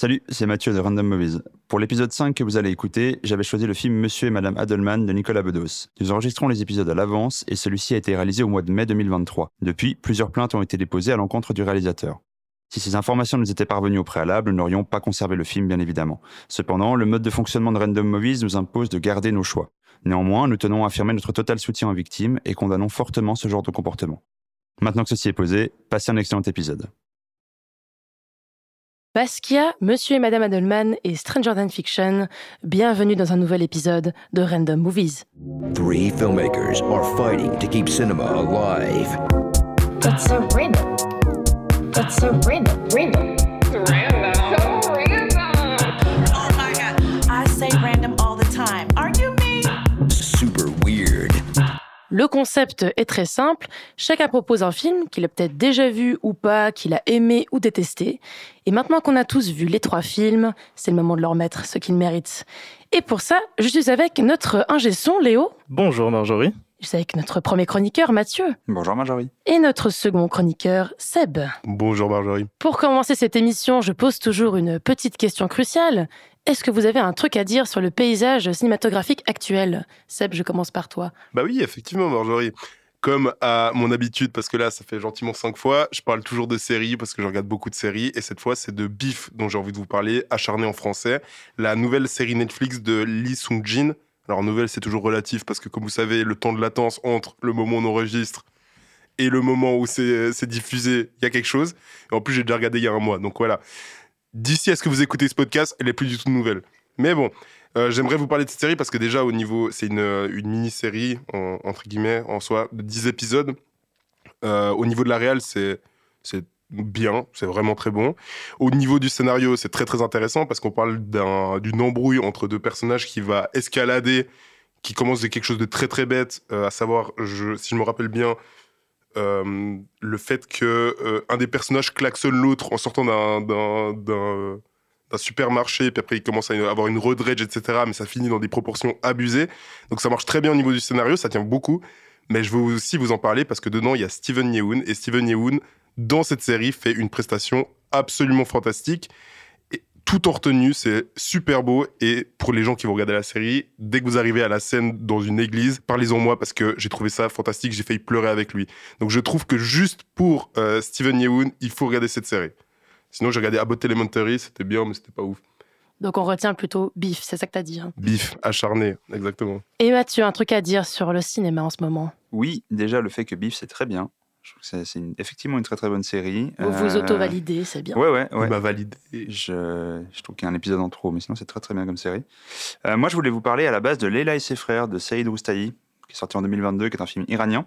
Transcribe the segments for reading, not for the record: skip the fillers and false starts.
Salut, c'est Mathieu de Random Movies. Pour l'épisode 5 que vous allez écouter, j'avais choisi le film Monsieur et Madame Adelman de Nicolas Bedos. Nous enregistrons les épisodes à l'avance et celui-ci a été réalisé au mois de mai 2023. Depuis, plusieurs plaintes ont été déposées à l'encontre du réalisateur. Si ces informations nous étaient parvenues au préalable, nous n'aurions pas conservé le film, bien évidemment. Cependant, le mode de fonctionnement de Random Movies nous impose de garder nos choix. Néanmoins, nous tenons à affirmer notre total soutien aux victimes et condamnons fortement ce genre de comportement. Maintenant que ceci est posé, passez un excellent épisode. Basquiat, Monsieur et Madame Adelman et Stranger Than Fiction, bienvenue dans un nouvel épisode de Random Movies. 3 filmmakers are fighting to keep cinema alive. It's so random. It's so random. Random. Random. So random. Oh my God. I say random all the time. Are you me? Super weird. Le concept est très simple, chacun propose un film qu'il a peut-être déjà vu ou pas, qu'il a aimé ou détesté. Et maintenant qu'on a tous vu les 3 films, c'est le moment de leur mettre ce qu'ils méritent. Et pour ça, je suis avec notre ingé son, Léo. Bonjour Marjorie. Je suis avec notre premier chroniqueur, Mathieu. Bonjour Marjorie. Et notre second chroniqueur, Seb. Bonjour Marjorie. Pour commencer cette émission, je pose toujours une petite question cruciale. Est-ce que vous avez un truc à dire sur le paysage cinématographique actuel ? Seb, je commence par toi. Bah oui, effectivement Marjorie. Comme à mon habitude, parce que là, ça fait gentiment 5 fois, je parle toujours de séries parce que je regarde beaucoup de séries. Et cette fois, c'est de Beef dont j'ai envie de vous parler, Acharné en français. La nouvelle série Netflix de Lee Sung-jin. Alors nouvelle, c'est toujours relatif parce que comme vous savez, le temps de latence entre le moment où on enregistre et le moment où c'est diffusé, il y a quelque chose. Et en plus, j'ai déjà regardé il y a un mois. Donc voilà. D'ici à ce que vous écoutez ce podcast, elle est plus du tout nouvelle. Mais bon, j'aimerais vous parler de cette série parce que déjà, au niveau, c'est une mini-série, entre guillemets, en soi, de 10 épisodes. Au niveau de la réal, c'est bien, c'est vraiment très bon. Au niveau du scénario, c'est très très intéressant parce qu'on parle d'une embrouille entre 2 personnages qui va escalader, qui commence de quelque chose de très très bête, à savoir, si je me rappelle bien, le fait que un des personnages klaxonne l'autre en sortant d'un supermarché, puis après il commence à avoir une road rage, etc. Mais ça finit dans des proportions abusées. Donc ça marche très bien au niveau du scénario, ça tient beaucoup. Mais je veux aussi vous en parler parce que dedans il y a Steven Yeun, et Steven Yeun, dans cette série, fait une prestation absolument fantastique. Et tout en retenue, c'est super beau. Et pour les gens qui vont regarder la série, dès que vous arrivez à la scène dans une église, parlez-en moi parce que j'ai trouvé ça fantastique, j'ai failli pleurer avec lui. Donc je trouve que juste pour Steven Yeun, il faut regarder cette série. Sinon j'ai regardé Abbott Elementary, c'était bien mais c'était pas ouf. Donc on retient plutôt Beef, c'est ça que t'as dit. Hein. Beef, acharné, exactement. Et Mathieu, un truc à dire sur le cinéma en ce moment ? Oui, déjà le fait que Beef c'est très bien. Je trouve que c'est effectivement une très très bonne série. Vous vous auto-validez, c'est bien. Ouais. Il m'a validé. Je trouve qu'il y a un épisode en trop, mais sinon c'est très très bien comme série. Moi je voulais vous parler à la base de Leila et ses frères de Saïd Roustahi, qui est sorti en 2022, qui est un film iranien.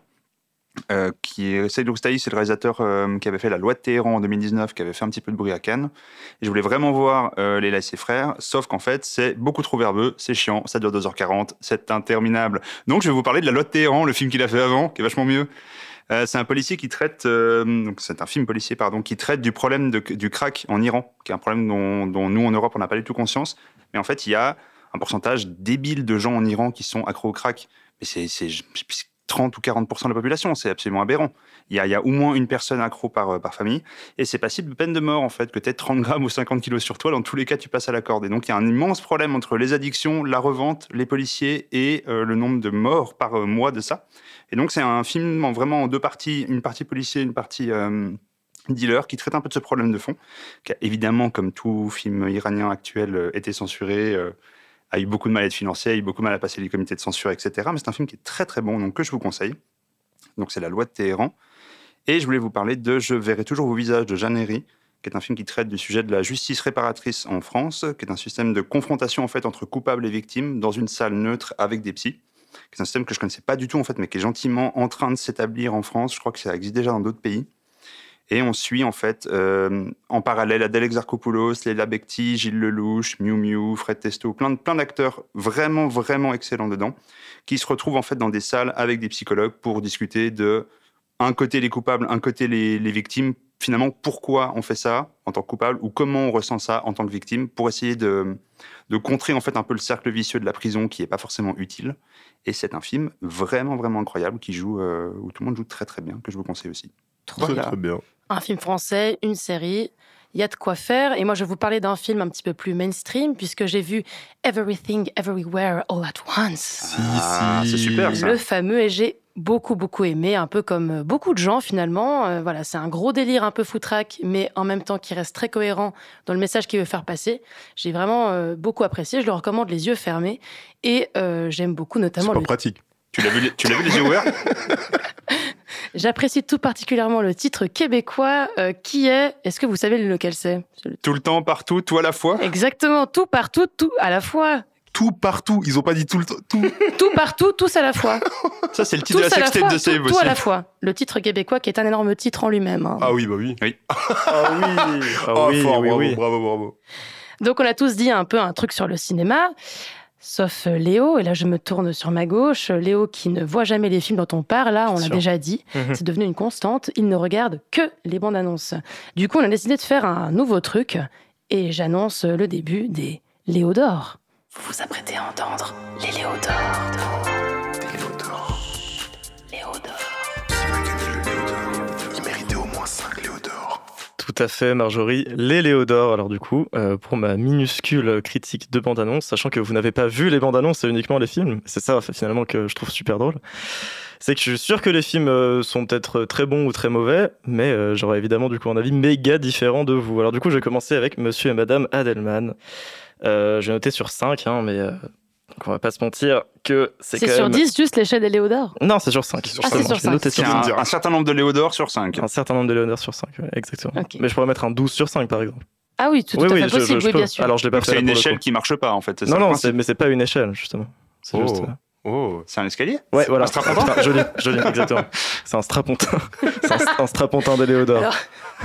Saïd Roustahi, c'est le réalisateur qui avait fait La Loi de Téhéran en 2019, qui avait fait un petit peu de bruit à Cannes. Et je voulais vraiment voir Leila et ses frères, sauf qu'en fait c'est beaucoup trop verbeux, c'est chiant, ça dure 2h40, c'est interminable. Donc je vais vous parler de La Loi de Téhéran, le film qu'il a fait avant, qui est vachement mieux. C'est un policier qui traite, donc c'est un film policier pardon, qui traite du problème du crack en Iran, qui est un problème dont nous en Europe on n'a pas du tout conscience. Mais en fait il y a un pourcentage débile de gens en Iran qui sont accros au crack. Mais c'est 30 ou 40% de la population, c'est absolument aberrant. Il y a au moins une personne accro par famille, et c'est passible de peine de mort en fait, que tu aies 30 grammes ou 50 kilos sur toi, dans tous les cas tu passes à la corde. Et donc il y a un immense problème entre les addictions, la revente, les policiers et le nombre de morts par mois de ça. Et donc c'est un film vraiment en 2 parties, une partie policier, une partie dealer, qui traite un peu de ce problème de fond, qui a évidemment, comme tout film iranien actuel, été censuré, a eu beaucoup de mal à être financé, a eu beaucoup de mal à passer les comités de censure, etc. Mais c'est un film qui est très très bon, donc que je vous conseille. Donc c'est La Loi de Téhéran. Et je voulais vous parler de Je verrai toujours vos visages de Jeanne Herry, qui est un film qui traite du sujet de la justice réparatrice en France, qui est un système de confrontation en fait entre coupables et victimes dans une salle neutre avec des psys. C'est un système que je connaissais pas du tout en fait, mais qui est gentiment en train de s'établir en France. Je crois que ça existe déjà dans d'autres pays. Et on suit en fait en parallèle Adèle Exarchopoulos, Leila Bekti, Gilles Lelouch, Miu Miu, Fred Testo, plein d'acteurs vraiment vraiment excellents dedans, qui se retrouvent en fait dans des salles avec des psychologues pour discuter de un côté les coupables, un côté les victimes. Finalement, pourquoi on fait ça en tant que coupable ou comment on ressent ça en tant que victime, pour essayer de contrer en fait un peu le cercle vicieux de la prison qui est pas forcément utile. Et c'est un film vraiment vraiment incroyable où tout le monde joue très très bien, que je vous conseille aussi. Trop bien. Très bien. Un film français, une série. il y a de quoi faire. Et moi, je vais vous parler d'un film un petit peu plus mainstream, puisque j'ai vu Everything, Everywhere, All at Once. C'est super ça. Le fameux, et j'ai beaucoup aimé, un peu comme beaucoup de gens finalement. Voilà, c'est un gros délire un peu foutraque, mais en même temps qui reste très cohérent dans le message qu'il veut faire passer. J'ai vraiment beaucoup apprécié, je le recommande les yeux fermés, et j'aime beaucoup C'est notamment pas pratique. Tu l'as vu les yeux ouverts? J'apprécie tout particulièrement le titre québécois qui est... Est-ce que vous savez lequel c'est? Tout le temps, partout, tout à la fois. Exactement, tout partout, tout à la fois. Tout partout. Ils ont pas dit tout le temps. Tout. Tout partout, tous à la fois. Ça, c'est le titre de la Tous à la sextape fois, de Save tout aussi. à la fois. Le titre québécois qui est un énorme titre en lui-même. Hein. Ah oui, bah oui. Ah oui, Fort, oui. bravo. Donc on a tous dit un peu un truc sur le cinéma, sauf Léo, et là je me tourne sur ma gauche. Léo qui ne voit jamais les films dont on parle, là on l'a Sûr. déjà dit, c'est devenu une constante, il ne regarde que les bandes annonces. Du coup on a décidé de faire un nouveau truc, et j'annonce le début des Léo d'or. Vous vous apprêtez à entendre les Léo d'or. Léo d'or. Il méritait au moins 5 Léodor. Tout à fait, Marjorie. Les Léodor, alors du coup, pour ma minuscule critique de bande-annonce, sachant que vous n'avez pas vu les bandes-annonces et uniquement les films, c'est ça finalement que je trouve super drôle, c'est que je suis sûr que les films sont peut-être très bons ou très mauvais, mais j'aurais évidemment du coup un avis méga différent de vous. Alors du coup, je vais commencer avec Monsieur et Madame Adelman. J'ai noté sur 5, hein, mais donc on va pas se mentir que c'est C'est quand sur même... 10 juste l'échelle des Léo d'or. Non, c'est sur 5. Ah, c'est justement. sur Je l'ai 5. noté C'est sur 5. un certain nombre de Léodor sur 5. Un certain nombre de Léonard sur 5, ouais, exactement. Ok. Mais je pourrais mettre un 12 sur 5 par exemple. Ah oui, tout à fait possible, oui, peux. bien sûr. Alors je l'ai pas Donc fait c'est là, une pour le échelle coup. qui marche pas en fait. C'est ça, Non, le non, principe. mais c'est pas une échelle justement. C'est juste. Oh. C'est un escalier? Ouais, voilà. Un strapontin? Putain, joli, exactement. C'est un strapontin. C'est un strapontin de Léodor. Alors-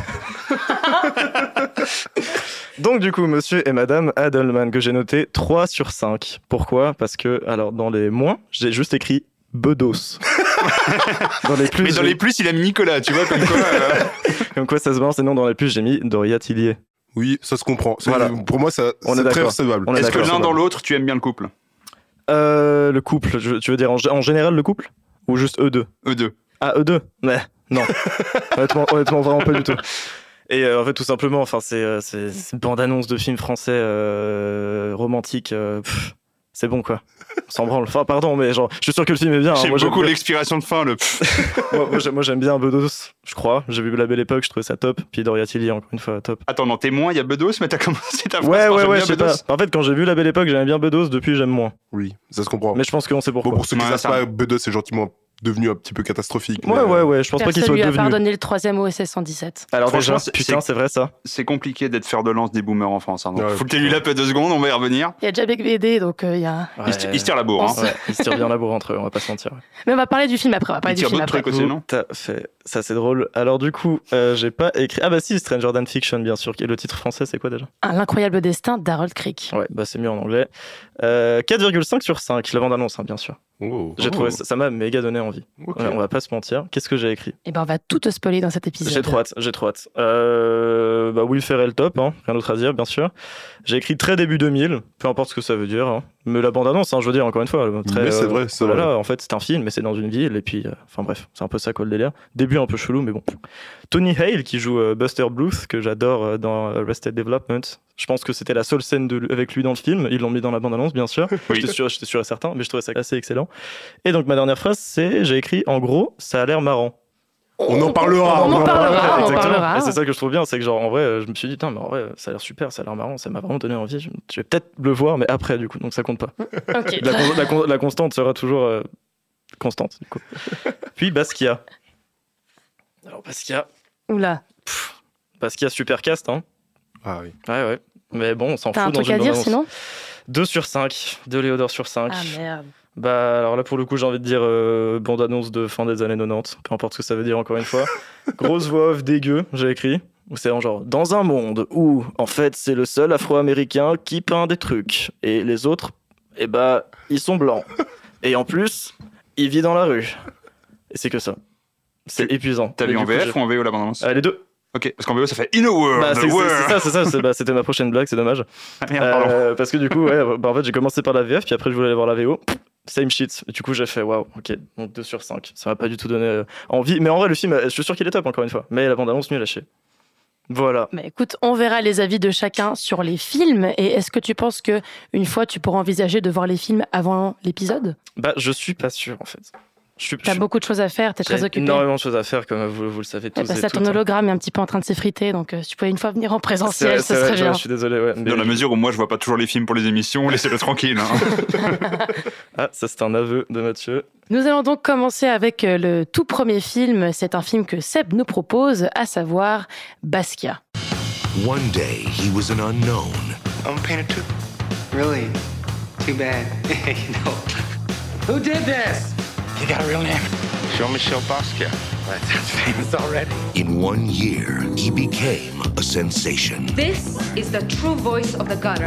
Donc, du coup, Monsieur et Madame Adelman, que j'ai noté 3 sur 5. Pourquoi? Parce que, alors, dans les moins, j'ai juste écrit Bedos. Dans les plus, Mais dans j'ai- les plus, il a mis Nicolas, tu vois, comme quoi. comme quoi ça se balance, et non, dans les plus, j'ai mis Doria Tillier. Oui, ça se comprend. Voilà. Pour moi, ça, On est c'est très d'accord. recevable. On est Est-ce que d'accord. l'un dans l'autre, tu aimes bien le couple? Le couple, tu veux dire en général le couple? Ou juste eux deux? Eux deux. Ah, eux deux? Mais non. honnêtement, vraiment pas du tout. Et en fait, tout simplement, enfin, c'est une bande-annonce de films français romantiques. C'est bon, quoi. On s'en branle. Enfin, pardon, mais genre, je suis sûr que le film est bien. Hein. J'aime Moi, beaucoup bien- l'expiration de fin, le. moi, j'aime bien Bedos, je crois. J'ai vu La Belle Époque, je trouvais ça top. Puis Doria Tilly, encore une fois, top. Attends, dans témoin, il y a Bedos, mais t'as commencé ta phrase Ouais, par j'aime je bien sais Bedos. pas. En fait, quand j'ai vu La Belle Époque, j'aimais bien Bedos. Depuis, j'aime moins. Oui, ça se comprend. Mais je pense qu'on sait pourquoi. Bon, pour ceux qui Ouais, savent ça- pas, B2 c'est gentiment devenu un petit peu catastrophique. mais, Ouais. Je pense pas qu'il Personne soit lui a devenu. pardonné le 3e OSS 117. Alors Franchement, déjà, putain, c'est vrai ça. C'est compliqué d'être fer de lance des boomers en France. Hein, donc Ouais, faut que tu lu la peu 2 secondes, on va y revenir. Il y a déjà BD, donc il y a... Ils se tirent la bourre. Hein. Ouais, ils se tirent bien la bourre entre eux, on va pas se mentir. Mais on va parler du film après, on va parler Ils du tirent film d'autres après. trucs aussi, non? Tout à fait. Ça, c'est drôle. Alors, du coup, j'ai pas écrit. Ah, bah si, Stranger Than Fiction, bien sûr. Le titre français, c'est quoi déjà? L'incroyable destin d'Harold Crick. Ouais, bah c'est mieux en anglais. 4,5 sur 5, la bande-annonce, hein, bien sûr. Oh. J'ai trouvé ça m'a méga donné envie. Ok. Ouais, on va pas se mentir. Qu'est-ce que j'ai écrit? Et ben on va tout te spoiler dans cet épisode. J'ai trop hâte. Bah, Will Ferrell top, hein, rien d'autre à dire, bien sûr. J'ai écrit très début 2000, peu importe ce que ça veut dire. Hein. Mais la bande-annonce, hein, je veux dire, encore une fois. Très, Mais c'est vrai, c'est vrai. Voilà, en fait, c'est un film, mais c'est dans une ville, et puis, enfin bref, c'est un peu ça, quoi, le délire. Début un peu chelou, mais bon. Tony Hale, qui joue Buster Bluth, que j'adore dans Arrested Development. Je pense que c'était la seule scène avec lui dans le film. Ils l'ont mis dans la bande-annonce, bien sûr. Oui. J'étais sûr et certain, mais je trouvais ça assez excellent. Et donc, ma dernière phrase, c'est, j'ai écrit, en gros, ça a l'air marrant. On en parlera. On en parlera, on en Exactement. parlera. Et c'est ça que je trouve bien, c'est que genre en vrai, je me suis dit, mais en vrai, ça a l'air super, ça a l'air marrant, ça m'a vraiment donné envie. Je vais peut-être le voir, mais après, du coup, donc ça compte pas. Ok. La constante sera toujours constante, du coup. Puis Basquiat. Alors Basquiat, Oula. super cast, hein. Ah oui. Ouais. Mais bon, on s'en T'as un fout dans truc à une dire bande-annonce. sinon 2 sur 5, 2 Léodor sur 5. Ah merde. Bah alors là pour le coup j'ai envie de dire bande-annonce de fin des années 90, peu importe ce que ça veut dire encore une fois. Grosse voix off dégueu, j'ai écrit. Où c'est en genre dans un monde où en fait c'est le seul afro-américain qui peint des trucs et les autres, eh bah ils sont blancs. Et en plus, il vit dans la rue. Et c'est que ça. C'est épuisant. T'as Et vu du en coup, VF ou en VO la bande-annonce? Les deux. Ok, parce qu'en VO ça fait In a World. Bah, the c'est world. ça. C'était ma prochaine blague, c'est dommage. Ah, merde, pardon. Parce que du coup, ouais, bah, en fait, j'ai commencé par la VF, puis après, je voulais aller voir la VO. Same shit. Et du coup, j'ai fait waouh, ok, donc 2 sur 5. Ça m'a pas du tout donné envie. Mais en vrai, le film, je suis sûr qu'il est top, encore une fois. Mais la bande-annonce, nul à chier. Voilà. Bah, écoute, on verra les avis de chacun sur les films. Et est-ce que tu penses que une fois tu pourras envisager de voir les films avant l'épisode ? Bah, je suis pas sûr en fait. T'as beaucoup de choses à faire, t'es très J'ai occupé. énormément de choses à faire, comme vous le savez tous. Ça, ton hologramme est un petit peu en train de s'effriter, donc si tu pouvais une fois venir en présentiel, ce serait bien. Je suis désolé. Ouais, mais Dans la mesure où moi je vois pas toujours les films pour les émissions, laissez-le tranquille. Ah, ça c'est un aveu de Mathieu. Nous allons donc commencer avec le tout premier film. C'est un film que Seb nous propose, à savoir Basquiat. One day, he was an unknown. I'm a painter too. Really? Too bad. You know. Who did this? You got a real name? Jean-Michel Basquiat. That sounds famous already. In 1 year, he became a sensation. This is the true voice of the gutter.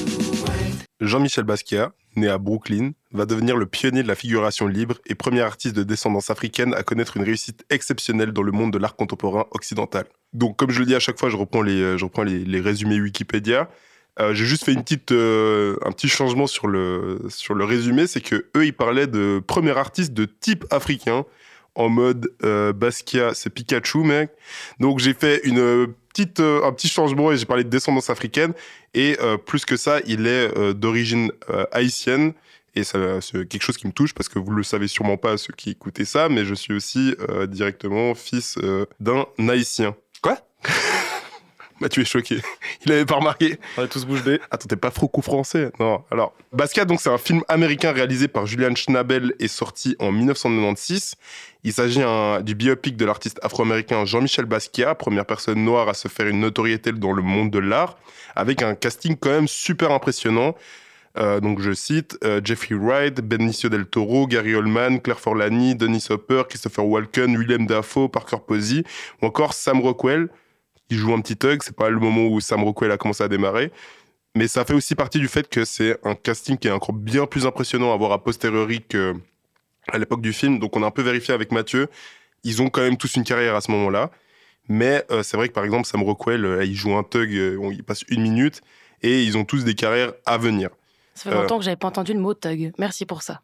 Jean-Michel Basquiat, né à Brooklyn, va devenir le pionnier de la figuration libre et premier artiste de descendance africaine à connaître une réussite exceptionnelle dans le monde de l'art contemporain occidental. Donc, comme je le dis à chaque fois, je reprends les résumés Wikipédia. J'ai juste fait un petit changement sur le résumé, c'est que eux ils parlaient de premier artiste de type africain, en mode Basquiat, c'est Pikachu, mec. Donc j'ai fait un petit changement et j'ai parlé de descendance africaine. Et plus que ça, il est d'origine haïtienne. Et ça, c'est quelque chose qui me touche parce que vous le savez sûrement pas, ceux qui écoutaient ça, mais je suis aussi directement fils d'un haïtien. Quoi? Mathieu est choqué. Il avait pas remarqué. On est tous bouche bée. Attends, t'es pas franco-français? Non. Alors, Basquiat, donc, c'est un film américain réalisé par Julian Schnabel et sorti en 1996. Il s'agit du biopic de l'artiste afro-américain Jean-Michel Basquiat, première personne noire à se faire une notoriété dans le monde de l'art, avec un casting quand même super impressionnant. Donc, je cite Jeffrey Wright, Benicio del Toro, Gary Oldman, Claire Forlani, Dennis Hopper, Christopher Walken, Willem Dafoe, Parker Posey, ou encore Sam Rockwell. Il joue un petit thug, c'est pas le moment où Sam Rockwell a commencé à démarrer. Mais ça fait aussi partie du fait que c'est un casting qui est encore bien plus impressionnant à voir a posteriori qu'à l'époque du film. Donc on a un peu vérifié avec Mathieu. Ils ont quand même tous une carrière à ce moment-là. Mais c'est vrai que par exemple, Sam Rockwell, il joue un thug, il passe 1 minute, et ils ont tous des carrières à venir. Ça fait longtemps que j'avais pas entendu le mot thug. Merci pour ça.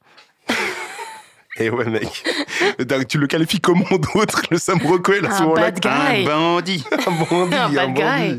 Et ouais, mec. Tu le qualifies comment d'autre, le Sam Rockwell, à ce moment-là? Bad guy. Un bandit. Un bad guy.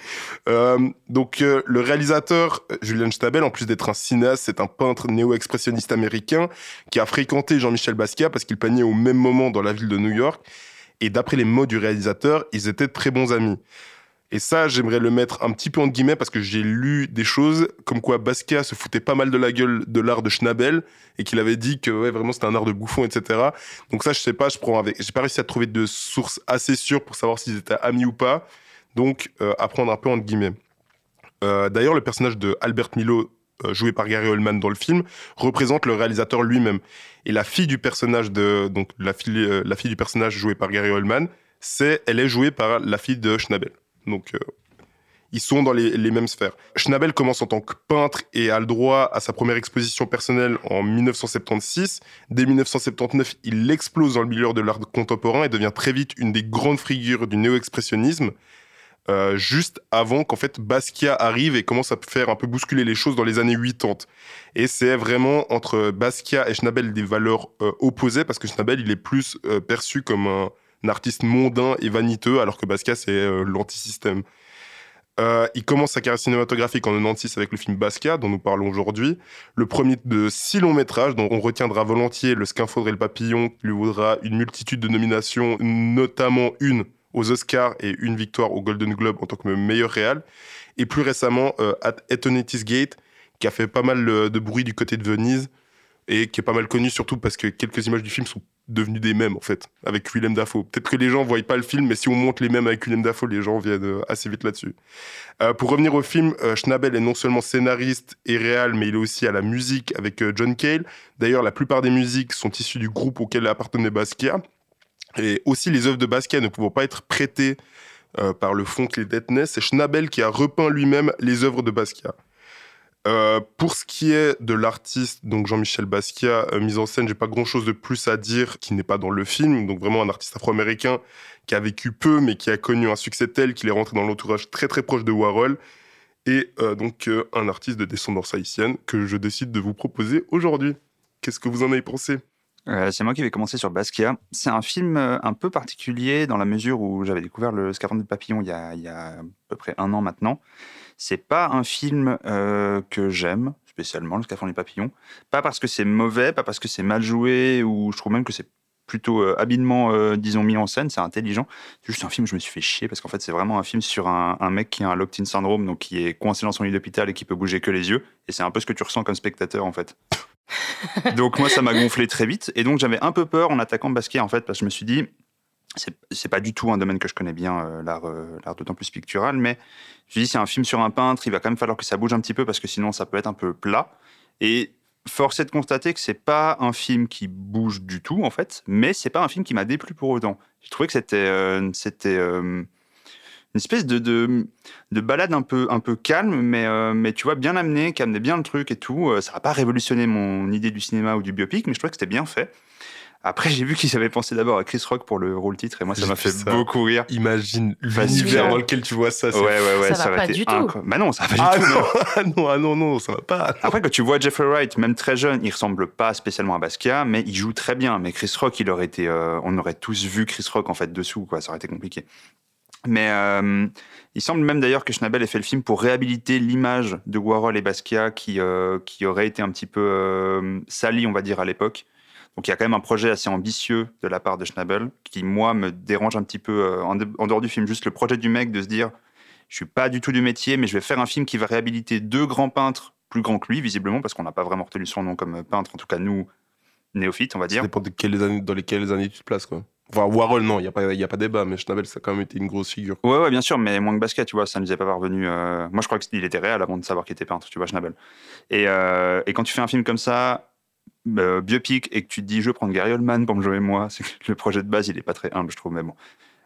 Donc, le réalisateur, Julian Schnabel, en plus d'être un cinéaste, c'est un peintre néo-expressionniste américain qui a fréquenté Jean-Michel Basquiat parce qu'il peignait au même moment dans la ville de New York. Et d'après les mots du réalisateur, ils étaient de très bons amis. Et ça, j'aimerais le mettre un petit peu entre guillemets parce que j'ai lu des choses comme quoi Basquiat se foutait pas mal de la gueule de l'art de Schnabel et qu'il avait dit que ouais, vraiment c'était un art de bouffon, etc. Donc ça, je sais pas, j'ai pas réussi à trouver de sources assez sûres pour savoir s'ils étaient amis ou pas. Donc, à prendre un peu entre guillemets. D'ailleurs, le personnage de Albert Milo, joué par Gary Oldman dans le film, représente le réalisateur lui-même. Et la fille du personnage la fille du personnage joué par Gary Oldman, elle est jouée par la fille de Schnabel. Donc, ils sont dans les mêmes sphères. Schnabel commence en tant que peintre et a le droit à sa première exposition personnelle en 1976. Dès 1979, il explose dans le milieu de l'art contemporain et devient très vite une des grandes figures du néo-expressionnisme, juste avant qu'en fait Basquiat arrive et commence à faire un peu bousculer les choses dans les années 80. Et c'est vraiment entre Basquiat et Schnabel des valeurs opposées, parce que Schnabel, il est plus perçu comme un artiste mondain et vaniteux, alors que Basquiat, c'est l'antisystème. Il commence sa carrière cinématographique en 96 avec le film Basquiat, dont nous parlons aujourd'hui. Le premier de 6 longs métrages, dont on retiendra volontiers Le Scaphandre et le Papillon, qui lui vaudra une multitude de nominations, notamment une aux Oscars et une victoire au Golden Globe en tant que meilleur réal. Et plus récemment, At Eternity's Gate, qui a fait pas mal de bruit du côté de Venise, et qui est pas mal connu surtout parce que quelques images du film sont devenues des mèmes, en fait, avec Willem Dafoe. Peut-être que les gens ne voient pas le film, mais si on montre les mèmes avec Willem Dafoe, les gens viennent assez vite là-dessus. Pour revenir au film, Schnabel est non seulement scénariste et réal, mais il est aussi à la musique avec John Cale. D'ailleurs, la plupart des musiques sont issues du groupe auquel appartenait Basquiat. Et aussi, les œuvres de Basquiat ne pouvant pas être prêtées par le fonds Clé Deadness, c'est Schnabel qui a repeint lui-même les œuvres de Basquiat. Pour ce qui est de l'artiste, donc Jean-Michel Basquiat, mise en scène, j'ai pas grand-chose de plus à dire qui n'est pas dans le film. Donc vraiment un artiste afro-américain qui a vécu peu, mais qui a connu un succès tel qu'il est rentré dans l'entourage très très proche de Warhol. Et donc un artiste de descendance haïtienne que je décide de vous proposer aujourd'hui. Qu'est-ce que vous en avez pensé ? C'est moi qui vais commencer sur Basquiat. C'est un film un peu particulier dans la mesure où j'avais découvert Le Scaphandre du Papillon il y a à peu près 1 an maintenant. C'est pas un film que j'aime spécialement, Le Scaphandre du Papillon. Pas parce que c'est mauvais, pas parce que c'est mal joué, ou je trouve même que c'est plutôt habilement, disons, mis en scène, c'est intelligent. C'est juste un film où je me suis fait chier parce qu'en fait, c'est vraiment un film sur un mec qui a un locked-in syndrome, donc qui est coincé dans son lit d'hôpital et qui peut bouger que les yeux. Et c'est un peu ce que tu ressens comme spectateur, en fait. Donc moi, ça m'a gonflé très vite. Et donc, j'avais un peu peur en attaquant Basquiat, en fait, parce que je me suis dit, c'est pas du tout un domaine que je connais bien, l'art d'autant plus pictural, mais je me suis dit, c'est un film sur un peintre, il va quand même falloir que ça bouge un petit peu parce que sinon, ça peut être un peu plat. Et force est de constater que c'est pas un film qui bouge du tout, en fait, mais c'est pas un film qui m'a déplu pour autant. J'ai trouvé que c'était une espèce de balade un peu calme, mais tu vois, bien amené, qui amenait bien le truc et tout. Ça n'a pas révolutionné mon idée du cinéma ou du biopic, mais je trouvais que c'était bien fait. Après, j'ai vu qu'ils avaient pensé d'abord à Chris Rock pour le rôle-titre, et moi, ça m'a fait beaucoup rire. Imagine l'univers dans lequel tu vois ça. Ouais, ça va pas du tout. Bah non, ça va pas du tout. Non, ça va pas. Après, quand tu vois Jeffrey Wright, même très jeune, il ressemble pas spécialement à Basquiat, mais il joue très bien. Mais Chris Rock, il aurait été, on aurait tous vu Chris Rock en fait dessous, quoi. Ça aurait été compliqué. Mais il semble même d'ailleurs que Schnabel ait fait le film pour réhabiliter l'image de Warhol et Basquiat qui aurait été un petit peu salie, on va dire, à l'époque. Donc il y a quand même un projet assez ambitieux de la part de Schnabel qui, moi, me dérange un petit peu en dehors du film. Juste le projet du mec de se dire, je suis pas du tout du métier, mais je vais faire un film qui va réhabiliter 2 grands peintres plus grands que lui, visiblement, parce qu'on n'a pas vraiment retenu son nom comme peintre, en tout cas nous, néophytes, on va dire. Ça dépend dans lesquelles années tu te places, quoi. Enfin, Warhol, non, il n'y a pas débat, mais Schnabel, ça a quand même été une grosse figure. Ouais, bien sûr, mais moins que Basquiat, tu vois, ça ne nous est pas parvenu. Moi, je crois qu'il était réel avant de savoir qu'il était peintre, tu vois, Schnabel. Et quand tu fais un film comme ça, biopic, et que tu te dis, je vais prendre Gary Oldman pour me jouer moi, c'est que le projet de base, il est pas très humble, je trouve, mais bon.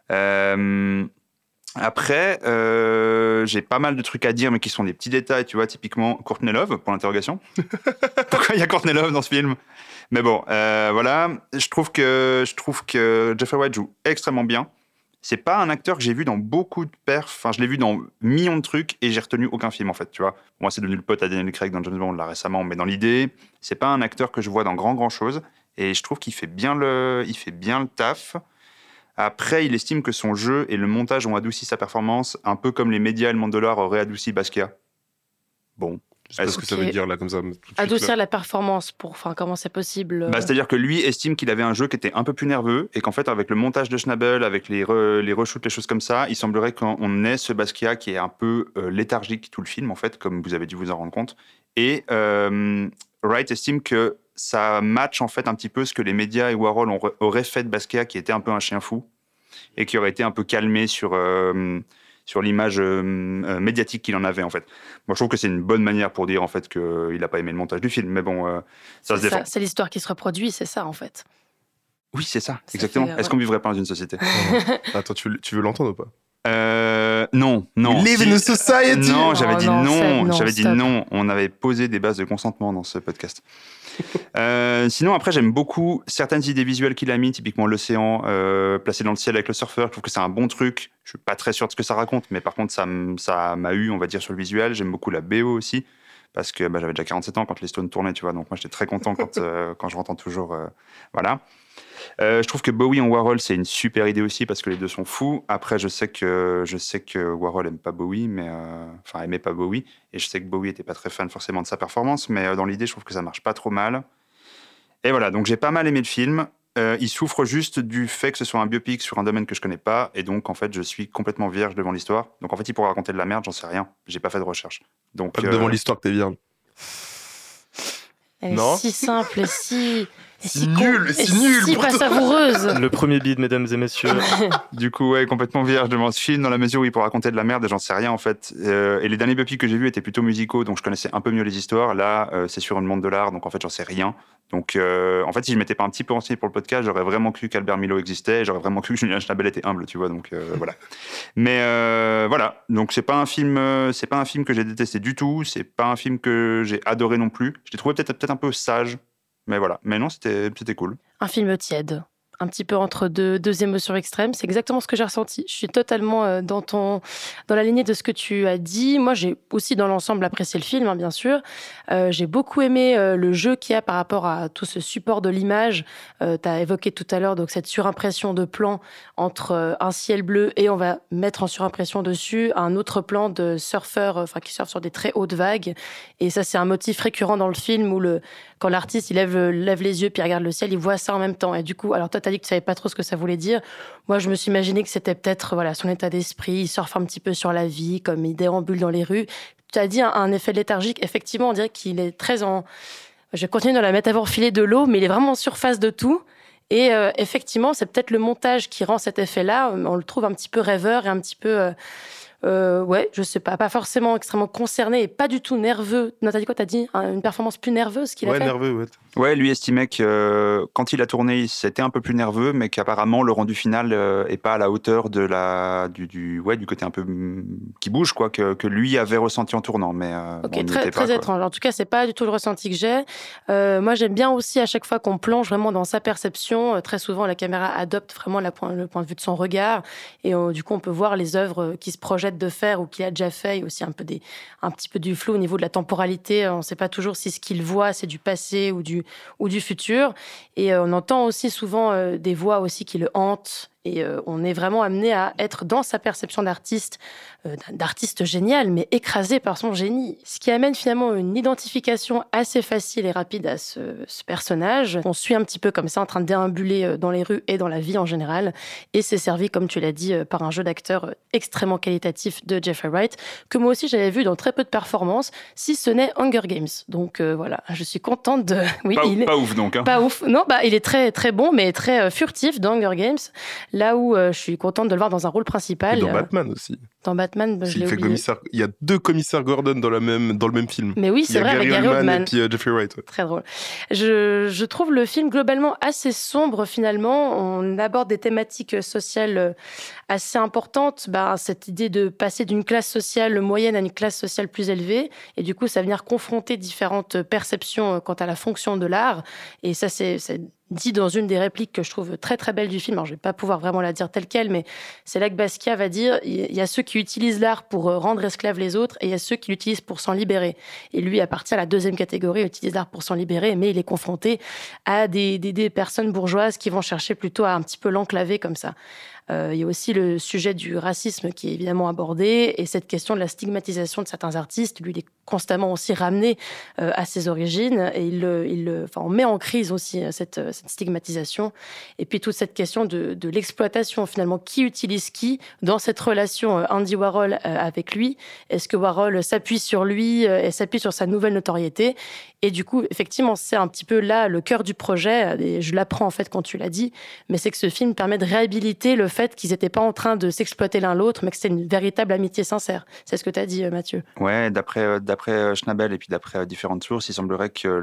Après, j'ai pas mal de trucs à dire, mais qui sont des petits détails, tu vois, typiquement Courtney Love, pour l'interrogation. Pourquoi il y a Courtney Love dans ce film ? Mais bon, voilà, je trouve que Jeffrey Wright joue extrêmement bien. C'est pas un acteur que j'ai vu dans beaucoup de perfs, enfin je l'ai vu dans millions de trucs et j'ai retenu aucun film en fait, tu vois. Moi c'est devenu le pote à Daniel Craig dans James Bond là récemment, mais dans l'idée, c'est pas un acteur que je vois dans grand chose et je trouve qu'il fait bien le taf. Après, il estime que son jeu et le montage ont adouci sa performance, un peu comme les médias et le monde de l'art auraient adouci Basquiat. Bon. Je sais pas ce que ça veut dire là, comme ça. Adoucir la performance, comment c'est possible C'est-à-dire que lui estime qu'il avait un jeu qui était un peu plus nerveux et qu'en fait, avec le montage de Schnabel, avec les reshoots, les choses comme ça, il semblerait qu'on ait ce Basquiat qui est un peu léthargique tout le film, en fait, comme vous avez dû vous en rendre compte. Et Wright estime que ça match en fait un petit peu ce que les médias et Warhol auraient fait de Basquiat, qui était un peu un chien fou et qui aurait été un peu calmé sur l'image médiatique qu'il en avait en fait. Moi, je trouve que c'est une bonne manière pour dire en fait qu'il n'a pas aimé le montage du film, mais bon, ça se défend. C'est l'histoire qui se reproduit, c'est ça en fait. Oui, c'est ça exactement. Est-ce qu'on vivrait pas dans une société ? Attends, tu veux l'entendre ou pas ? Non. We live in a society. Non, j'avais dit non. J'avais dit stop. non. On avait posé des bases de consentement dans ce podcast. Sinon, après, j'aime beaucoup certaines idées visuelles qu'il a mis, typiquement l'océan placé dans le ciel avec le surfeur. Je trouve que c'est un bon truc. Je suis pas très sûr de ce que ça raconte, mais par contre, ça m'a eu, on va dire, sur le visuel. J'aime beaucoup la BO aussi, parce que j'avais déjà 47 ans quand les Stones tournaient, tu vois. Donc moi, j'étais très content quand je rentre toujours. Voilà. Je trouve que Bowie en Warhol, c'est une super idée aussi parce que les deux sont fous. Après, je sais que Warhol aime pas Bowie, aimait pas Bowie, et je sais que Bowie était pas très fan forcément de sa performance, mais dans l'idée, je trouve que ça marche pas trop mal. Et voilà, donc j'ai pas mal aimé le film. Il souffre juste du fait que ce soit un biopic sur un domaine que je connais pas, et donc en fait, je suis complètement vierge devant l'histoire. Donc en fait, il pourrait raconter de la merde, j'en sais rien. J'ai pas fait de recherche. Donc pas devant l'histoire que t'es vierge. Elle est si simple et si nul, si pas savoureuse. Le premier bide, mesdames et messieurs. Du coup, ouais, complètement vierge devant ce film, dans la mesure où il pourrait raconter de la merde et j'en sais rien en fait. Et les derniers biopics que j'ai vus étaient plutôt musicaux, donc je connaissais un peu mieux les histoires. Là, c'est sur le monde de l'art, donc en fait, j'en sais rien. Donc, en fait, si je m'étais pas un petit peu renseigné pour le podcast, j'aurais vraiment cru qu'Albert Milo existait, et j'aurais vraiment cru que Julien Schnabel était humble, tu vois. Donc voilà. Mais voilà. Donc c'est pas un film que j'ai détesté du tout. C'est pas un film que j'ai adoré non plus. Je l'ai trouvé peut-être un peu sage, mais voilà. Mais non, c'était cool. Un film tiède. un petit peu entre deux émotions extrêmes. C'est exactement ce que j'ai ressenti. Je suis totalement dans la lignée de ce que tu as dit. Moi, j'ai aussi dans l'ensemble apprécié le film, hein, bien sûr. J'ai beaucoup aimé le jeu qu'il y a par rapport à tout ce support de l'image. Tu as évoqué tout à l'heure donc, cette surimpression de plan entre un ciel bleu et on va mettre en surimpression dessus un autre plan de surfeurs qui surfent sur des très hautes vagues. Et ça, c'est un motif récurrent dans le film où quand l'artiste il lève les yeux puis il regarde le ciel, il voit ça en même temps. Et du coup, alors toi, tu as dit que tu savais pas trop ce que ça voulait dire. Moi, je me suis imaginé que c'était peut-être son état d'esprit. Il surfe un petit peu sur la vie, comme il déambule dans les rues. Tu as dit un effet léthargique. Effectivement, on dirait qu'il est très Je continue dans la métaphore filet de l'eau, mais il est vraiment en surface de tout. Et effectivement, c'est peut-être le montage qui rend cet effet-là. On le trouve un petit peu rêveur et un petit peu... je sais pas forcément extrêmement concerné et pas du tout nerveux. Non, t'as dit quoi? T'as dit une performance plus nerveuse qu'il a fait? Ouais, nerveux, ouais. Ouais, lui estimait que quand il a tourné, c'était un peu plus nerveux, mais qu'apparemment le rendu final est pas à la hauteur du côté un peu qui bouge, quoi, que lui avait ressenti en tournant. Mais ok, très étrange. En tout cas, c'est pas du tout le ressenti que j'ai. Moi, j'aime bien aussi à chaque fois qu'on plonge vraiment dans sa perception. Très souvent, la caméra adopte vraiment le point de vue de son regard, et du coup, on peut voir les œuvres qui se projettent de faire ou qu'il a déjà fait. Il y a aussi un petit peu du flou au niveau de la temporalité. On ne sait pas toujours si ce qu'il voit, c'est du passé ou du futur. Et on entend aussi souvent des voix aussi qui le hantent. Et on est vraiment amené à être dans sa perception d'artiste génial, mais écrasé par son génie. Ce qui amène finalement une identification assez facile et rapide à ce personnage. On suit un petit peu comme ça, en train de déambuler dans les rues et dans la vie en général. Et c'est servi, comme tu l'as dit, par un jeu d'acteur extrêmement qualitatif de Jeffrey Wright, que moi aussi j'avais vu dans très peu de performances, si ce n'est Hunger Games. Donc voilà, je suis contente de... Oui, pas ouf donc. Hein. Pas ouf. Non, il est très, très bon, mais très furtif dans Hunger Games. Là où je suis contente de le voir dans un rôle principal. Et dans Batman aussi. Dans Batman, je l'ai oublié. Il y a 2 commissaires Gordon dans le même film. Mais oui, c'est vrai, avec Gary Oldman. Et puis Jeffrey Wright. Ouais. Très drôle. Je trouve le film globalement assez sombre finalement. On aborde des thématiques sociales assez importantes. Cette idée de passer d'une classe sociale moyenne à une classe sociale plus élevée. Et du coup, ça va venir confronter différentes perceptions quant à la fonction de l'art. Et ça, c'est dit dans une des répliques que je trouve très très belle du film. Alors je vais pas pouvoir vraiment la dire telle quelle, mais c'est là que Basquiat va dire il y a ceux qui utilisent l'art pour rendre esclaves les autres et il y a ceux qui l'utilisent pour s'en libérer. Et lui appartient à la deuxième catégorie, il utilise l'art pour s'en libérer, mais il est confronté à des personnes bourgeoises qui vont chercher plutôt à un petit peu l'enclaver comme ça. Il y a aussi le sujet du racisme qui est évidemment abordé et cette question de la stigmatisation de certains artistes. Lui, il est constamment aussi ramené à ses origines et on met en crise aussi cette stigmatisation. Et puis toute cette question de l'exploitation finalement. Qui utilise qui dans cette relation Andy Warhol avec lui? Est-ce que Warhol s'appuie sur lui et s'appuie sur sa nouvelle notoriété? Et du coup, effectivement, c'est un petit peu là le cœur du projet. Et je l'apprends en fait quand tu l'as dit, mais c'est que ce film permet de réhabiliter le fait qu'ils n'étaient pas en train de s'exploiter l'un l'autre, mais que c'était une véritable amitié sincère. C'est ce que tu as dit, Mathieu. Ouais, d'après Schnabel et puis d'après différentes sources, il semblerait que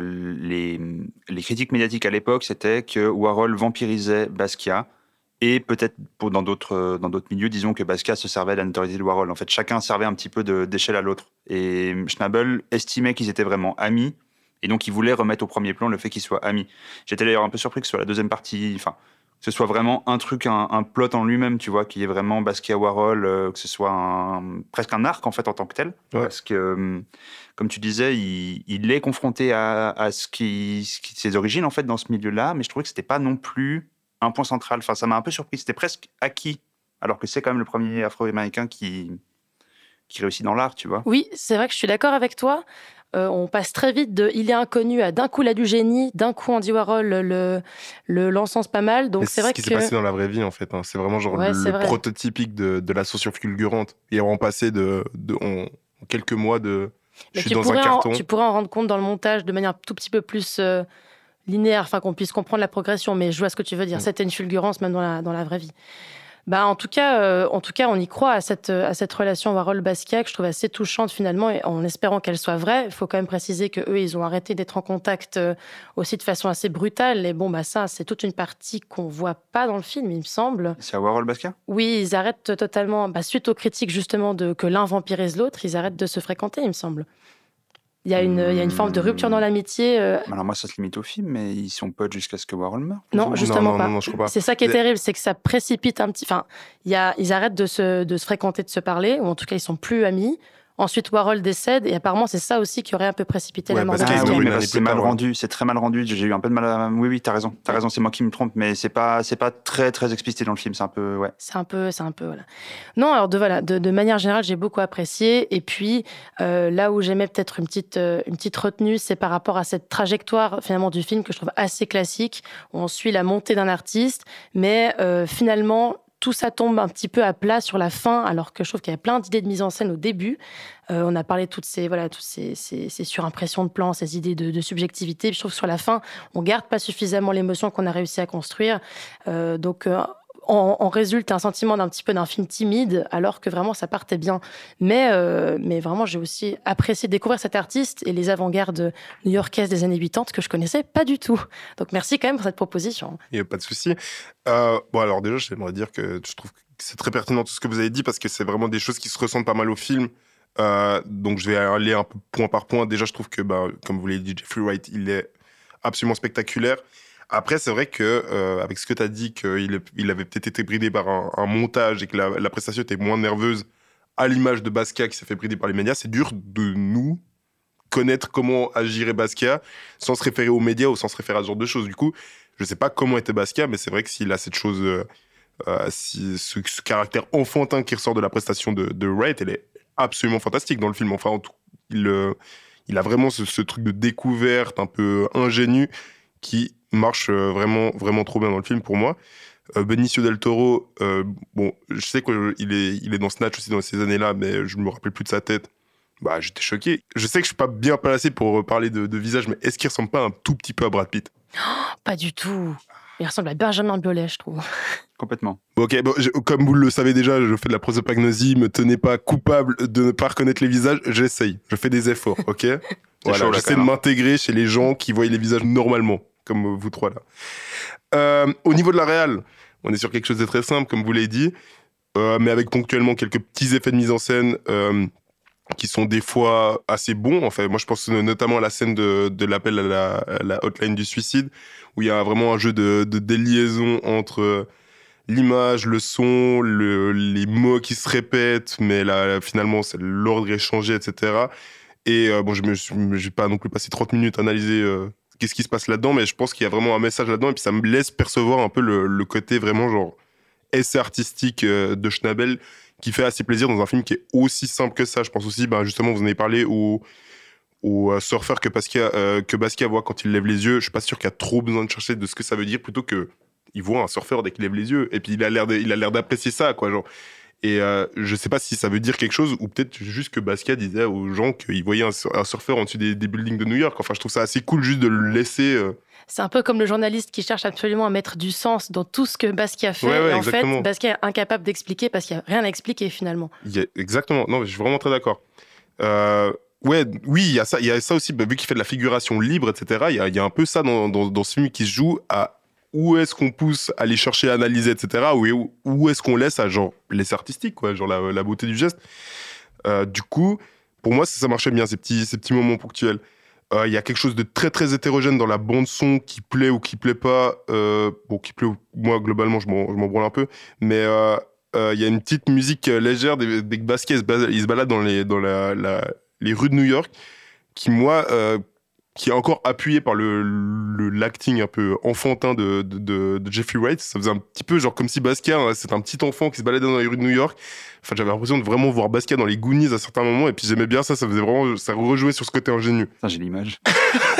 les critiques médiatiques à l'époque, c'était que Warhol vampirisait Basquiat. Et peut-être dans d'autres milieux, disons que Basquiat se servait de la notoriété de Warhol. En fait, chacun servait un petit peu d'échelle à l'autre. Et Schnabel estimait qu'ils étaient vraiment amis. Et donc, il voulait remettre au premier plan le fait qu'ils soient amis. J'étais d'ailleurs un peu surpris que ce soit la deuxième partie, que ce soit vraiment un truc, un plot en lui-même, tu vois, qui est vraiment Basquiat-Warhol, que ce soit presque un arc, en fait, en tant que tel. Ouais. Parce que, comme tu disais, il est confronté à ses origines, en fait, dans ce milieu-là, mais je trouvais que c'était pas non plus un point central. Enfin, ça m'a un peu surpris. C'était presque acquis, alors que c'est quand même le premier Afro-Américain qui réussit dans l'art, tu vois. Oui, c'est vrai que je suis d'accord avec toi. On passe très vite de il est inconnu à d'un coup là du génie, d'un coup Andy Warhol l'encense pas mal. Donc c'est vrai que ce qui s'est passé dans la vraie vie en fait. Hein. C'est vraiment genre le prototypique de l'ascension fulgurante. Il est vraiment passé en quelques mois de je suis dans un carton. Tu pourrais en rendre compte dans le montage de manière un tout petit peu plus linéaire, qu'on puisse comprendre la progression. Mais je vois ce que tu veux dire. C'était une fulgurance même dans la vraie vie. En tout cas, on y croit à cette relation Warhol-Basquiat que je trouve assez touchante finalement, et en espérant qu'elle soit vraie. Il faut quand même préciser que eux, ils ont arrêté d'être en contact aussi de façon assez brutale. Et ça, c'est toute une partie qu'on voit pas dans le film, il me semble. C'est à Warhol-Basquiat ? Oui, ils arrêtent totalement, suite aux critiques justement que l'un vampirise l'autre, ils arrêtent de se fréquenter, il me semble. Il y a une forme de rupture dans l'amitié. Alors moi, ça se limite au film, mais ils sont potes jusqu'à ce que Warhol meure. Non, justement pas. Non, je crois pas. C'est ça qui est terrible, c'est que ça précipite un petit... Enfin, ils arrêtent de se fréquenter, de se parler, ou en tout cas, ils sont plus amis. Ensuite, Warhol décède, et apparemment, c'est ça aussi qui aurait un peu précipité la mort de parce qu'ils Basquiat. ont Oui, une mais année c'est plus mal tard, rendu, c'est très mal rendu. J'ai eu un peu de mal à... Oui, t'as raison, c'est moi qui me trompe, mais c'est pas très, très explicité dans le film, c'est un peu... Ouais. C'est un peu, voilà. Non, alors de manière générale, j'ai beaucoup apprécié. Et puis, là où j'aimais peut-être une petite retenue, c'est par rapport à cette trajectoire finalement du film que je trouve assez classique, où on suit la montée d'un artiste, mais finalement, tout ça tombe un petit peu à plat sur la fin, alors que je trouve qu'il y a plein d'idées de mise en scène au début. On a parlé de toutes ces surimpressions de plans, ces idées de subjectivité. Puis je trouve que sur la fin, on garde pas suffisamment l'émotion qu'on a réussi à construire. Donc, en résulte un sentiment d'un petit peu d'un film timide, alors que vraiment ça partait bien. Mais vraiment, j'ai aussi apprécié découvrir cet artiste et les avant-gardes new-yorkaises des années 80 que je connaissais pas du tout. Donc merci quand même pour cette proposition. Il n'y a pas de souci. Bon, alors déjà, j'aimerais dire que je trouve que c'est très pertinent tout ce que vous avez dit, parce que c'est vraiment des choses qui se ressentent pas mal au film. Donc je vais aller un peu point par point. Déjà, je trouve que, comme vous l'avez dit, Jeffrey Wright, il est absolument spectaculaire. Après, c'est vrai que avec ce que tu as dit, qu'il avait peut-être été bridé par un montage et que la prestation était moins nerveuse, à l'image de Basquiat qui s'est fait brider par les médias, c'est dur de nous connaître comment agirait Basquiat sans se référer aux médias ou sans se référer à ce genre de choses. Du coup, je sais pas comment était Basquiat, mais c'est vrai que s'il a cette chose, ce caractère enfantin qui ressort de la prestation de Wright, elle est absolument fantastique dans le film. Enfin, il a vraiment ce truc de découverte un peu ingénu qui marche vraiment, vraiment trop bien dans le film pour moi. Benicio del Toro, bon, je sais qu'il est dans Snatch aussi dans ces années-là, mais je me rappelle plus de sa tête. J'étais choqué. Je sais que je suis pas bien placé pour parler de visage, mais est-ce qu'il ressemble pas un tout petit peu à Brad Pitt ? Pas du tout. Il ressemble à Benjamin Biolay, je trouve. Complètement. Ok, comme vous le savez déjà, je fais de la prosopagnosie, me tenez pas coupable de ne pas reconnaître les visages, j'essaye, je fais des efforts, ok ? Voilà, j'essaie de m'intégrer chez les gens qui voient les visages normalement, comme vous trois là. Au niveau de la réal, on est sur quelque chose de très simple, comme vous l'avez dit, mais avec ponctuellement quelques petits effets de mise en scène qui sont des fois assez bons. En fait, moi, je pense notamment à la scène de l'appel à la hotline du suicide, où il y a vraiment un jeu de déliaison entre l'image, le son, les mots qui se répètent, mais là, finalement, l'ordre est changé, etc. Et je vais pas non plus passer 30 minutes à analyser qu'est-ce qui se passe là-dedans, mais je pense qu'il y a vraiment un message là-dedans, et puis ça me laisse percevoir un peu le côté vraiment genre essai artistique de Schnabel, qui fait assez plaisir dans un film qui est aussi simple que ça. Je pense aussi, justement, vous en avez parlé au surfeur que Basquiat voit quand il lève les yeux. Je suis pas sûr qu'il y a trop besoin de chercher de ce que ça veut dire, plutôt que il voit un surfeur dès qu'il lève les yeux, et puis il a l'air d'apprécier ça, quoi, genre. Et je sais pas si ça veut dire quelque chose, ou peut-être juste que Basquiat disait aux gens qu'il voyait un surfeur en dessus des buildings de New York. Enfin, je trouve ça assez cool juste de le laisser. C'est un peu comme le journaliste qui cherche absolument à mettre du sens dans tout ce que Basquiat fait. Ouais, et en exactement. fait, Basquiat est incapable d'expliquer parce qu'il n'y a rien à expliquer finalement. Exactement. Non, mais je suis vraiment très d'accord. Oui, il y a ça aussi. Vu qu'il fait de la figuration libre, etc., il y a un peu ça dans ce film qui se joue à où est-ce qu'on pousse à aller chercher, à analyser, etc., où est-ce qu'on laisse à genre l'essai artistique, quoi, genre la beauté du geste. Du coup, pour moi, ça marchait bien, ces petits moments ponctuels. Il y a quelque chose de très, très hétérogène dans la bande-son qui plaît ou qui plaît pas. Qui plaît, moi, globalement, je m'en branle un peu. Mais il y a une petite musique légère dès que Basquiat il se balade dans les rues de New York, qui, moi, qui est encore appuyé par l'acting un peu enfantin de Jeffrey Wright. Ça faisait un petit peu genre comme si Basquiat, c'est un petit enfant qui se baladait dans les rues de New York. Enfin, j'avais l'impression de vraiment voir Basquiat dans les Goonies à certains moments, et puis j'aimais bien ça faisait vraiment, ça rejouait sur ce côté ingéniu. J'ai l'image. T'imagines ?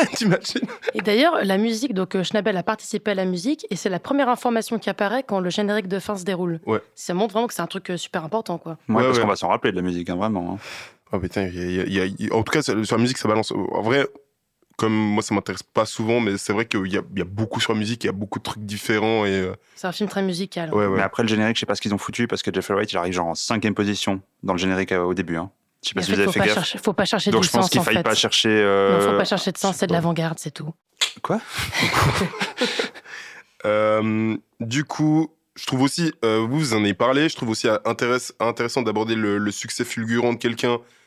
Et d'ailleurs, la musique, donc Schnabel a participé à la musique, et c'est la première information qui apparaît quand le générique de fin se déroule. Ouais. Ça montre vraiment que c'est un truc super important, quoi. Ouais, parce qu'on va s'en rappeler de la musique, vraiment. Oh putain, en tout cas, sur la musique, ça balance. En vrai, comme moi, ça m'intéresse pas souvent, mais c'est vrai qu'il y a beaucoup sur la musique, il y a beaucoup de trucs différents. C'est un film très musical. Ouais. Mais après, le générique, je sais pas ce qu'ils ont foutu, parce que Jeffrey Wright, il arrive genre en 5e position dans le générique au début. Je sais pas si vous avez fait gaffe. Faut pas chercher Donc du je pense sens, qu'il en faille fait. pas chercher... Non, faut pas chercher de sens, c'est de l'avant-garde, c'est tout. Quoi ? Du coup, je trouve aussi, vous en avez parlé, je trouve aussi intéressant d'aborder le succès fulgurant de quelqu'un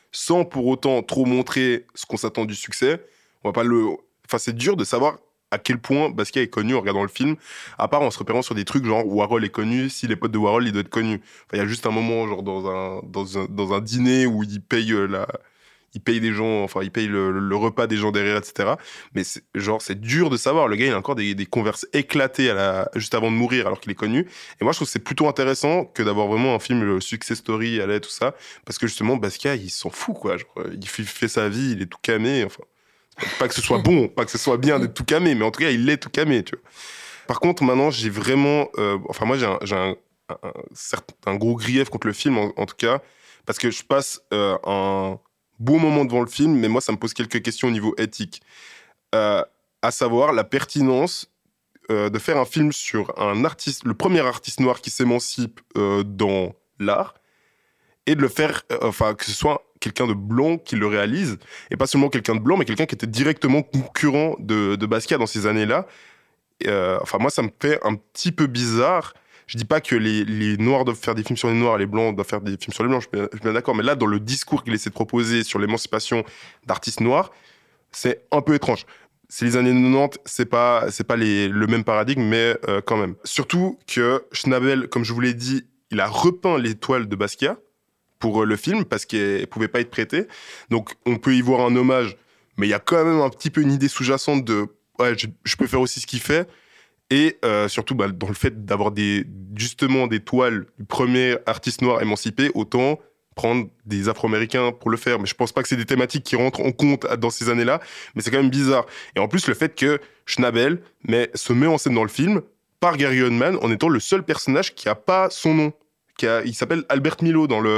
sans pour autant trop montrer ce qu'on s'attend du succès. On va pas le... Enfin, c'est dur de savoir à quel point Basquiat est connu en regardant le film, à part en se repérant sur des trucs genre Warhol est connu, si les potes de Warhol, il doit être connu. Enfin, il y a juste un moment, genre dans un dîner où il paye des gens, enfin, il paye le repas des gens derrière, etc. Mais c'est dur de savoir. Le gars, il a encore des converses éclatées juste avant de mourir, alors qu'il est connu. Et moi, je trouve que c'est plutôt intéressant que d'avoir vraiment un film, le success story, tout ça. Parce que justement, Basquiat, il s'en fout, quoi. Genre, il fait sa vie, il est tout camé. Enfin, pas que ce soit bon, pas que ce soit bien d'être tout camé, mais en tout cas, il est tout camé, tu vois. Par contre, maintenant, j'ai vraiment... moi, j'ai un gros grief contre le film, en tout cas, parce que je passe un beau moment devant le film, mais moi, ça me pose quelques questions au niveau éthique. À savoir la pertinence de faire un film sur un artiste, le premier artiste noir qui s'émancipe dans l'art, et de le faire, que ce soit quelqu'un de blanc qui le réalise, et pas seulement quelqu'un de blanc, mais quelqu'un qui était directement concurrent de Basquiat dans ces années-là. Moi, ça me fait un petit peu bizarre. Je dis pas que les noirs doivent faire des films sur les noirs, les blancs doivent faire des films sur les blancs, je suis bien d'accord, mais là, dans le discours qu'il essaie de proposer sur l'émancipation d'artistes noirs, c'est un peu étrange. C'est les années 90, c'est pas le même paradigme, mais quand même. Surtout que Schnabel, comme je vous l'ai dit, il a repeint les toiles de Basquiat pour le film, parce qu'elles ne pouvaient pas être prêtées. Donc, on peut y voir un hommage, mais il y a quand même un petit peu une idée sous-jacente de « ouais, je peux faire aussi ce qu'il fait ». Et surtout, dans le fait d'avoir justement des toiles du premier artiste noir émancipé, autant prendre des Afro-Américains pour le faire. Mais je pense pas que c'est des thématiques qui rentrent en compte dans ces années-là, mais c'est quand même bizarre. Et en plus, le fait que Schnabel se met en scène dans le film par Gary Oldman en étant le seul personnage qui a pas son nom. Il s'appelle Albert Milo dans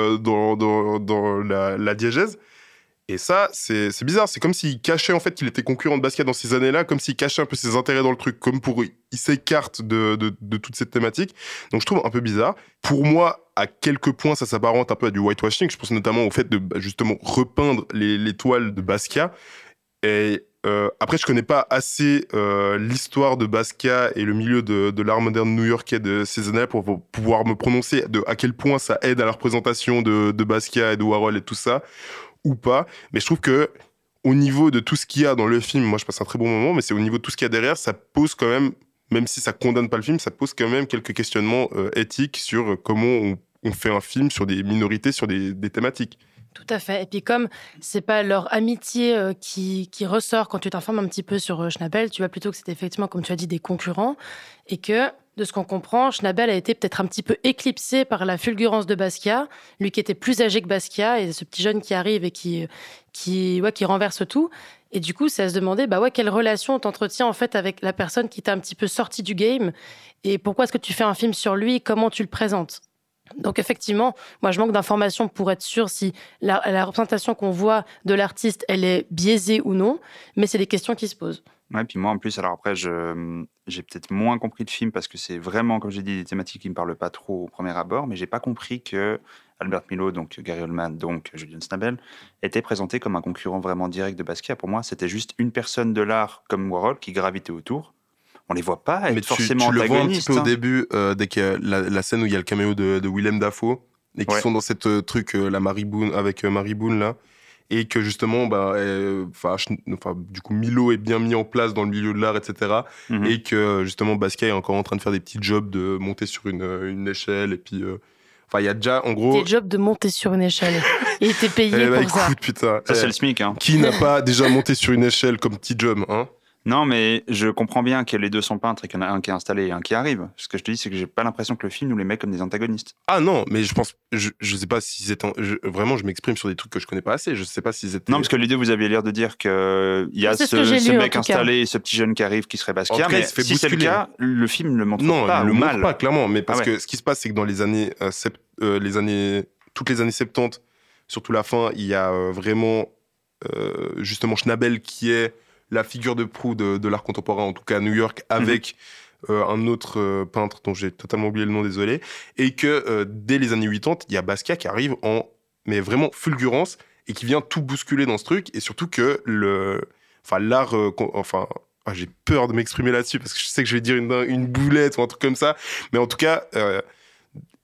la diégèse. Et ça, c'est bizarre. C'est comme s'il cachait en fait qu'il était concurrent de Basquiat dans ces années-là, comme s'il cachait un peu ses intérêts dans le truc, comme il s'écarte de toute cette thématique. Donc je trouve un peu bizarre. Pour moi, à quelques points, ça s'apparente un peu à du whitewashing. Je pense notamment au fait de justement repeindre les toiles de Basquiat. Et après, je connais pas assez l'histoire de Basquiat et le milieu de l'art moderne new-yorkais de ces années-là pour pouvoir me prononcer à quel point ça aide à la représentation de Basquiat et de Warhol et tout ça, ou pas. Mais je trouve que au niveau de tout ce qu'il y a dans le film, moi je passe un très bon moment, mais c'est au niveau de tout ce qu'il y a derrière, ça pose quand même si ça condamne pas le film, ça pose quand même quelques questionnements éthiques sur comment on fait un film sur des minorités, sur des thématiques. Tout à fait. Et puis comme c'est pas leur amitié qui ressort quand tu t'informes un petit peu sur Schnabel, tu vois plutôt que c'était effectivement, comme tu as dit, des concurrents, et que, de ce qu'on comprend, Schnabel a été peut-être un petit peu éclipsé par la fulgurance de Basquiat, lui qui était plus âgé que Basquiat, et ce petit jeune qui arrive et qui renverse tout. Et du coup, c'est à se demander, quelle relation t'entretiens en fait avec la personne qui t'a un petit peu sorti du game, et pourquoi est-ce que tu fais un film sur lui, comment tu le présentes. Donc effectivement, moi je manque d'informations pour être sûr si la représentation qu'on voit de l'artiste, elle est biaisée ou non, mais c'est des questions qui se posent. Ouais, puis moi en plus, alors après, j'ai peut-être moins compris le film parce que c'est vraiment, comme j'ai dit, des thématiques qui ne me parlent pas trop au premier abord, mais j'ai pas compris que Albert Milo, donc Gary Oldman, donc Julian Schnabel, était présenté comme un concurrent vraiment direct de Basquiat. Pour moi, c'était juste une personne de l'art comme Warhol qui gravitait autour. On les voit pas être forcément tu le vois un petit antagonistes. peu au début, dès qu'il y a la scène où il y a le caméo de Willem Dafoe, et qui sont dans cette truc, la Mary Boone, avec Mary Boone, là, et que justement, du coup, Milo est bien mis en place dans le milieu de l'art, etc. Et que justement, Basquiat est encore en train de faire des petits jobs de monter sur une échelle, et puis... il y a déjà, en gros... Des jobs de monter sur une échelle. Il était payé pour ça. Putain, Ça, c'est le SMIC. Hein. Qui n'a pas déjà monté sur une échelle comme petit job, hein? Non, mais je comprends bien que les deux sont peintres et qu'il y en a un qui est installé et un qui arrive. Ce que je te dis, c'est que j'ai pas l'impression que le film nous les met comme des antagonistes. Ah non, mais je pense, je sais pas si c'est vraiment, je m'exprime sur des trucs que je connais pas assez. Je sais pas s'ils étaient. Non, parce que les deux, vous aviez l'air de dire que il y a ce mec installé et ce petit jeune qui arrive qui serait Basquiat. Mais si c'est le cas, le film ne le montre pas. Non, il le montre mal. pas clairement. Mais parce que ce qui se passe, c'est que dans les années, toutes les années 70, surtout la fin, il y a vraiment justement Schnabel qui est la figure de proue de l'art contemporain, en tout cas à New York, avec un autre peintre dont j'ai totalement oublié le nom, désolé, et que dès les années 80, il y a Basquiat qui arrive mais vraiment fulgurance, et qui vient tout bousculer dans ce truc, et surtout que l'art... j'ai peur de m'exprimer là-dessus, parce que je sais que je vais dire une boulette ou un truc comme ça, mais en tout cas...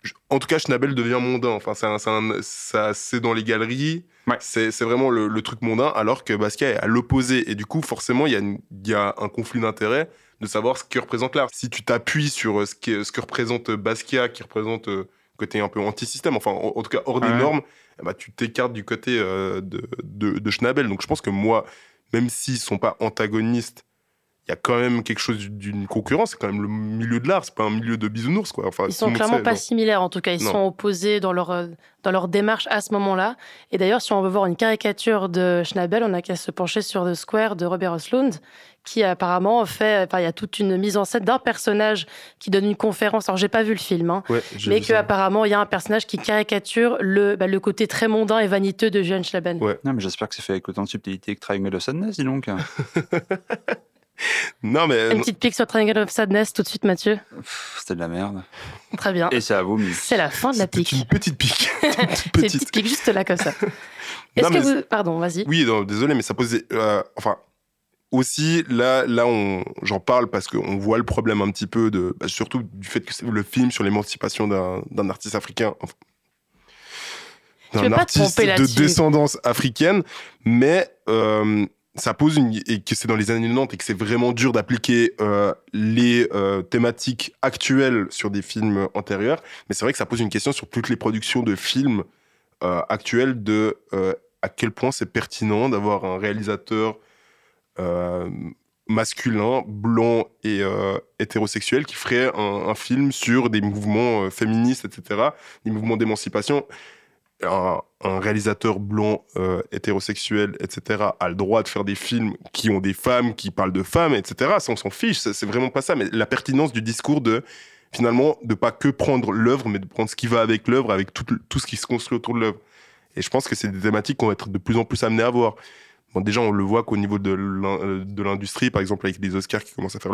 En tout cas, Schnabel devient mondain. Enfin, c'est dans les galeries. Ouais. C'est vraiment le truc mondain, alors que Basquiat est à l'opposé. Et du coup, forcément, il y a un conflit d'intérêts de savoir ce que représente l'art. Si tu t'appuies sur ce que représente Basquiat, qui représente côté un peu anti-système, enfin, en tout cas hors des normes, tu t'écartes du côté de Schnabel. Donc, je pense que moi, même s'ils sont pas antagonistes, il y a quand même quelque chose d'une concurrence. C'est quand même le milieu de l'art, c'est pas un milieu de bisounours, quoi. Enfin, Ils sont clairement pas similaires, en tout cas. Ils sont opposés dans leur démarche à ce moment-là. Et d'ailleurs, si on veut voir une caricature de Schnabel, on n'a qu'à se pencher sur The Square de Robert Oslund, qui apparemment fait... Enfin, il y a toute une mise en scène d'un personnage qui donne une conférence. Alors, j'ai pas vu le film, hein, mais qu'apparemment, il y a un personnage qui caricature le côté très mondain et vaniteux de Johann Schnabel. Ouais. Non, mais j'espère que c'est fait avec autant de subtilité que Triangle of Sadness, dis donc. Non, mais... Une petite pique sur Triangle of Sadness tout de suite, Mathieu. C'était de la merde. Très bien. Et c'est à vous, c'est la fin de la pique. C'est une petite pique. C'est une petite pique juste là, comme ça. Est-ce que vous... Pardon, vas-y. Oui, non, désolé, mais ça posait... enfin, aussi, là j'en parle parce qu'on voit le problème un petit peu, surtout du fait que c'est le film sur l'émancipation d'un artiste africain... Enfin, d'un artiste de descendance africaine, mais... ça pose et que c'est dans les années 90 et que c'est vraiment dur d'appliquer les thématiques actuelles sur des films antérieurs. Mais c'est vrai que ça pose une question sur toutes les productions de films actuels de à quel point c'est pertinent d'avoir un réalisateur masculin, blanc et hétérosexuel qui ferait un film sur des mouvements féministes, etc., des mouvements d'émancipation. Un réalisateur blanc, hétérosexuel, etc., a le droit de faire des films qui ont des femmes, qui parlent de femmes, etc. Ça, on s'en fiche, c'est vraiment pas ça. Mais la pertinence du discours finalement, de pas que prendre l'œuvre, mais de prendre ce qui va avec l'œuvre, avec tout ce qui se construit autour de l'œuvre. Et je pense que c'est des thématiques qu'on va être de plus en plus amenés à voir. Bon, déjà, on le voit qu'au niveau de l'industrie, par exemple, avec les Oscars qui commencent à faire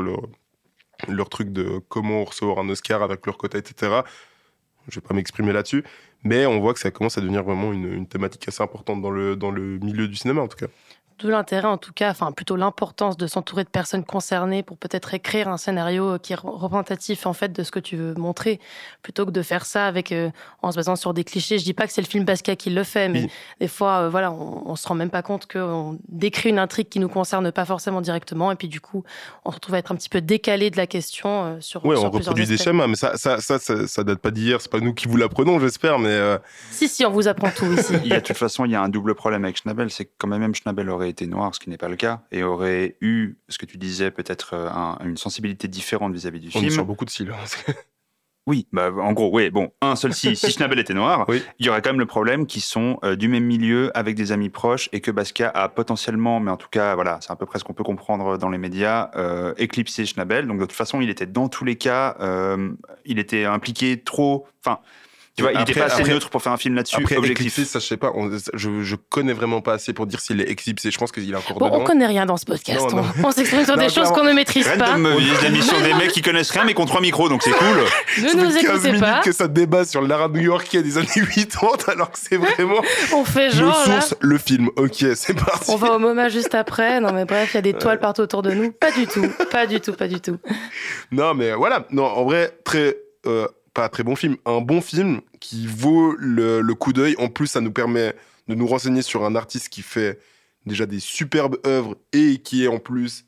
leur truc de comment recevoir un Oscar avec leur quota, etc. Je vais pas m'exprimer là-dessus, mais on voit que ça commence à devenir vraiment une thématique assez importante dans le milieu du cinéma, en tout cas. D'où l'intérêt, en tout cas, enfin plutôt l'importance de s'entourer de personnes concernées pour peut-être écrire un scénario qui est représentatif en fait de ce que tu veux montrer, plutôt que de faire ça avec en se basant sur des clichés. Je dis pas que c'est le film Basquiat qui le fait, mais des fois, voilà, on se rend même pas compte qu'on décrit une intrigue qui nous concerne pas forcément directement, et puis du coup, on se retrouve à être un petit peu décalé de la question sur. Oui, sur on reproduit des schémas, mais ça date pas d'hier. C'est pas nous qui vous l'apprenons, j'espère, mais. Si, on vous apprend tout ici. De toute façon, il y a un double problème avec Schnabel, c'est que quand même Schnabel aurait été noir, ce qui n'est pas le cas, et aurait eu, ce que tu disais, peut-être une sensibilité différente vis-à-vis du film. On est sur beaucoup de silence. Oui, en gros, oui. Bon, si Schnabel était noir, il y aurait quand même le problème qu'ils sont du même milieu, avec des amis proches, et que Basquiat a potentiellement, mais en tout cas, voilà, c'est à peu près ce qu'on peut comprendre dans les médias, éclipsé Schnabel. Donc de toute façon, il était dans tous les cas, il était impliqué trop... Enfin, tu vois, il n'était pas assez neutre pour faire un film là-dessus, après, objectif. Éclipsé, ça, je sais pas, je connais vraiment pas assez pour dire s'il est éclipsé. Je pense qu'il est encore dedans. On connaît rien dans ce podcast. On s'exprime sur des choses qu'on ne maîtrise pas. L'émission des mecs qui connaissent rien, mais qui ont 3 micros, donc c'est cool. Ne nous écoutez pas. Que ça débat sur l'art new-yorkais des années 80, alors que c'est vraiment... On fait genre, le film. Ok, c'est parti. On va au MoMA juste après. Non, mais bref, il y a des toiles partout autour de nous. Pas du tout. Non, mais voilà. Non, en vrai, pas un très bon film, un bon film qui vaut le coup d'œil. En plus, ça nous permet de nous renseigner sur un artiste qui fait déjà des superbes œuvres et qui est en plus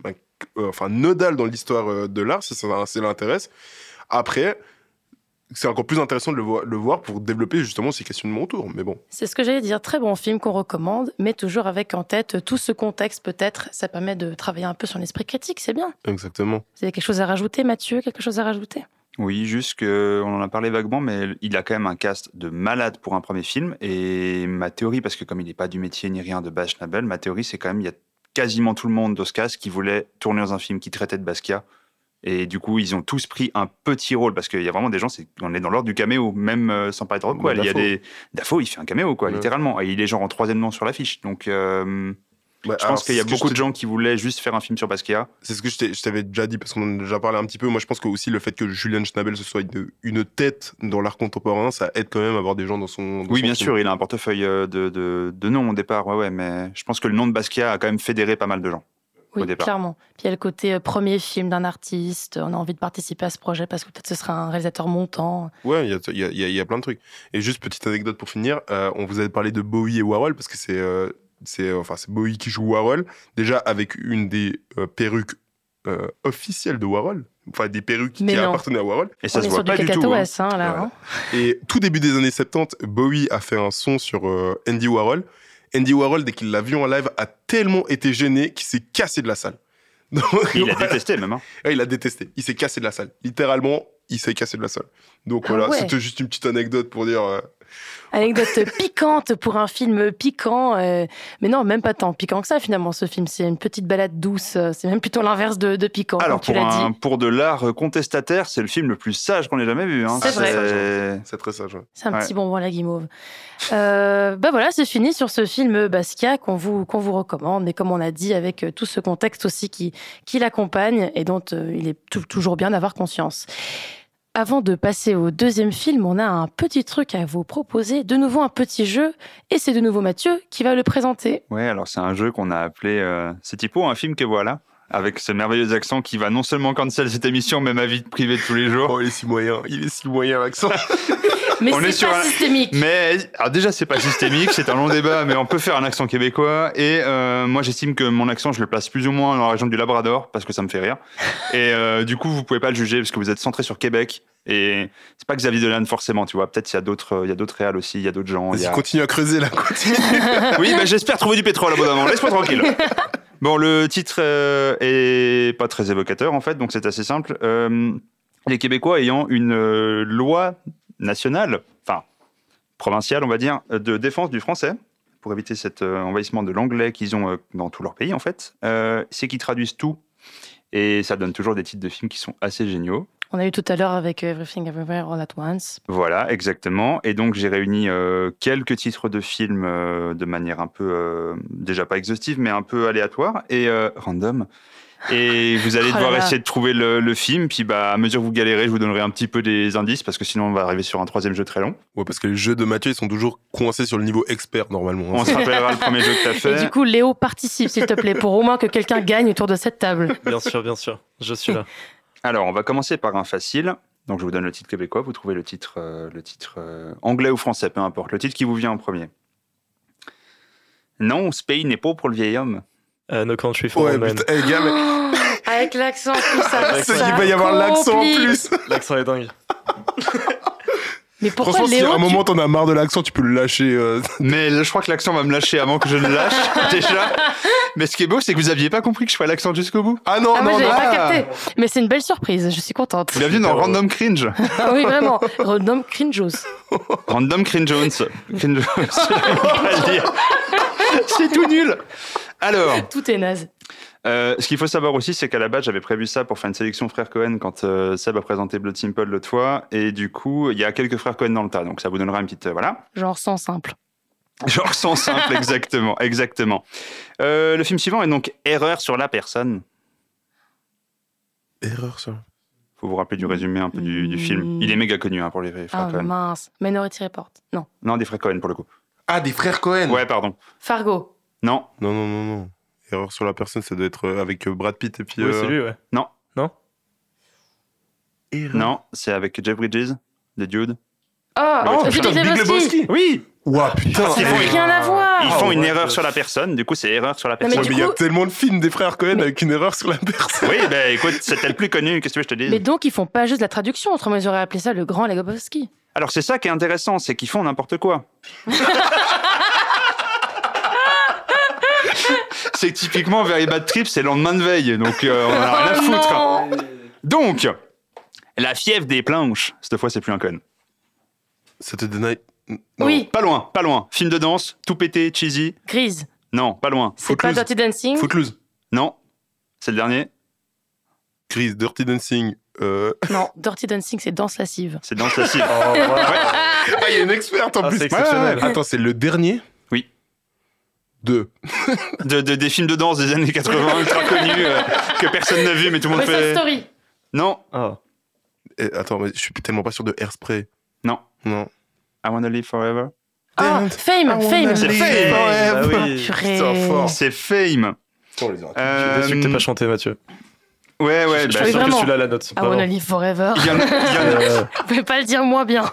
nodal dans l'histoire de l'art, si ça l'intéresse. Après, c'est encore plus intéressant de le voir pour développer justement ces questionnements autour. Mais bon. C'est ce que j'allais dire, très bon film qu'on recommande, mais toujours avec en tête tout ce contexte peut-être. Ça permet de travailler un peu sur l'esprit critique, c'est bien. Exactement. Vous avez quelque chose à rajouter, Mathieu? Quelque chose à rajouter? Oui, juste qu'on en a parlé vaguement, mais il a quand même un cast de malade pour un premier film. Et ma théorie, parce que comme il n'est pas du métier ni rien de Bas Schnabel, ma théorie, c'est quand même il y a quasiment tout le monde dans ce cast qui voulait tourner dans un film qui traitait de Basquiat. Et du coup, ils ont tous pris un petit rôle, parce qu'il y a vraiment des gens, on est dans l'ordre du caméo, même sans parler de Rockwell. Il y a Dafoe, il fait un caméo, littéralement. Et il est genre en 3e nom sur l'affiche. Donc... je pense qu'il y a beaucoup de gens qui voulaient juste faire un film sur Basquiat. C'est ce que je t'avais déjà dit, parce qu'on en a déjà parlé un petit peu. Moi, je pense que aussi le fait que Julian Schnabel ce soit une tête dans l'art contemporain, ça aide quand même à avoir des gens dans son... Oui, bien sûr, il a un portefeuille de noms au départ, ouais, mais je pense que le nom de Basquiat a quand même fédéré pas mal de gens. Oui, au départ. clairement. Puis il y a le côté premier film d'un artiste, on a envie de participer à ce projet parce que peut-être ce sera un réalisateur montant. Ouais, il y a plein de trucs. Et juste petite anecdote pour finir, on vous avait parlé de Bowie et Warhol parce que c'est Bowie qui joue Warhol, déjà avec une des perruques officielles de Warhol, enfin des perruques Mais qui non. appartenaient à Warhol. Et ça On se est voit sur du pas du tout. hein. cacatoès, là. Voilà. Hein. Et tout début des années 70, Bowie a fait un son sur Andy Warhol. Andy Warhol, dès qu'il l'a vu en live, a tellement été gêné qu'il s'est cassé de la salle. Donc, Il a voilà. détesté même. Hein. Ouais, il a détesté. Il s'est cassé de la salle. Littéralement, il s'est cassé de la salle. Donc Ah voilà, ouais. c'était juste une petite anecdote pour dire... Anecdote piquante pour un film piquant. Mais non, même pas tant piquant que ça, finalement, ce film. C'est une petite balade douce. C'est même plutôt l'inverse de piquant, Alors, comme tu l'as dit. pour de l'art contestataire, c'est le film le plus sage qu'on ait jamais vu. Hein. C'est vrai. C'est très sage. Ouais. C'est un Ouais. petit bonbon à la guimauve. Voilà, c'est fini sur ce film Basquiat qu'on vous recommande. Mais comme on a dit, avec tout ce contexte aussi qui l'accompagne et dont il est toujours bien d'avoir conscience. Avant de passer au deuxième film, on a un petit truc à vous proposer. De nouveau, un petit jeu. Et c'est de nouveau Mathieu qui va le présenter. Ouais, alors c'est un jeu qu'on a appelé C'est typo, un film que voilà. Avec ce merveilleux accent qui va non seulement cancel cette émission, mais ma vie privée de tous les jours. Oh, il est si moyen l'accent. Mais On est c'est sur pas un- systémique. Mais alors déjà, c'est pas systémique, c'est un long débat, mais on peut faire un accent québécois. Et moi, j'estime que mon accent, je le place plus ou moins dans la région du Labrador, parce que ça me fait rire. Et du coup, vous pouvez pas le juger, parce que vous êtes centré sur Québec. Et c'est pas Xavier Dolan forcément, tu vois. Peut-être il y a d'autres réals aussi, il y a d'autres gens. il y Vas-y, a- continue à creuser là, continue. Oui, bah, j'espère trouver du pétrole à bout d'un moment. Laisse-moi tranquille. Bon, le titre est pas très évocateur en fait, donc c'est assez simple. Les Québécois ayant une loi nationale, enfin provinciale, on va dire, de défense du français pour éviter cet envahissement de l'anglais qu'ils ont dans tout leur pays en fait, c'est qu'ils traduisent tout et ça donne toujours des titres de films qui sont assez géniaux. On a eu tout à l'heure avec Everything Everywhere All at Once. Voilà, exactement. Et donc, j'ai réuni quelques titres de films de manière un peu, déjà pas exhaustive, mais un peu aléatoire et random. Et vous allez Oh là devoir là. essayer de trouver le film. Puis, à mesure que vous galérez, je vous donnerai un petit peu des indices parce que sinon, on va arriver sur un troisième jeu très long. Ouais, parce que les jeux de Mathieu, ils sont toujours coincés sur le niveau expert normalement. On se rappellera le premier jeu que tu as Et fait. du coup, Léo, participe, s'il te plaît, pour au moins que quelqu'un gagne autour de cette table. Bien sûr, je suis là. Alors, on va commencer par un facile. Donc, je vous donne le titre québécois. Vous trouvez le titre anglais ou français, peu importe. Le titre qui vous vient en premier. Non, ce pays n'est pas pour le vieil homme. No Country for Ouais, Old Men. putain, eh, gars, mais Avec l'accent, tout ça. il va y avoir l'accent en complique. plus. L'accent est dingue. Mais pourquoi Franchement, si Léo à un tu- moment t'en as marre de l'accent, tu peux le lâcher. Mais là, je crois que l'accent va me lâcher avant que je ne lâche, déjà. Mais ce qui est beau, c'est que vous aviez pas compris que je ferais l'accent jusqu'au bout. Ah non, Ah, moi, non, j'avais non. pas capté. Mais c'est une belle surprise, je suis contente. Bienvenue dans Random Cringe. Ah oui, vraiment. Random Cringeos. Random Cringe Jones. Cringe Jones, j'arrive pas à le dire. C'est tout nul. Alors, Tout est naze. ce qu'il faut savoir aussi, c'est qu'à la base, j'avais prévu ça pour faire une sélection frères Cohen quand Seb a présenté Blood Simple l'autre fois. Et du coup, il y a quelques frères Cohen dans le tas. Donc, ça vous donnera une petite... voilà. Genre sans simple. Genre sans simple, exactement. Exactement. Le film suivant est donc Erreur sur la personne. Erreur, ça. Faut vous rappeler du résumé un peu du film. Il est méga connu pour les frères Ah Cohen. mince. Minority Report. Non. Non, des frères Cohen pour le coup. Ah, des frères Cohen. Ouais, pardon. Fargo. Non, Non. Erreur sur la personne, ça doit être avec Brad Pitt et puis. Oui, c'est lui, ouais. non, Erreur. non, c'est avec Jeff Bridges, de Dude. Oh, putain, Big Big Lebowski. Oui. Ouah, putain. Parce qu'ils Ça font n'a une- rien à voir. Ils font une ouais, erreur je- sur la personne, du coup c'est erreur sur la Non, mais personne. Ouais, du mais il y a coup- tellement de films des frères Cohen avec une erreur sur la personne. Oui, ben écoute, c'était le plus connu, qu'est-ce que je te dis Mais donc, ils font pas juste la traduction, autrement ils auraient appelé ça le grand Lebowski. Alors c'est ça qui est intéressant, c'est qu'ils font n'importe quoi. C'est que typiquement Very Bad Trip, c'est le lendemain de veille, donc on en a rien à Oh foutre. non. Donc, la fièvre des planches, cette fois c'est plus un con. Saturday Night. Non. Oui, Pas loin, pas loin. Film de danse, tout pété, cheesy. Grise. Non, pas loin. C'est pas Footloose. Dirty Dancing. Footloose. Non, c'est le dernier. Chris, Dirty Dancing. Non, Dirty Dancing, c'est danse lascive. C'est danse lascive. Oh, voilà. Ah, il y a une experte en Ah, plus. c'est exceptionnel. Attends, c'est le dernier Oui. Deux. Des films de danse des années 80 ultra connus que personne n'a vu mais tout le monde West Side fait. Story. Non, Ah. Attends, mais je suis tellement pas sûr de Hairspray. non. Non. I Wanna Live Forever. Ah, Fame, Fame. C'est Live Fame. forever. Bah oui. Purée. Putain, fort. C'est Fame. Putain, on les aura tous. Je suis déçu que t'aies pas chanté, Mathieu. Ouais, Je suis bah, sûr que vraiment. celui-là la note. I vraiment. wanna live forever. il y en a- Vous pouvez pas le dire moins bien.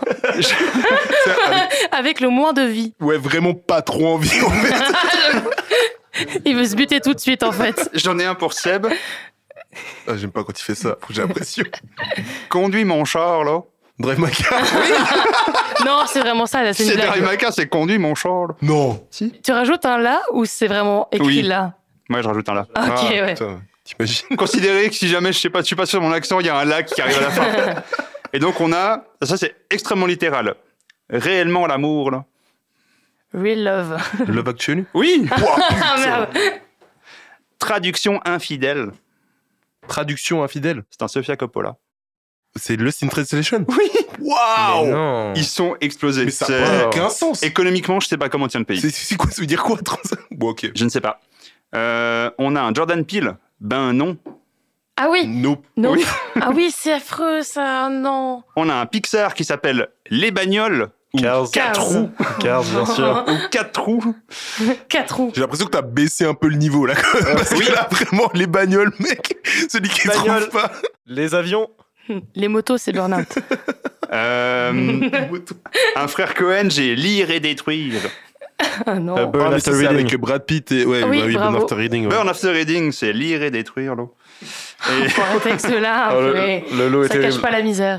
Avec le moins de vie. Ouais, vraiment pas trop envie, en fait. Il veut se buter tout de suite, en fait. J'en ai un pour Seb. Ah, j'aime pas quand il fait ça, faut que j'ai l'impression. Conduis mon char, là. Drive My Car. Non, c'est vraiment ça, là, c'est une C'est Drive blague. My Car, c'est conduis mon char, là. Non. Tu rajoutes un là ou c'est vraiment écrit Oui. là? Moi, je rajoute un là. Ah, ok, ouais. Putain, t'imagines? Considérez que si jamais je suis pas sûr de mon accent, il y a un lac qui arrive à la fin. Et donc on a, ça c'est extrêmement littéral, réellement l'amour là. Real love. Love Actually? Oui. Ah merde. Traduction infidèle. Traduction infidèle. C'est un Sofia Coppola. C'est Lost in Translation? Oui. Mais Waouh! non. Ils sont explosés. Mais ça C'est- n'a aucun sens. Économiquement, je sais pas comment tient le pays. C'est quoi? Ça veut dire quoi? Bon, ok. Je ne sais pas. On a un Jordan Peele. Ben non. Ah oui. Nope. Non. Oui. Ah oui, c'est affreux ça, non. On a un Pixar qui s'appelle Les Bagnoles. Ou Cars. 4 Cars. roues. Cars, bien sûr. Ou 4 roues. 4 roues. J'ai l'impression que t'as baissé un peu le niveau là. Parce oui. que là, vraiment, les bagnoles, mec. Celui qui ne Bagnoles. trouve pas. Les avions. Les motos, c'est burn-out. Un frère Cohen, j'ai lire et détruire. Ah non. Burn Ah, mais After ça, c'est Reading. avec Brad Pitt et. Ouais, Oui, bah oui, bravo. Burn After Reading. Ouais. Burn After Reading, c'est lire et détruire, là. Et... Faut arrêter avec ceux-là. Oh, purée. le lot est Ça cache terrible. pas la misère.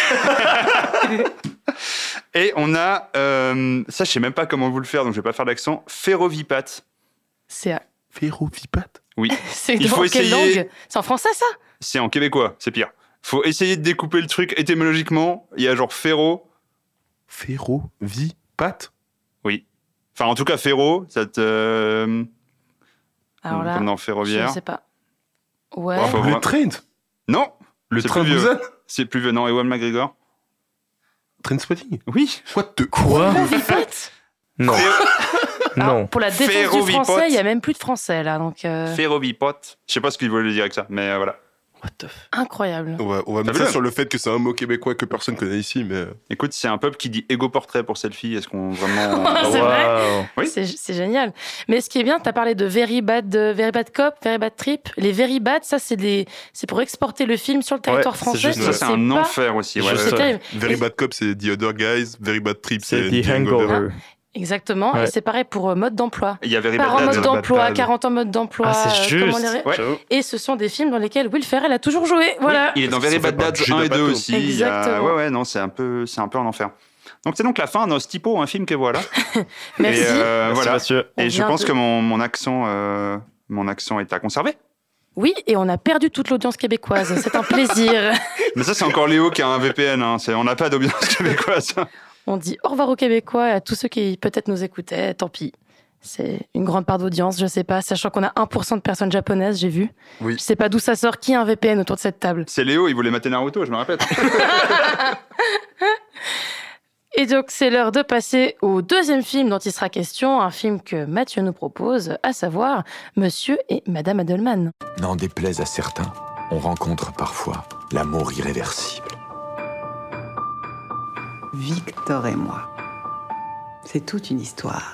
Et on a, ça je sais même pas comment vous le faire, donc je vais pas faire l'accent, Ferrovipat. C'est Ferrovipat. Oui, c'est Il dans faut quelle essayer- langue? C'est en français ça? c'est en québécois, c'est pire. Faut essayer de découper le truc étymologiquement, il y a genre ferro, Ferrovipat. oui. Enfin en tout cas ferro, ça te... Alors là, comme dans je ferroviaire. sais pas. Ouais. Faut Le voir. train. Non, Le C'est train plus vieux. Busan. c'est plus vieux, non, Ewan McGregor. Trainspotting. Oui. What the Quoi? Ferrovipat. Non. Alors, Non. pour la défense du Ferrovipat. français, il y a même plus de français là, donc Ferrovipot. Je sais pas ce qu'il voulait dire avec ça, mais voilà. What the f... incroyable. On va T'as mettre vu, ça là sur le fait que c'est un mot québécois que personne connaît ici, mais. Écoute, c'est un peuple qui dit égo portrait pour selfie, est-ce qu'on vraiment... C'est vrai. Waouh. Oui. C'est génial. Mais ce qui est bien, tu as parlé de Very Bad Cop, Very Bad Trip. Les Very Bad, ça, c'est pour exporter le film sur le territoire Ouais, c'est français. juste Ça c'est un pas- enfer aussi, ouais. Juste C'est ça. terrible. Very Et- Bad Cop, c'est The Other Guys. Very Bad Trip, C'est c'est The Hangover. Exactement. Ouais. Et c'est pareil pour mode d'emploi. Il y avait Par en Ribad mode Dad. d'emploi, Dad. 40 ans mode d'emploi. Ah, c'est comment juste. les- Ouais. J'avoue. Et ce sont des films dans lesquels Will Ferrell a toujours joué. Voilà. Il est dans Parce Very que ça Bad fait Dads pas Judd 1 et 2 Apatow. aussi. Il y a- Exactement. Ouais, non, c'est un peu un enfer. Donc c'est donc la fin de Stipo, un film que voilà. Merci. Et Merci, voilà. Mathieu. On Et je vient pense de- que mon accent est à conserver. Oui, et on a perdu toute l'audience québécoise. C'est un plaisir. Mais ça, c'est encore Léo qui a un VPN. Hein. On n'a pas d'audience québécoise. On dit au revoir aux Québécois et à tous ceux qui peut-être nous écoutaient. Tant pis. C'est une grande part d'audience, je sais pas, sachant qu'on a 1% de personnes japonaises, j'ai vu. Oui. Je sais pas d'où ça sort, qui a un VPN autour de cette table. C'est Léo, il voulait mater Naruto, je me rappelle. Et donc, c'est l'heure de passer au deuxième film dont il sera question, un film que Mathieu nous propose, à savoir Monsieur et Madame Adelman. N'en déplaise à certains, on rencontre parfois l'amour irréversible. Victor et moi. C'est toute une histoire.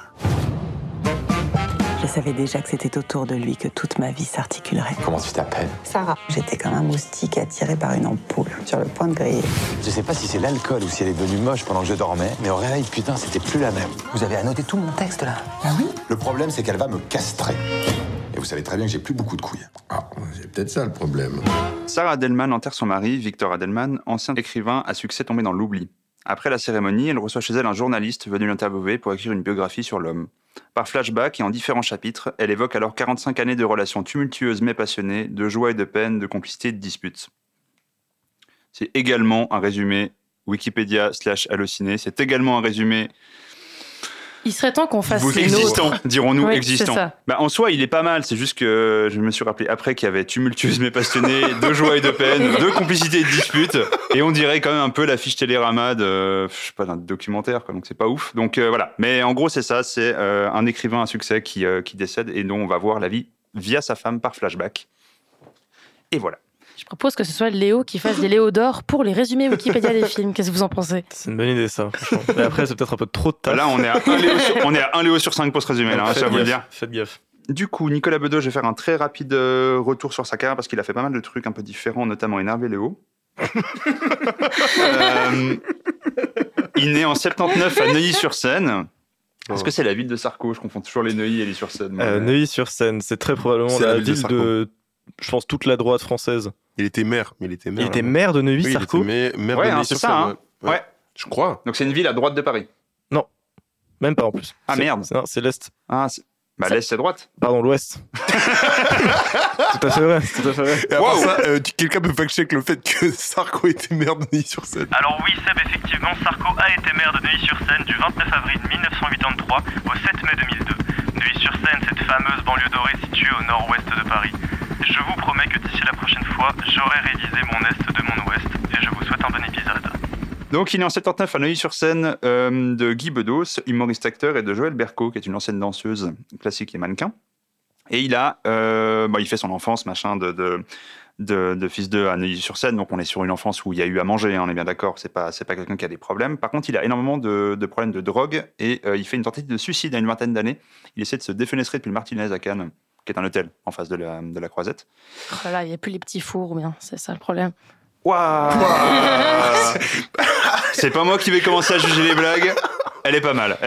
Je savais déjà que c'était autour de lui que toute ma vie s'articulerait. Comment tu t'appelles? Sarah. J'étais comme un moustique attiré par une ampoule, sur le point de griller. Je sais pas si c'est l'alcool ou si elle est devenue moche pendant que je dormais, mais au réveil, putain, c'était plus la même. Vous avez annoté tout mon texte là? Ah oui? Le problème, c'est qu'elle va me castrer. Et vous savez très bien que j'ai plus beaucoup de couilles. Ah, c'est peut-être ça le problème. Sarah Adelman enterre son mari, Victor Adelman, ancien écrivain à succès tombé dans l'oubli. Après la cérémonie, elle reçoit chez elle un journaliste venu l'interviewer pour écrire une biographie sur l'homme. Par flashback et en différents chapitres, elle évoque alors 45 années de relations tumultueuses mais passionnées, de joie et de peine, de complicité et de disputes. C'est également un résumé Wikipédia/Allociné, c'est également un résumé Il serait temps qu'on fasse les existant, nôtres. dirons-nous Oui, existant. c'est ça. Bah, en soi, il est pas mal, c'est juste que je me suis rappelé après qu'il y avait tumultueuse mais passionnée, de joie et de peine, de complicité et de disputes, et on dirait quand même un peu l'affiche Télérama de, je sais pas, d'un documentaire, quoi, donc c'est pas ouf. Donc voilà, mais en gros c'est ça, c'est un écrivain à succès qui décède et dont on va voir la vie via sa femme par flashback. Et voilà. Je propose que ce soit Léo qui fasse des Léo d'or pour les résumés Wikipédia des films. Qu'est-ce que vous en pensez? C'est une bonne idée, ça, franchement. Mais après, c'est peut-être un peu trop de taf. Là, on est à 1 Léo sur 5 pour se résumer, là, hein, je Faites vais vous le gaffe, dire. Faites gaffe. Du coup, Nicolas Bedos, je vais faire un très rapide retour sur sa carrière parce qu'il a fait pas mal de trucs un peu différents, notamment Énervé Léo. Il naît en 79 à Neuilly-sur-Seine. Est-ce que c'est la ville de Sarko? Je confonds toujours les Neuilly et les sur-Seine. Neuilly-sur-Seine, c'est très probablement la ville de, je pense, toute la droite française. Il était maire. Il était maire de Neuilly, Sarko. Maire de Neuilly, c'est ça, hein. Ouais. Je crois. Donc c'est une ville à droite de Paris. Non, même pas en plus. Ah merde. C'est l'Est. Ah, bah l'Est c'est droite. Pardon, l'Ouest. Tout à fait vrai. Et à part ça, quelqu'un peut fact-check le fait que Sarko était maire de Neuilly-sur-Seine. Alors oui, Seb, effectivement, Sarko a été maire de Neuilly-sur-Seine du 29 avril 1983 au 7 mai 2002. Neuilly-sur-Seine, cette fameuse banlieue dorée située au nord-ouest de Paris. Je vous promets que d'ici la prochaine fois, j'aurai révisé mon est de mon ouest et je vous souhaite un bon épisode. Donc il est en 79 à Neuilly-sur-Seine de Guy Bedos, humoriste acteur, et de Joëlle Berco, qui est une ancienne danseuse classique et mannequin. Et il fait son enfance, machin, de fils d'eux à Neuilly-sur-Seine. Donc on est sur une enfance où il y a eu à manger, hein, on est bien d'accord, c'est pas quelqu'un qui a des problèmes. Par contre, il a énormément de problèmes de drogue et il fait une tentative de suicide à une vingtaine d'années. Il essaie de se défenestrer depuis le Martinez à Cannes, qui est un hôtel en face de la Croisette. Oh là, il n'y a plus les petits fours, bien, c'est ça le problème. Waouh. C'est pas moi qui vais commencer à juger les blagues. Elle est pas mal.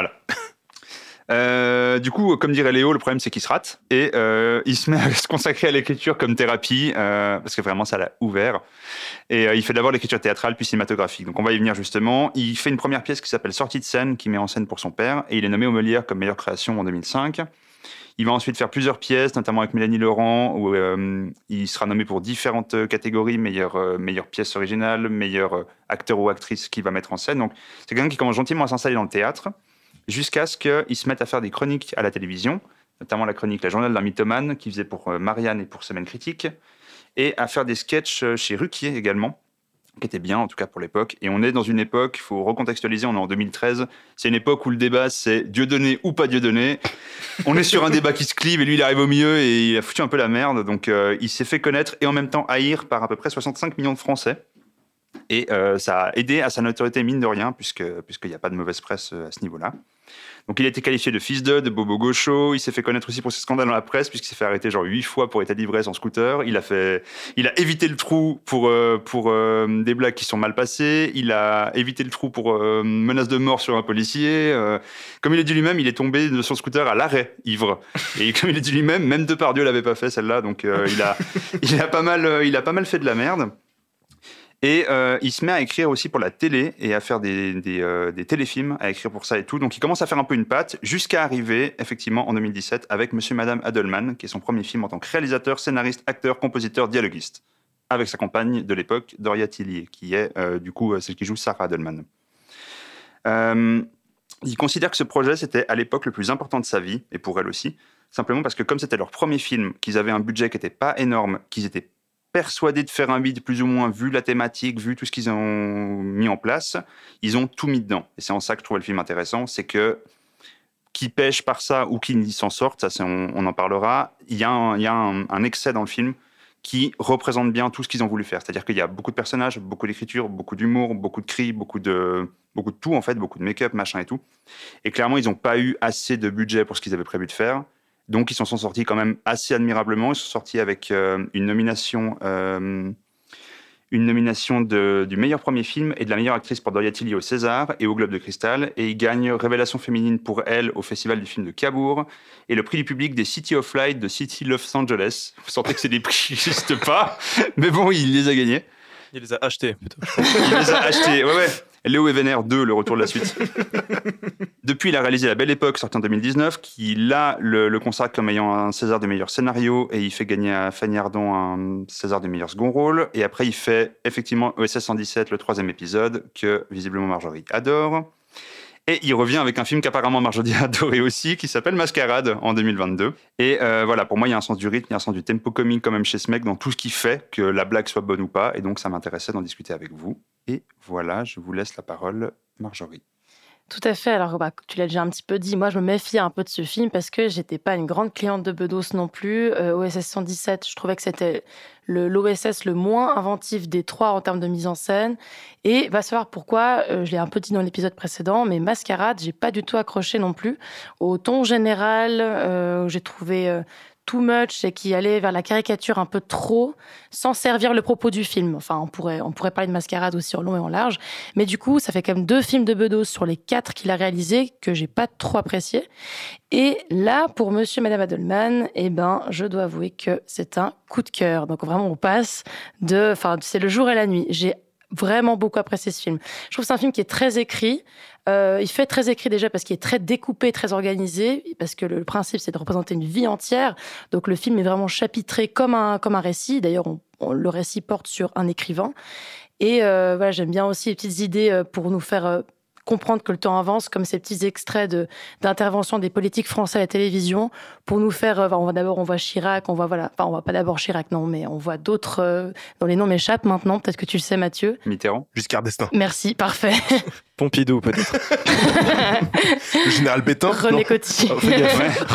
Du coup, comme dirait Léo, le problème c'est qu'il se rate et il se met à se consacrer à l'écriture comme thérapie parce que vraiment ça l'a ouvert. Et il fait d'abord l'écriture théâtrale puis cinématographique. Donc on va y venir justement. Il fait une première pièce qui s'appelle Sortie de scène, qui met en scène pour son père, et il est nommé au Molière comme meilleure création en 2005. Il va ensuite faire plusieurs pièces, notamment avec Mélanie Laurent, où il sera nommé pour différentes catégories, meilleure pièce originale, meilleur acteur ou actrice qu'il va mettre en scène. Donc c'est quelqu'un qui commence gentiment à s'installer dans le théâtre, jusqu'à ce qu'il se mette à faire des chroniques à la télévision, notamment la chronique La Journal d'un mythomane, qu'il faisait pour Marianne et pour Semaine Critique, et à faire des sketchs chez Ruquier également, qui était bien, en tout cas pour l'époque. Et on est dans une époque, il faut recontextualiser, on est en 2013, c'est une époque où le débat c'est Dieudonné ou pas Dieudonné. On est sur un débat qui se clive et lui il arrive au milieu et il a foutu un peu la merde. Donc il s'est fait connaître et en même temps haïr par à peu près 65 millions de Français. Et ça a aidé à sa notoriété mine de rien, puisqu'il n'y a pas de mauvaise presse à ce niveau-là. Donc il a été qualifié de fils de bobo gaucho. Il s'est fait connaître aussi pour ses scandales dans la presse, puisqu'il s'est fait arrêter genre 8 fois pour état d'ivresse en scooter. Il a évité le trou pour des blagues qui sont mal passées. Il a évité le trou pour menace de mort sur un policier. Comme il a dit lui-même, il est tombé de son scooter à l'arrêt, ivre. Et comme il a dit lui-même, même Depardieu l'avait pas fait celle-là. Donc il a pas mal fait de la merde. Et il se met à écrire aussi pour la télé et à faire des téléfilms, à écrire pour ça et tout. Donc il commence à faire un peu une patte jusqu'à arriver effectivement en 2017 avec Monsieur et Madame Adelman, qui est son premier film en tant que réalisateur, scénariste, acteur, compositeur, dialoguiste, avec sa compagne de l'époque, Doria Tillier, qui est du coup celle qui joue Sarah Adelman. Il considère que ce projet, c'était à l'époque le plus important de sa vie, et pour elle aussi, simplement parce que comme c'était leur premier film, qu'ils avaient un budget qui n'était pas énorme, qu'ils étaient persuadés de faire un bide plus ou moins, vu la thématique, vu tout ce qu'ils ont mis en place, ils ont tout mis dedans. Et c'est en ça que je trouvais le film intéressant, c'est que qui pêche par ça ou qui s'en sortent, ça on en parlera, il y a un excès dans le film qui représente bien tout ce qu'ils ont voulu faire. C'est-à-dire qu'il y a beaucoup de personnages, beaucoup d'écriture, beaucoup d'humour, beaucoup de cris, beaucoup de tout en fait, beaucoup de make-up, machin et tout. Et clairement, ils n'ont pas eu assez de budget pour ce qu'ils avaient prévu de faire. Donc, ils s'en sont sortis quand même assez admirablement. Ils sont sortis avec une nomination du meilleur premier film et de la meilleure actrice pour Doria Tillier au César et au Globe de Cristal. Et ils gagnent Révélation féminine pour elle au Festival du film de Cabourg et le prix du public des City of Light de City Los Angeles. Vous sentez que c'est des prix qui n'existent pas, mais bon, il les a gagnés. Il les a achetés, plutôt. Il les a achetés, ouais. Léo et Vénère 2, le retour de la suite. Depuis, il a réalisé La Belle Époque, sorti en 2019, qui là le consacre comme ayant un César de meilleur scénario, et il fait gagner à Fanny Ardant un César de meilleur second rôle. Et après, il fait effectivement OSS 117, le 3e épisode, que visiblement Marjorie adore. Et il revient avec un film qu'apparemment Marjorie a adoré aussi, qui s'appelle Mascarade, en 2022. Et voilà, pour moi, il y a un sens du rythme, il y a un sens du tempo comique quand même chez ce mec, dans tout ce qui fait que la blague soit bonne ou pas. Et donc, ça m'intéressait d'en discuter avec vous. Et voilà, je vous laisse la parole, Marjorie. Tout à fait. Alors, tu l'as déjà un petit peu dit, moi, je me méfiais un peu de ce film parce que j'étais pas une grande cliente de Bedos non plus. OSS 117, je trouvais que c'était l'OSS le moins inventif des trois en termes de mise en scène. Et va savoir pourquoi, je l'ai un peu dit dans l'épisode précédent, mais Mascarade, j'ai pas du tout accroché non plus. Au ton général, j'ai trouvé too much et qui allait vers la caricature un peu trop, sans servir le propos du film. Enfin, on pourrait parler de Mascarade aussi en long et en large. Mais du coup, ça fait quand même 2 films de Bedos sur les 4 qu'il a réalisés que j'ai pas trop appréciés. Et là, pour Monsieur et Madame Adelman, je dois avouer que c'est un coup de cœur. Donc vraiment, on passe c'est le jour et la nuit. J'ai vraiment beaucoup apprécié ce film. Je trouve que c'est un film qui est très écrit. Il fait très écrit déjà parce qu'il est très découpé, très organisé, parce que le principe, c'est de représenter une vie entière. Donc le film est vraiment chapitré comme un récit. D'ailleurs, le récit porte sur un écrivain. Et j'aime bien aussi les petites idées pour nous faire comprendre que le temps avance, comme ces petits extraits d'intervention des politiques français à la télévision, pour nous faire... on voit Chirac, on voit pas d'abord Chirac, non, mais on voit d'autres... dont les noms m'échappent maintenant, peut-être que tu le sais, Mathieu. Mitterrand. Giscard d'Estaing. Merci, parfait. Pompidou, peut-être. Le général Pétain. René Coty. René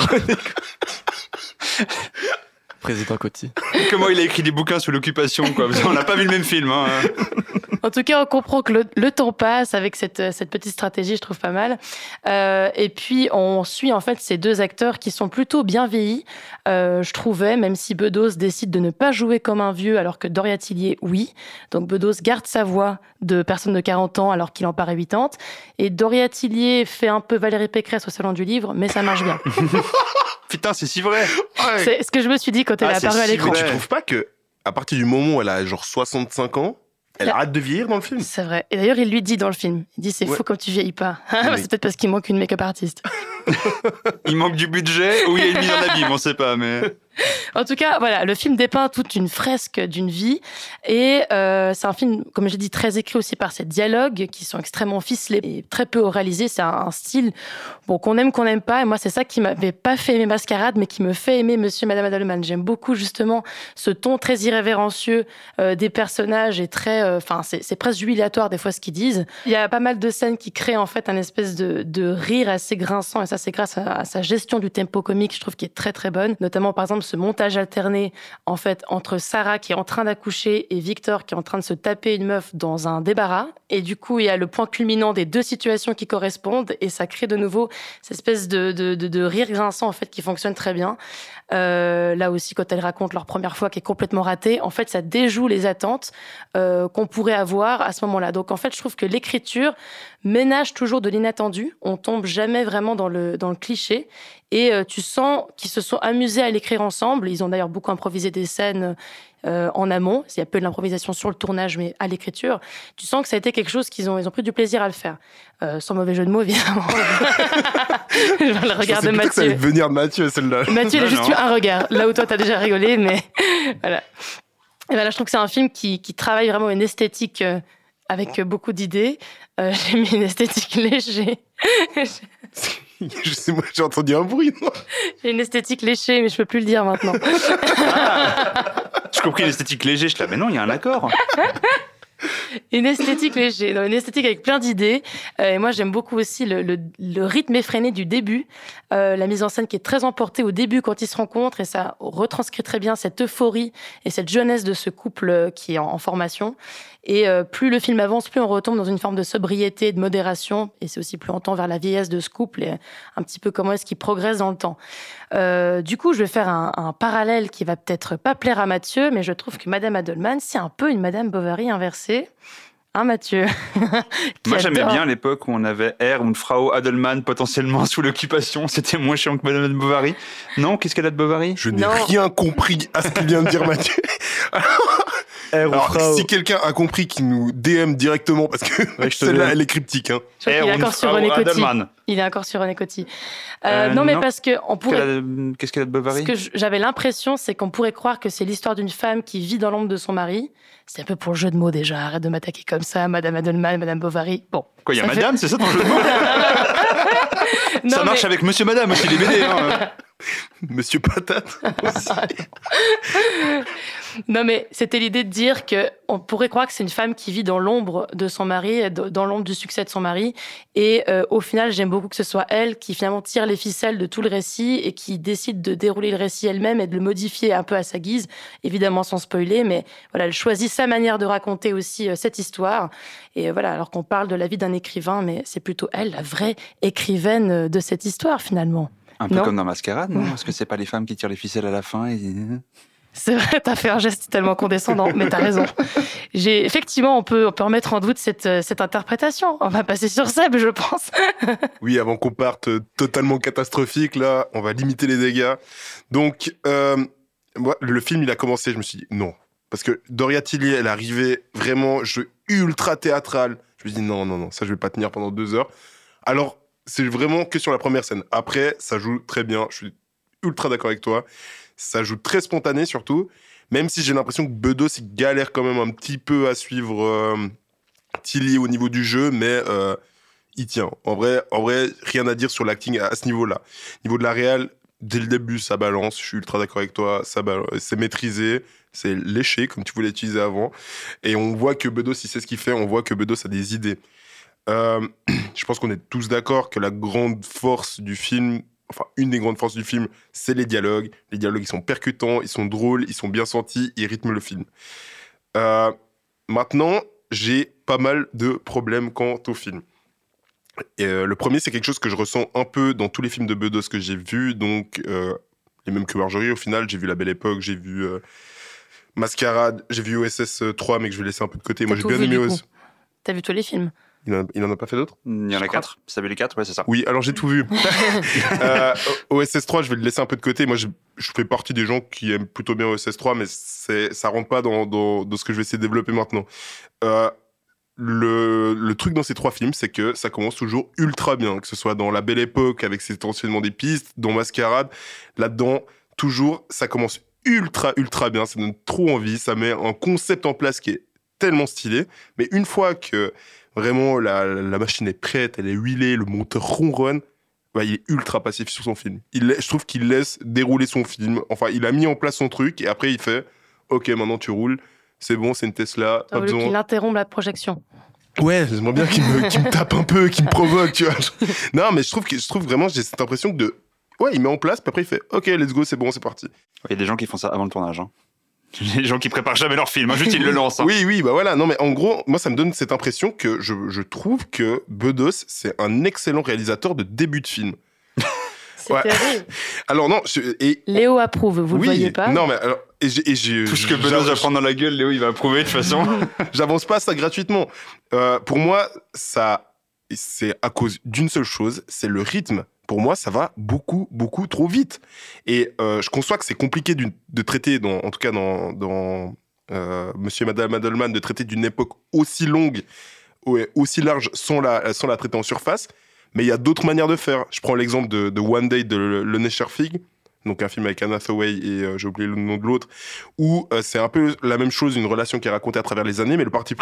Président Coty. Comment il a écrit des bouquins sous l'occupation, quoi. Parce qu'on n'a pas vu le même film. Hein. En tout cas, on comprend que le temps passe avec cette petite stratégie, je trouve pas mal. Et puis, on suit en fait ces 2 acteurs qui sont plutôt bien vieillis, je trouvais, même si Bedos décide de ne pas jouer comme un vieux, alors que Doria Tillier, oui. Donc, Bedos garde sa voix de personne de 40 ans, alors qu'il en paraît 80. Et Doria Tillier fait un peu Valérie Pécresse au Salon du Livre, mais ça marche bien. Putain, c'est si vrai. Ouais. C'est ce que je me suis dit quand elle est apparue à l'écran. Tu trouves pas que à partir du moment où elle a genre 65 ans, elle arrête de vieillir dans le film? C'est vrai. Et d'ailleurs, il lui dit dans le film, il dit c'est fou comme tu vieillis pas. C'est peut-être parce qu'il manque une make-up artiste. Il manque du budget ou il a une mise en abîme, on sait pas, mais... En tout cas, voilà, le film dépeint toute une fresque d'une vie et c'est un film, comme j'ai dit, très écrit aussi par ces dialogues qui sont extrêmement ficelés et très peu oralisés. C'est un style qu'on aime, qu'on n'aime pas. Et moi, c'est ça qui m'avait pas fait aimer Mascarade, mais qui me fait aimer Monsieur et Madame Adelman. J'aime beaucoup justement ce ton très irrévérencieux des personnages et très, c'est presque jubilatoire des fois ce qu'ils disent. Il y a pas mal de scènes qui créent en fait un espèce de rire assez grinçant et ça, c'est grâce à sa gestion du tempo comique, je trouve, qui est très très bonne. Notamment, par exemple, ce montage alterné en fait entre Sarah qui est en train d'accoucher et Victor qui est en train de se taper une meuf dans un débarras. Et du coup, il y a le point culminant des 2 situations qui correspondent et ça crée de nouveau cette espèce de rire grinçant en fait qui fonctionne très bien. Là aussi, quand elles racontent leur première fois qui est complètement ratée, en fait, ça déjoue les attentes qu'on pourrait avoir à ce moment-là. Donc, en fait, je trouve que l'écriture ménage toujours de l'inattendu. On tombe jamais vraiment dans le cliché. Et tu sens qu'ils se sont amusés à l'écrire ensemble. Ils ont d'ailleurs beaucoup improvisé des scènes en amont. Il y a peu de l'improvisation sur le tournage, mais à l'écriture. Tu sens que ça a été quelque chose ils ont pris du plaisir à le faire. Sans mauvais jeu de mots, évidemment. Je vois le regard de Mathieu. Que ça allait venir de Mathieu, celle-là. Mathieu, il a juste eu un regard. Là où toi, t'as déjà rigolé, mais voilà. Et voilà, je trouve que c'est un film qui travaille vraiment une esthétique avec beaucoup d'idées. J'ai mis une esthétique léger. Je sais, moi, j'ai entendu un bruit, moi. J'ai une esthétique léchée, mais je peux plus le dire maintenant. J'ai compris l'esthétique léger, mais non, il y a un accord. Une esthétique léger, une esthétique avec plein d'idées. Et moi, j'aime beaucoup aussi le rythme effréné du début, la mise en scène qui est très emportée au début quand ils se rencontrent, et ça retranscrit très bien cette euphorie et cette jeunesse de ce couple qui est en formation. Et plus le film avance, plus on retombe dans une forme de sobriété, de modération, et c'est aussi plus on tend vers la vieillesse de ce couple et un petit peu comment est-ce qu'il progresse dans le temps. Du coup, je vais faire un parallèle qui va peut-être pas plaire à Mathieu, mais je trouve que Madame Adelman, c'est un peu une Madame Bovary inversée. Hein, Mathieu? Moi, j'aimais bien l'époque où on avait und Frau Adelman potentiellement sous l'occupation. C'était moins chiant que Madame Bovary. Non, qu'est-ce qu'elle a de Bovary? Je n'ai rien compris à ce qu'il vient de dire Mathieu. Alors, si quelqu'un a compris, qu'il nous DM directement, parce que celle-là, elle est cryptique. Hein. Il est encore sur René Coty. Il est encore sur René Coty. Non, mais parce que on pourrait... Qu'est-ce qu'elle a de Bovary? Ce que j'avais l'impression, c'est qu'on pourrait croire que c'est l'histoire d'une femme qui vit dans l'ombre de son mari. C'est un peu pour le jeu de mots déjà. Arrête de m'attaquer comme ça, Madame Adelman, Madame Bovary. Bon. Quoi, il y a Madame, c'est ça ton jeu de mots? Ça marche avec Monsieur Madame aussi, les BD. Hein. Monsieur Patate aussi. Non, mais c'était l'idée de dire qu'on pourrait croire que c'est une femme qui vit dans l'ombre de son mari, dans l'ombre du succès de son mari. Et au final, j'aime beaucoup que ce soit elle qui finalement tire les ficelles de tout le récit et qui décide de dérouler le récit elle-même et de le modifier un peu à sa guise, évidemment sans spoiler. Mais voilà, elle choisit sa manière de raconter aussi cette histoire. Et voilà, alors qu'on parle de la vie d'un écrivain, mais c'est plutôt elle, la vraie écrivaine de cette histoire finalement. Un peu comme dans Mascarade, non ? Est-ce que c'est pas les femmes qui tirent les ficelles à la fin et... C'est vrai, t'as fait un geste tellement condescendant, mais t'as raison. Effectivement, on peut remettre en doute cette interprétation. On va passer sur Seb, je pense. Oui, avant qu'on parte totalement catastrophique, là, on va limiter les dégâts. Donc, moi, le film, il a commencé, je me suis dit non. Parce que Doria Tilly, elle arrivait vraiment, ultra théâtrale. Je me suis dit non, ça, je vais pas tenir pendant 2 heures. Alors, c'est vraiment que sur la première scène. Après, ça joue très bien. Je suis ultra d'accord avec toi. Ça joue très spontané, surtout. Même si j'ai l'impression que Bedos, il galère quand même un petit peu à suivre Tilly au niveau du jeu, mais il tient. En vrai, rien à dire sur l'acting à ce niveau-là. Au niveau de la réal, dès le début, ça balance. Je suis ultra d'accord avec toi. Ça balance. C'est maîtrisé. C'est léché, comme tu voulais l'utiliser avant. Et on voit que Bedos, il sait ce qu'il fait. On voit que Bedos a des idées. Je pense qu'on est tous d'accord que la grande force du film, enfin une des grandes forces du film, c'est les dialogues. Les dialogues, ils sont percutants, ils sont drôles, ils sont bien sentis, ils rythment le film. Maintenant, j'ai pas mal de problèmes quant au film. Et, le premier, c'est quelque chose que je ressens un peu dans tous les films de Bedos que j'ai vus, donc les mêmes que Marjorie au final. J'ai vu La Belle Époque, j'ai vu Mascarade, j'ai vu OSS 3, mais que je vais laisser un peu de côté. Moi, j'ai bien aimé OSS. T'as vu tous les films ? Il en a pas fait d'autres ? Il y en a 4. Ça avait les 4, ouais, c'est ça. Oui, alors j'ai tout vu. OSS 3, je vais le laisser un peu de côté. Moi, je fais partie des gens qui aiment plutôt bien OSS 3, mais ça rentre pas dans ce que je vais essayer de développer maintenant. Le truc dans ces 3 films, c'est que ça commence toujours ultra bien, que ce soit dans La Belle Époque, avec ses enchaînements des pistes, dans Mascarade. Là-dedans, toujours, ça commence ultra bien. Ça donne trop envie. Ça met un concept en place qui est tellement stylé. Mais une fois que vraiment, la machine est prête, elle est huilée, le monteur ronronne. Bah, il est ultra passif sur son film. Je trouve qu'il laisse dérouler son film. Enfin, il a mis en place son truc et après, il fait « Ok, maintenant tu roules. C'est bon, c'est une Tesla. T'as voulu qu'il interrompe la projection. Ouais, j'aimerais bien qu'il me tape un peu, qu'il me provoque, tu vois. Non, mais je trouve vraiment, j'ai cette impression que ouais, il met en place, puis après, il fait « Ok, let's go, c'est bon, c'est parti. » Il y a des gens qui font ça avant le tournage, hein. Les gens qui préparent jamais leur film, hein, juste ils le lancent. Hein. Oui, bah voilà. Non, mais en gros, moi, ça me donne cette impression que je trouve que Bedos, c'est un excellent réalisateur de début de film. C'est terrible. Alors non, Léo approuve, vous le voyez pas ? Non, mais alors, tout ce que Bedos va prendre dans la gueule, Léo, il va approuver de toute façon. J'avance pas ça gratuitement. Pour moi, c'est à cause d'une seule chose, c'est le rythme. Pour moi, ça va beaucoup trop vite. Et je conçois que c'est compliqué de traiter, en tout cas dans Monsieur et Madame Adelman, de traiter d'une époque aussi longue, aussi large, sans la traiter en surface. Mais il y a d'autres manières de faire. Je prends l'exemple de One Day de Lene Scherfig, donc un film avec Anne Hathaway et j'ai oublié le nom de l'autre, où c'est un peu la même chose, une relation qui est racontée à travers les années, mais le parti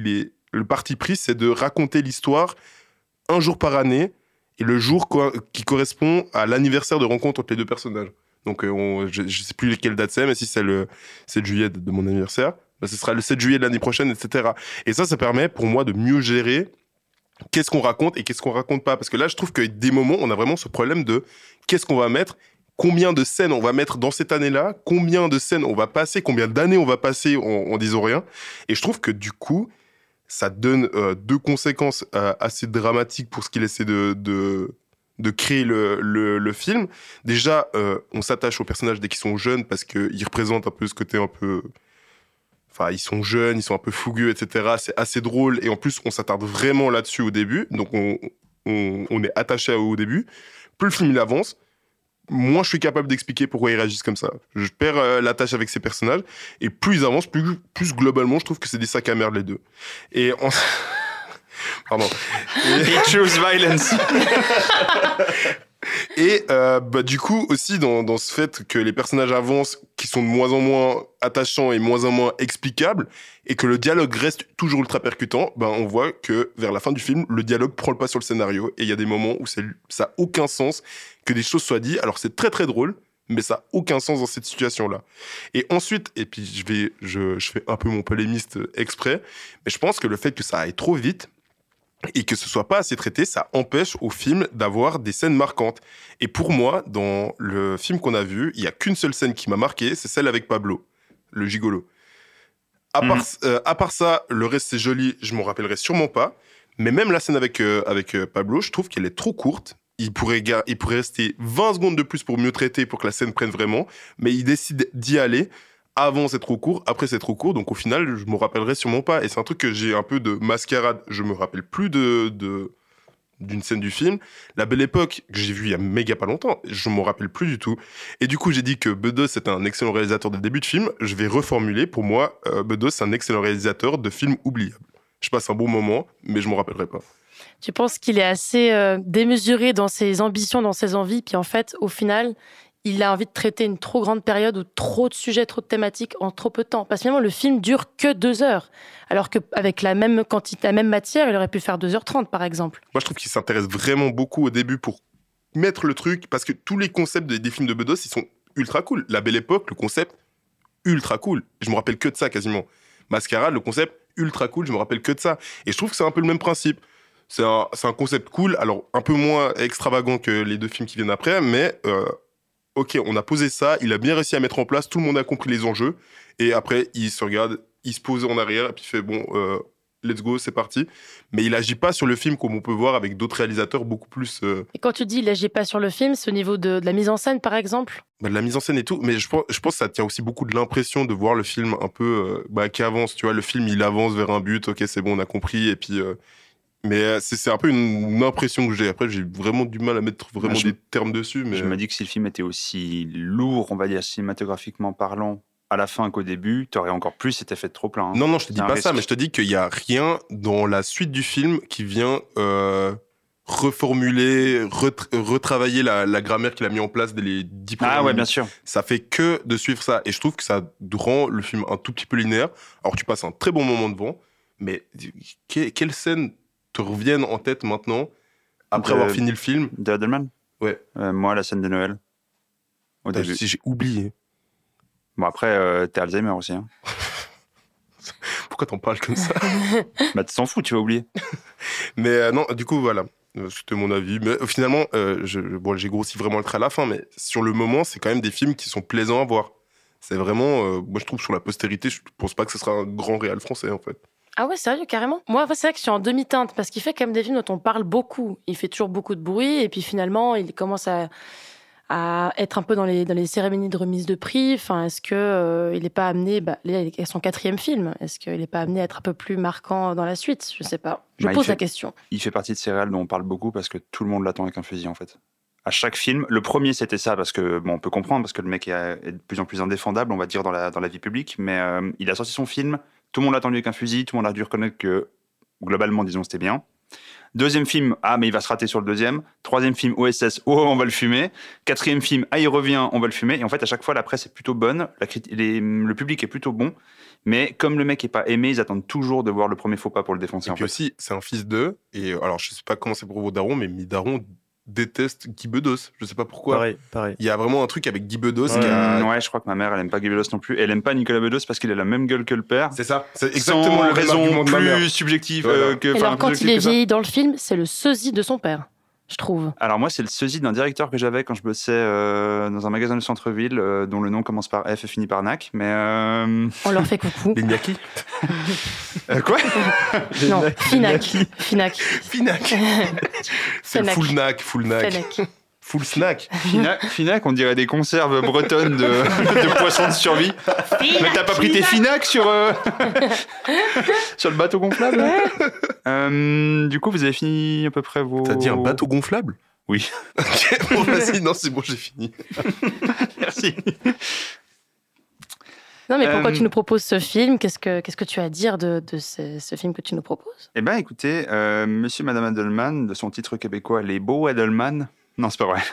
pris, c'est de raconter l'histoire un jour par année, et le jour qui correspond à l'anniversaire de rencontre entre les 2 personnages. Donc, je ne sais plus quelle date c'est, mais si c'est le 7 juillet de mon anniversaire, bah, ce sera le 7 juillet de l'année prochaine, etc. Et ça permet pour moi de mieux gérer qu'est-ce qu'on raconte et qu'est-ce qu'on raconte pas. Parce que là, je trouve que des moments, on a vraiment ce problème de qu'est-ce qu'on va mettre, combien de scènes on va mettre dans cette année-là, combien de scènes on va passer, combien d'années on va passer en disant rien. Et je trouve que du coup, ça donne 2 conséquences assez dramatiques pour ce qu'il essaie de créer le film. Déjà, on s'attache aux personnages dès qu'ils sont jeunes parce qu'ils représentent un peu ce côté un peu... Enfin, ils sont jeunes, ils sont un peu fougueux, etc. C'est assez drôle. Et en plus, on s'attarde vraiment là-dessus au début. Donc, on est attaché au début. Plus le film il avance, moins je suis capable d'expliquer pourquoi ils réagissent comme ça. Je perds l'attache avec ces personnages. Et plus ils avancent, plus globalement, je trouve que c'est des sacs à merde les deux. Et Pardon. He choose violence. Et du coup, aussi, dans ce fait que les personnages avancent, qui sont de moins en moins attachants et moins en moins explicables, et que le dialogue reste toujours ultra percutant, on voit que vers la fin du film, le dialogue prend le pas sur le scénario, et il y a des moments où ça n'a aucun sens que des choses soient dites. Alors c'est très très drôle, mais ça n'a aucun sens dans cette situation-là. Et ensuite, et puis je fais un peu mon polémiste exprès, mais je pense que le fait que ça aille trop vite, et que ce soit pas assez traité, ça empêche au film d'avoir des scènes marquantes. Et pour moi, dans le film qu'on a vu, il y a qu'une seule scène qui m'a marqué, c'est celle avec Pablo, le gigolo. À part ça, le reste c'est joli, je m'en rappellerai sûrement pas. Mais même la scène avec Pablo, je trouve qu'elle est trop courte. Il pourrait rester 20 secondes de plus pour mieux traiter, pour que la scène prenne vraiment. Mais il décide d'y aller. Avant, c'est trop court. Après, c'est trop court. Donc, au final, je me rappellerai sûrement pas. Et c'est un truc que j'ai un peu de mascarade. Je me rappelle plus d'une scène du film. La Belle Époque, que j'ai vu il y a méga pas longtemps, je m'en rappelle plus du tout. Et du coup, j'ai dit que Bedos c'était un excellent réalisateur de début de film. Je vais reformuler. Pour moi, Bedos, c'est un excellent réalisateur de films oubliables. Je passe un bon moment, mais je m'en rappellerai pas. Tu penses qu'il est assez démesuré dans ses ambitions, dans ses envies, puis en fait, au final, il a envie de traiter une trop grande période ou trop de sujets, trop de thématiques en trop peu de temps. Parce que finalement, le film dure que 2 heures. Alors qu'avec la même quantité, la même matière, il aurait pu faire 2h30, par exemple. Moi, je trouve qu'il s'intéresse vraiment beaucoup au début pour mettre le truc, parce que tous les concepts des films de Bedos, ils sont ultra cool. La Belle Époque, le concept, ultra cool. Je me rappelle que de ça, quasiment. Mascarade, le concept, ultra cool, je me rappelle que de ça. Et je trouve que c'est un peu le même principe. C'est un concept cool, alors un peu moins extravagant que les 2 films qui viennent après, mais ok, on a posé ça, il a bien réussi à mettre en place, tout le monde a compris les enjeux, et après, il se regarde, il se pose en arrière, et puis il fait, bon, let's go, c'est parti. Mais il agit pas sur le film comme on peut voir avec d'autres réalisateurs beaucoup plus... Et quand tu dis il agit pas sur le film, c'est au niveau de la mise en scène, par exemple ? De la mise en scène et tout, mais je pense que ça tient aussi beaucoup de l'impression de voir le film un peu qui avance, tu vois, le film, il avance vers un but, ok, c'est bon, on a compris, et puis... Mais c'est un peu une impression que j'ai. Après, j'ai vraiment du mal à mettre vraiment des termes dessus. Mais... Je me dis que si le film était aussi lourd, on va dire cinématographiquement parlant, à la fin qu'au début, t'aurais encore plus cet effet de trop-plein. Hein. Non, je te dis pas ça, mais je te dis qu'il n'y a rien dans la suite du film qui vient reformuler, retravailler la grammaire qu'il a mis en place dès les 10 premières minutes. Ouais, bien sûr. Ça fait que de suivre ça. Et je trouve que ça rend le film un tout petit peu linéaire. Alors, tu passes un très bon moment devant, mais quelle scène te reviennent en tête maintenant, après avoir fini le film? De Edelman? Ouais. Moi, la scène de Noël. Au début. Si j'ai oublié. Bon, après, t'es Alzheimer aussi. Hein. Pourquoi t'en parles comme ça? Bah, tu t'en fous, tu vas oublier. Mais non, du coup, voilà. C'était mon avis. Mais finalement, j'ai grossi vraiment le trait à la fin, mais sur le moment, c'est quand même des films qui sont plaisants à voir. C'est vraiment... moi, je trouve, sur la postérité, je pense pas que ce sera un grand réal français, en fait. Ah ouais, sérieux, carrément. Moi, c'est vrai que je suis en demi-teinte, parce qu'il fait quand même des films dont on parle beaucoup. Il fait toujours beaucoup de bruit, et puis finalement, il commence à être un peu dans les cérémonies de remise de prix. Enfin, est-ce qu'il n'est pas amené... là, il est son 4e film. Est-ce qu'il n'est pas amené à être un peu plus marquant dans la suite? Je sais pas. Je pose la question. Il fait partie de ces réals dont on parle beaucoup, parce que tout le monde l'attend avec un fusil, en fait. À chaque film, le premier c'était ça, parce que, bon, on peut comprendre, parce que le mec est de plus en plus indéfendable, on va dire, dans la vie publique, mais il a sorti son film, tout le monde l'a attendu avec un fusil, tout le monde a dû reconnaître que, globalement, disons, c'était bien. 2e film, mais il va se rater sur le 2e. 3e film, OSS, on va le fumer. 4e film, il revient, on va le fumer. Et en fait, à chaque fois, la presse est plutôt bonne, le public est plutôt bon, mais comme le mec est pas aimé, ils attendent toujours de voir le premier faux pas pour le défoncer. Et puis aussi, c'est un fils d'eux, et alors, je sais pas comment c'est pour vos darons, mais mes darons déteste Guy Bedos, je sais pas pourquoi. Pareil. Il y a vraiment un truc avec Guy Bedos Ouais, je crois que ma mère, elle aime pas Guy Bedos non plus. Elle aime pas Nicolas Bedos parce qu'il a la même gueule que le père. C'est ça, c'est exactement la raison plus subjective que... Et alors, quand il est vieilli dans le film, c'est le sosie de son père, je trouve. Alors moi, c'est le sosie d'un directeur que j'avais quand je bossais dans un magasin de centre-ville dont le nom commence par F et finit par NAC, mais... On leur fait coucou. Les Niaki. Quoi? Non, Finac. C'est full nac. Full snack. Finac, on dirait des conserves bretonnes de poissons de survie. Mais t'as pas pris tes Finac sur le bateau gonflable? Du coup, vous avez fini à peu près vos... T'as dit un bateau gonflable? Oui. Ok, bon, vas-y, non, c'est bon, j'ai fini. Merci. Non, mais pourquoi tu nous proposes ce film? Qu'est-ce que tu as à dire de ce film que tu nous proposes? Eh bien, écoutez, monsieur et madame Edelman, de son titre québécois Les Beaux Edelman, Non, c'est pas vrai.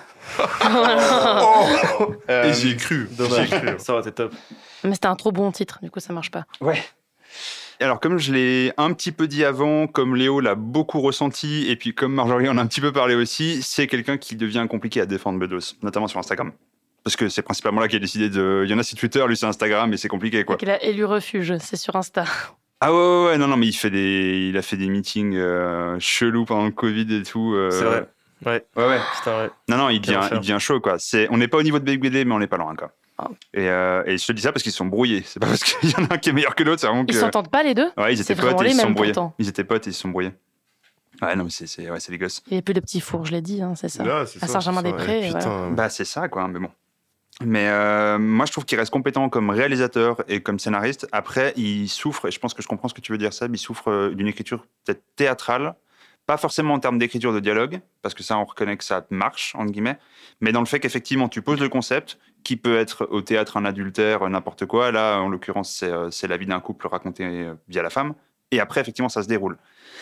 Et j'y ai cru. Dommage, J'y ai cru. ça aurait été top. Mais c'était un trop bon titre, du coup ça marche pas. Ouais. Alors, comme je l'ai un petit peu dit avant, comme Léo l'a beaucoup ressenti, et puis comme Marjorie en a un petit peu parlé aussi, c'est quelqu'un qui devient compliqué à défendre Bedos, notamment sur Instagram. Parce que c'est principalement là qu'il a décidé de... Il y en a sur Twitter, lui c'est Instagram, et c'est compliqué, quoi. Donc il a élu refuge, c'est sur Insta. Ah ouais, non, mais il a fait des meetings chelous pendant le Covid et tout. C'est vrai. Ouais. Putain, ouais. Non, il devient chaud, quoi. On n'est pas au niveau de BBD, mais on n'est pas loin, quoi. Oh. Et je te dis ça parce qu'ils se sont brouillés. C'est pas parce qu'il y en a un qui est meilleur que l'autre, c'est vraiment que... Ils s'entendent pas les deux? Ouais, ils étaient C'est potes vraiment et ils les se sont mêmes, brouillés. pourtant. Ils étaient potes et ils se sont brouillés. Ouais, non, mais c'est des gosses. Il n'y a plus de petits fours, je l'ai dit, hein, c'est ça. Là, c'est À ça, Saint-Germain-des-Prés. c'est ça. Voilà. Putain. Bah, c'est ça, quoi, mais bon. Mais moi, je trouve qu'il reste compétent comme réalisateur et comme scénariste. Après, il souffre, et je pense que je comprends ce que tu veux dire, Seb, il souffre d'une écriture peut-être théâtrale, pas forcément en termes d'écriture de dialogue, parce que ça, on reconnaît que ça marche, entre guillemets, mais dans le fait qu'effectivement, tu poses le concept, qui peut être au théâtre un adultère, n'importe quoi. Là, en l'occurrence, c'est la vie d'un couple raconté via la femme. Et après, effectivement, ça se déroule.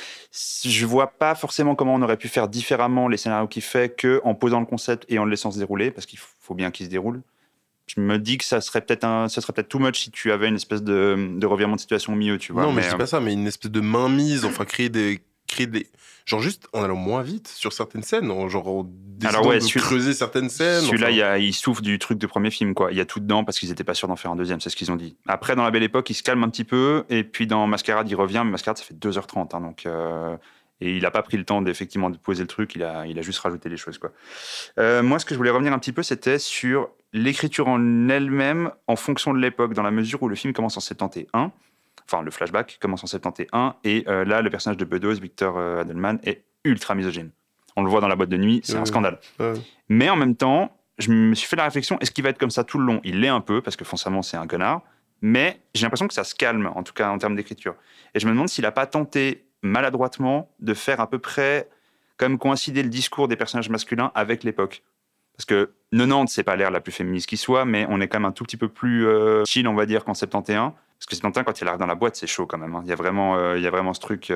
Je vois pas forcément comment on aurait pu faire différemment les scénarios qu'il fait qu'en posant le concept et en le laissant se dérouler, parce qu'il faut bien qu'il se déroule. Je me dis que ça serait peut-être too much si tu avais une espèce de revirement de situation au milieu, tu vois. Non, mais je dis pas ça, mais une espèce de mainmise, enfin créer des... Genre juste en allant moins vite sur certaines scènes, genre en décidant de creuser certaines scènes. Celui-là, il souffre du truc de premier film, quoi. Il y a tout dedans parce qu'ils n'étaient pas sûrs d'en faire un deuxième, c'est ce qu'ils ont dit. Après, dans La Belle Époque, il se calme un petit peu, et puis dans Mascarade, il revient, mais Mascarade, ça fait 2h30, hein, donc... Et il n'a pas pris le temps d'effectivement de poser le truc, il a juste rajouté les choses, quoi. Moi, ce que je voulais revenir un petit peu, c'était sur l'écriture en elle-même, en fonction de l'époque, dans la mesure où le film commence en 71, enfin le flashback commence en 71, et là, le personnage de Bedos, Victor Adelman, est ultra misogyne. On le voit dans La Boîte de nuit, c'est un scandale. Mais en même temps, je me suis fait la réflexion, est-ce qu'il va être comme ça tout le long? Il l'est un peu, parce que foncièrement, c'est un connard, mais j'ai l'impression que ça se calme, en tout cas en termes d'écriture. Et je me demande s'il n'a pas tenté maladroitement de faire à peu près comme coïncider le discours des personnages masculins avec l'époque. Parce que 90, c'est pas l'ère la plus féministe qui soit, mais on est quand même un tout petit peu plus chill, on va dire, qu'en 71. Parce que 71, quand il arrive dans la boîte, c'est chaud quand même. Hein. Il y a vraiment ce truc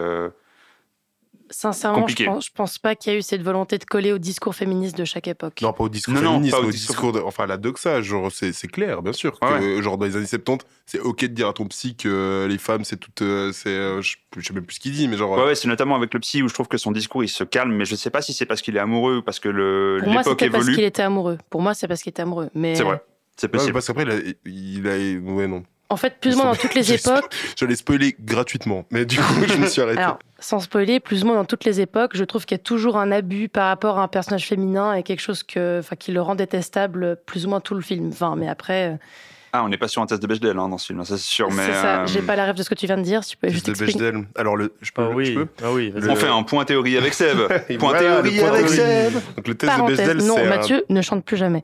sincèrement, compliqué. je pense pas qu'il y a eu cette volonté de coller au discours féministe de chaque époque. Non, pas au discours féministe, mais au discours enfin, la doxa, genre, c'est clair, bien sûr. Que, genre, dans les années 70, c'est OK de dire à ton psy que les femmes, c'est toutes... je sais même plus ce qu'il dit, mais genre... Ouais, c'est notamment avec le psy où je trouve que son discours, il se calme, mais je sais pas si c'est parce qu'il est amoureux ou parce que Pour moi, l'époque c'était évolue. parce qu'il était amoureux. Pour moi, c'est parce qu'il était amoureux. Mais... C'est vrai, c'est possible. Ouais, parce qu'après, ouais, non. En fait, plus ou moins dans toutes les époques... J'allais spoiler gratuitement, mais du coup, je me suis arrêté. Alors, sans spoiler, plus ou moins dans toutes les époques, je trouve qu'il y a toujours un abus par rapport à un personnage féminin et quelque chose qui le rend détestable plus ou moins tout le film. Enfin, mais après... Ah, on n'est pas sur un test de Bechdel dans ce film, ça c'est sûr. Mais c'est ça, j'ai pas la rêve de ce que tu viens de dire. Si tu peux juste de Bechdel. Alors, je peux on fait un point théorie avec Seb. Point théorie avec Seb. Donc, le test de Bechdel, non, Mathieu, ne chante plus jamais.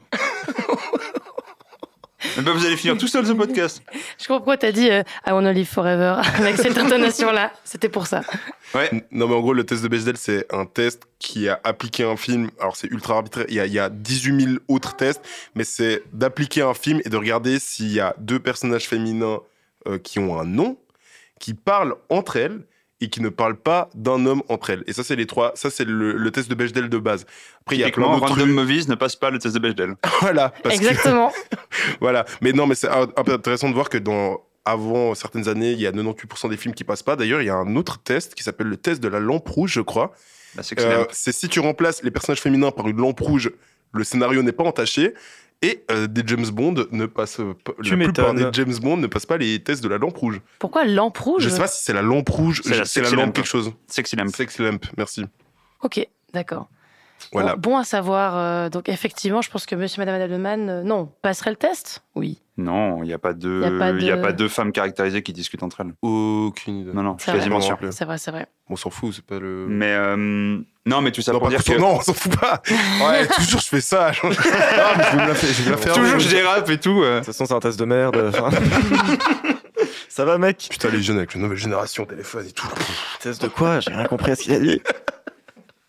Ben vous allez finir tout seul ce podcast. Je comprends pourquoi t'as dit I wanna live forever avec cette intonation-là. C'était pour ça. Ouais. Non, mais en gros, le test de Bechdel, c'est un test qui a appliqué un film. Alors, c'est ultra arbitraire. Il y a 18 000 autres tests, mais c'est d'appliquer un film et de regarder s'il y a deux personnages féminins qui ont un nom, qui parlent entre elles et qui ne parlent pas d'un homme entre elles. Et ça, c'est les trois. Ça, c'est le test de Bechdel de base. Après, il y a plein d'autres Random Movies ne passe pas le test de Bechdel. Voilà. Exactement. Voilà. Mais non, mais c'est intéressant de voir que avant certaines années, il y a 98% des films qui passent pas. D'ailleurs, il y a un autre test qui s'appelle le test de la lampe rouge, je crois. Bah, c'est si tu remplaces les personnages féminins par une lampe rouge, le scénario n'est pas entaché. Et des James Bond ne passent pas. La plupart des James Bond ne passent pas les tests de la lampe rouge. Pourquoi lampe rouge? Je sais pas si c'est la lampe rouge, c'est la lampe quelque chose. Sexy lamp. Sexy lamp, merci. Ok, d'accord. Voilà. Bon à savoir. Donc effectivement, je pense que Monsieur et Madame Adelman, non, passerait le test? Oui. Non, il n'y a pas deux femmes caractérisées qui discutent entre elles. Aucune idée. Non, je suis quasiment sûr. C'est vrai. On s'en fout, c'est pas le... Mais non, mais tout ça pour dire que... Non, on s'en fout pas. Ouais, toujours je fais ça. Non, mais je vais me la faire. Toujours je dérape et tout. De toute façon, c'est un test de merde. Ça va, mec? Putain, les jeunes avec la nouvelle génération, téléphone et tout. Test de quoi? J'ai rien compris à ce qu'il a dit.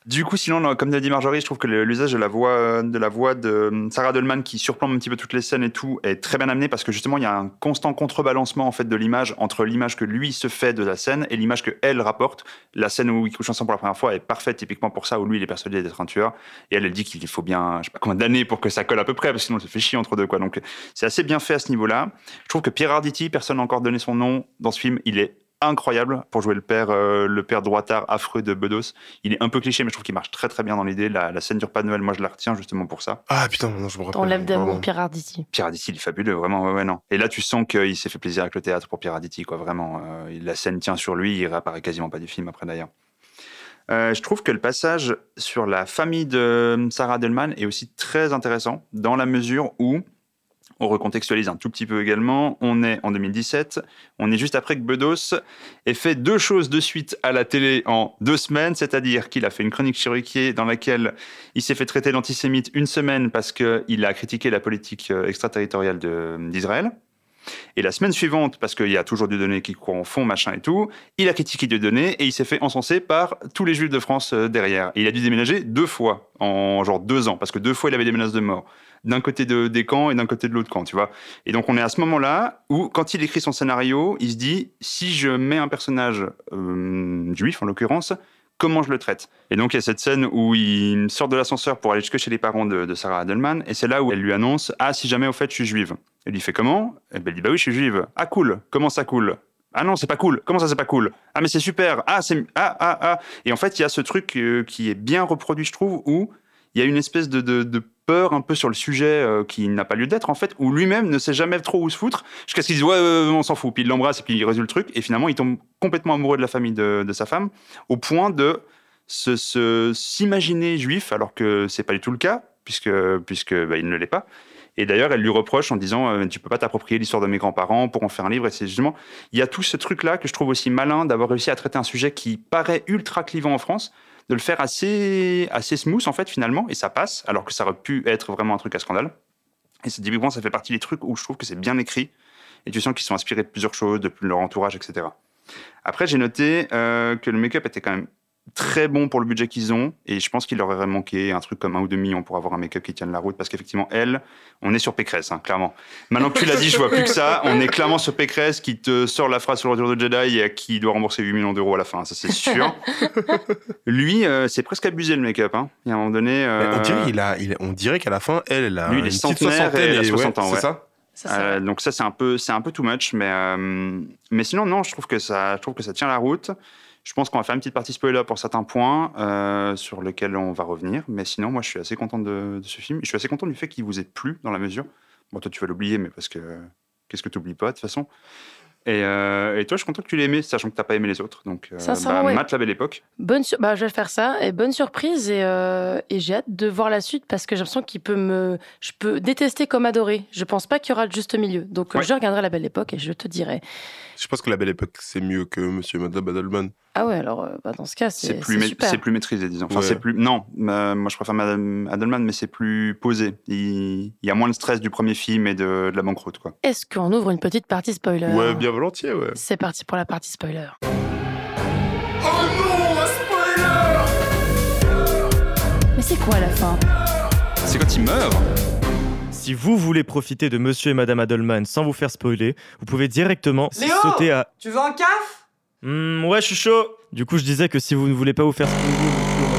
Du coup, sinon, comme l'a dit Marjorie, je trouve que l'usage de la voix de Sarah Dillman qui surplombe un petit peu toutes les scènes et tout est très bien amené parce que justement, il y a un constant contrebalancement en fait de l'image entre l'image que lui se fait de la scène et l'image que elle rapporte. La scène où ils couchent ensemble pour la première fois est parfaite typiquement pour ça, où lui il est persuadé d'être un tueur et elle dit qu'il faut bien, je sais pas combien d'années pour que ça colle à peu près parce que sinon ça fait chier entre deux quoi. Donc c'est assez bien fait à ce niveau-là. Je trouve que Pierre Arditi, personne n'a encore donné son nom dans ce film, il est incroyable pour jouer le père droitard affreux de Bedos. Il est un peu cliché, mais je trouve qu'il marche très très bien dans l'idée. La scène du repas de Noël, moi je la retiens justement pour ça. Ah putain, non, je me rappelle. On lève d'amour Pierre Arditi. Pierre Arditi, il est fabuleux, vraiment, ouais, non. Et là, tu sens qu'il s'est fait plaisir avec le théâtre pour Pierre Arditi, quoi, vraiment. La scène tient sur lui, il réapparaît quasiment pas du film après d'ailleurs. Je trouve que le passage sur la famille de Sarah Dillman est aussi très intéressant, dans la mesure où on recontextualise un tout petit peu également. On est en 2017. On est juste après que Bedos ait fait 2 choses de suite à la télé en 2 semaines, c'est-à-dire qu'il a fait une chronique chez Ruquier dans laquelle il s'est fait traiter d'antisémite une semaine parce qu'il a critiqué la politique extraterritoriale d'Israël. Et la semaine suivante, parce qu'il y a toujours Dieudonné qui croit en fond, machin et tout, il a critiqué Dieudonné et il s'est fait encenser par tous les juifs de France derrière. Et il a dû déménager 2 fois, en genre 2 ans, parce que 2 fois il avait des menaces de mort. D'un côté des camps et d'un côté de l'autre camp, tu vois. Et donc on est à ce moment-là où, quand il écrit son scénario, il se dit, si je mets un personnage juif, en l'occurrence, comment je le traite? Et donc il y a cette scène où il sort de l'ascenseur pour aller jusque chez les parents de Sarah Dillman, et c'est là où elle lui annonce, ah, si jamais au fait je suis juive. Elle lui fait comment? Et ben, elle dit, bah oui, je suis juive. Ah cool, comment ça cool? Ah non, c'est pas cool. Comment ça, c'est pas cool? Ah mais c'est super. Ah c'est Et en fait, il y a ce truc qui est bien reproduit, je trouve, où il y a une espèce de peur un peu sur le sujet qui n'a pas lieu d'être, en fait, où lui-même ne sait jamais trop où se foutre, jusqu'à ce qu'il dise ouais, on s'en fout, puis il l'embrasse et puis il résout le truc, et finalement il tombe complètement amoureux de la famille de sa femme, au point de s'imaginer juif, alors que c'est pas du tout le cas, puisque bah, il ne l'est pas. Et d'ailleurs, elle lui reproche en disant tu peux pas t'approprier l'histoire de mes grands-parents pour en faire un livre. Et c'est justement, il y a tout ce truc-là que je trouve aussi malin d'avoir réussi à traiter un sujet qui paraît ultra clivant en France, de le faire assez smooth en fait finalement, et ça passe, alors que ça aurait pu être vraiment un truc à scandale. Et c'est typiquement, ça fait partie des trucs où je trouve que c'est bien écrit, et tu sens qu'ils sont inspirés de plusieurs choses, de leur entourage, etc. Après, j'ai noté que le make-up était quand même très bon pour le budget qu'ils ont, et je pense qu'il leur aurait manqué un truc comme 1 ou 2 millions pour avoir un make-up qui tienne la route, parce qu'effectivement, on est sur Pécresse, hein, clairement. Maintenant que tu l'as dit, je vois plus que ça, on est clairement sur Pécresse qui te sort la phrase sur le retour de Jedi et qui doit rembourser 8 millions d'euros à la fin, ça c'est sûr. Lui, c'est presque abusé le make-up, hein. Il y a un moment donné... On dirait qu'à la fin, elle a lui, il est centenaire et elle a 60 ans, c'est ça. Donc ça, c'est un peu too much, mais sinon, non, je trouve que ça tient la route. Je pense qu'on va faire une petite partie spoiler pour certains points sur lesquels on va revenir. Mais sinon, moi, je suis assez content de ce film. Et je suis assez content du fait qu'il vous ait plu dans la mesure. Bon, toi, tu vas l'oublier, mais parce que qu'est-ce que tu n'oublies pas, de toute façon. Et toi, je suis content que tu l'aies aimé, sachant que tu n'as pas aimé les autres. Donc, ouais. Matt, La Belle Époque. Je vais faire ça. Et bonne surprise. Et j'ai hâte de voir la suite parce que j'ai l'impression je peux détester comme adorer. Je pense pas qu'il y aura le juste milieu. Donc, je regarderai La Belle Époque et je te dirai. Je pense que La Belle Époque, c'est mieux que Monsieur et Madame Adelman. Ah ouais, alors dans ce cas, c'est super. C'est plus maîtrisé, disons. Enfin, Ouais. Moi je préfère Madame Adelman, mais c'est plus posé. Il y a moins de stress du premier film et de la banqueroute, quoi. Est-ce qu'on ouvre une petite partie spoiler? Ouais, bien volontiers, ouais. C'est parti pour la partie spoiler. Oh non, un spoiler! Mais c'est quoi la fin? C'est quand il meurt. Si vous voulez profiter de Monsieur et Madame Adelman sans vous faire spoiler, vous pouvez directement Léo, sauter à... tu veux un caf? Ouais, je suis chaud. Du coup, je disais que si vous ne voulez pas vous faire spoiler Monsieur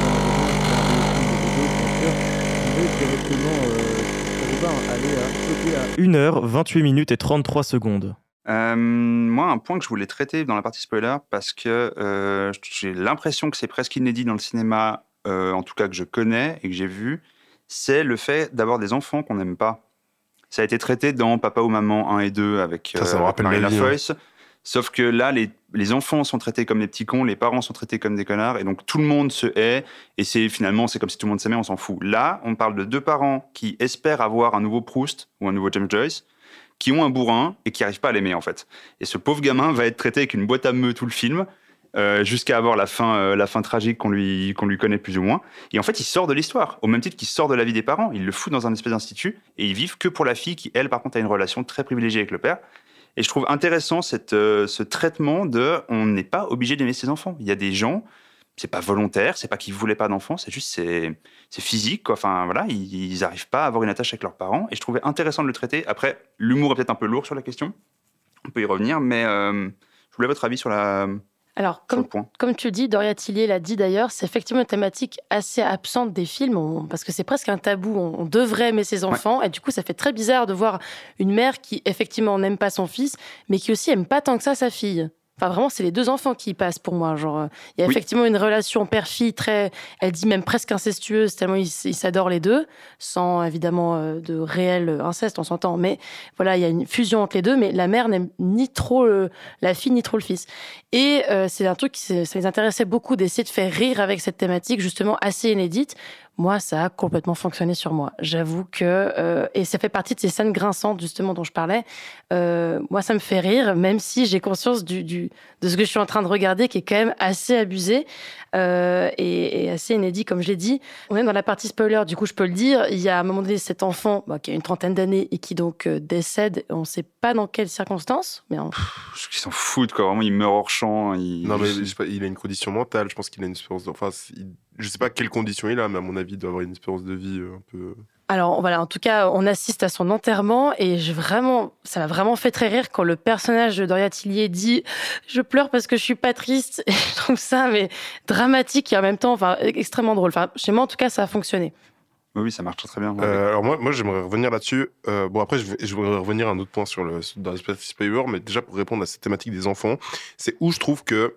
et Madame Adelman, vous pouvez directement aller à 1h28 minutes et 33 secondes. Moi, un point que je voulais traiter dans la partie spoiler, parce que j'ai l'impression que c'est presque inédit dans le cinéma, en tout cas que je connais et que j'ai vu, c'est le fait d'avoir des enfants qu'on n'aime pas. Ça a été traité dans Papa ou Maman 1 et 2 avec Ça me rappelle Marie ma vie, Lafosse. Sauf que là, les enfants sont traités comme des petits cons, les parents sont traités comme des connards, et donc tout le monde se hait, et c'est comme si tout le monde s'aimait, on s'en fout. Là, on parle de 2 parents qui espèrent avoir un nouveau Proust ou un nouveau James Joyce, qui ont un bourrin et qui n'arrivent pas à l'aimer, en fait. Et ce pauvre gamin va être traité avec une boîte à meux tout le film, jusqu'à avoir la fin tragique qu'on lui connaît plus ou moins. Et en fait, il sort de l'histoire, au même titre qu'il sort de la vie des parents. Il le fout dans un espèce d'institut, et ils vivent que pour la fille qui, elle, par contre, a une relation très privilégiée avec le père. Et je trouve intéressant ce traitement de on n'est pas obligé d'aimer ses enfants. Il y a des gens c'est pas volontaire, c'est pas qu'ils voulaient pas d'enfants, c'est juste c'est physique, quoi. Enfin voilà, ils arrivent pas à avoir une attache avec leurs parents, et je trouvais intéressant de le traiter. Après, l'humour est peut-être un peu lourd sur la question, on peut y revenir, mais je voulais votre avis sur Alors, sur le point. comme tu dis, Doria Tillier l'a dit d'ailleurs, c'est effectivement une thématique assez absente des films, parce que c'est presque un tabou. On devrait aimer ses enfants, et du coup, ça fait très bizarre de voir une mère qui, effectivement, n'aime pas son fils, mais qui aussi aime pas tant que ça sa fille. Enfin, vraiment, c'est les deux enfants qui y passent pour moi. Genre, il y a effectivement une relation père-fille très, elle dit même presque incestueuse, tellement ils s'adorent les deux, sans évidemment de réel inceste, on s'entend. Mais voilà, il y a une fusion entre les deux, mais la mère n'aime ni trop la fille, ni trop le fils. Et c'est un truc ça les intéressait beaucoup d'essayer de faire rire avec cette thématique, justement assez inédite. Moi, ça a complètement fonctionné sur moi. J'avoue que... et ça fait partie de ces scènes grinçantes, justement, dont je parlais. Moi, ça me fait rire, même si j'ai conscience de ce que je suis en train de regarder, qui est quand même assez abusé et assez inédit, comme je l'ai dit. On est dans la partie spoiler, du coup, je peux le dire. Il y a à un moment donné cet enfant qui a une 30aine d'années et qui donc décède. On ne sait pas dans quelles circonstances. Mais Ils s'en foutent, quoi. Vraiment, il meurt hors champ. Non, mais je sais pas, il a une condition mentale. Je pense qu'il a une espérance de... Enfin, je sais pas quelles conditions il a, mais à mon avis, il doit avoir une espérance de vie un peu... Alors voilà, en tout cas, on assiste à son enterrement et ça m'a vraiment fait très rire quand le personnage de Doria Tillier dit « Je pleure parce que je suis pas triste ». Et je trouve ça dramatique et en même temps extrêmement drôle. Enfin, chez moi, en tout cas, ça a fonctionné. Oui, ça marche très bien. Alors moi, j'aimerais revenir là-dessus. Bon, après, je voudrais revenir à un autre point dans les spoilers, mais déjà pour répondre à cette thématique des enfants, c'est où je trouve que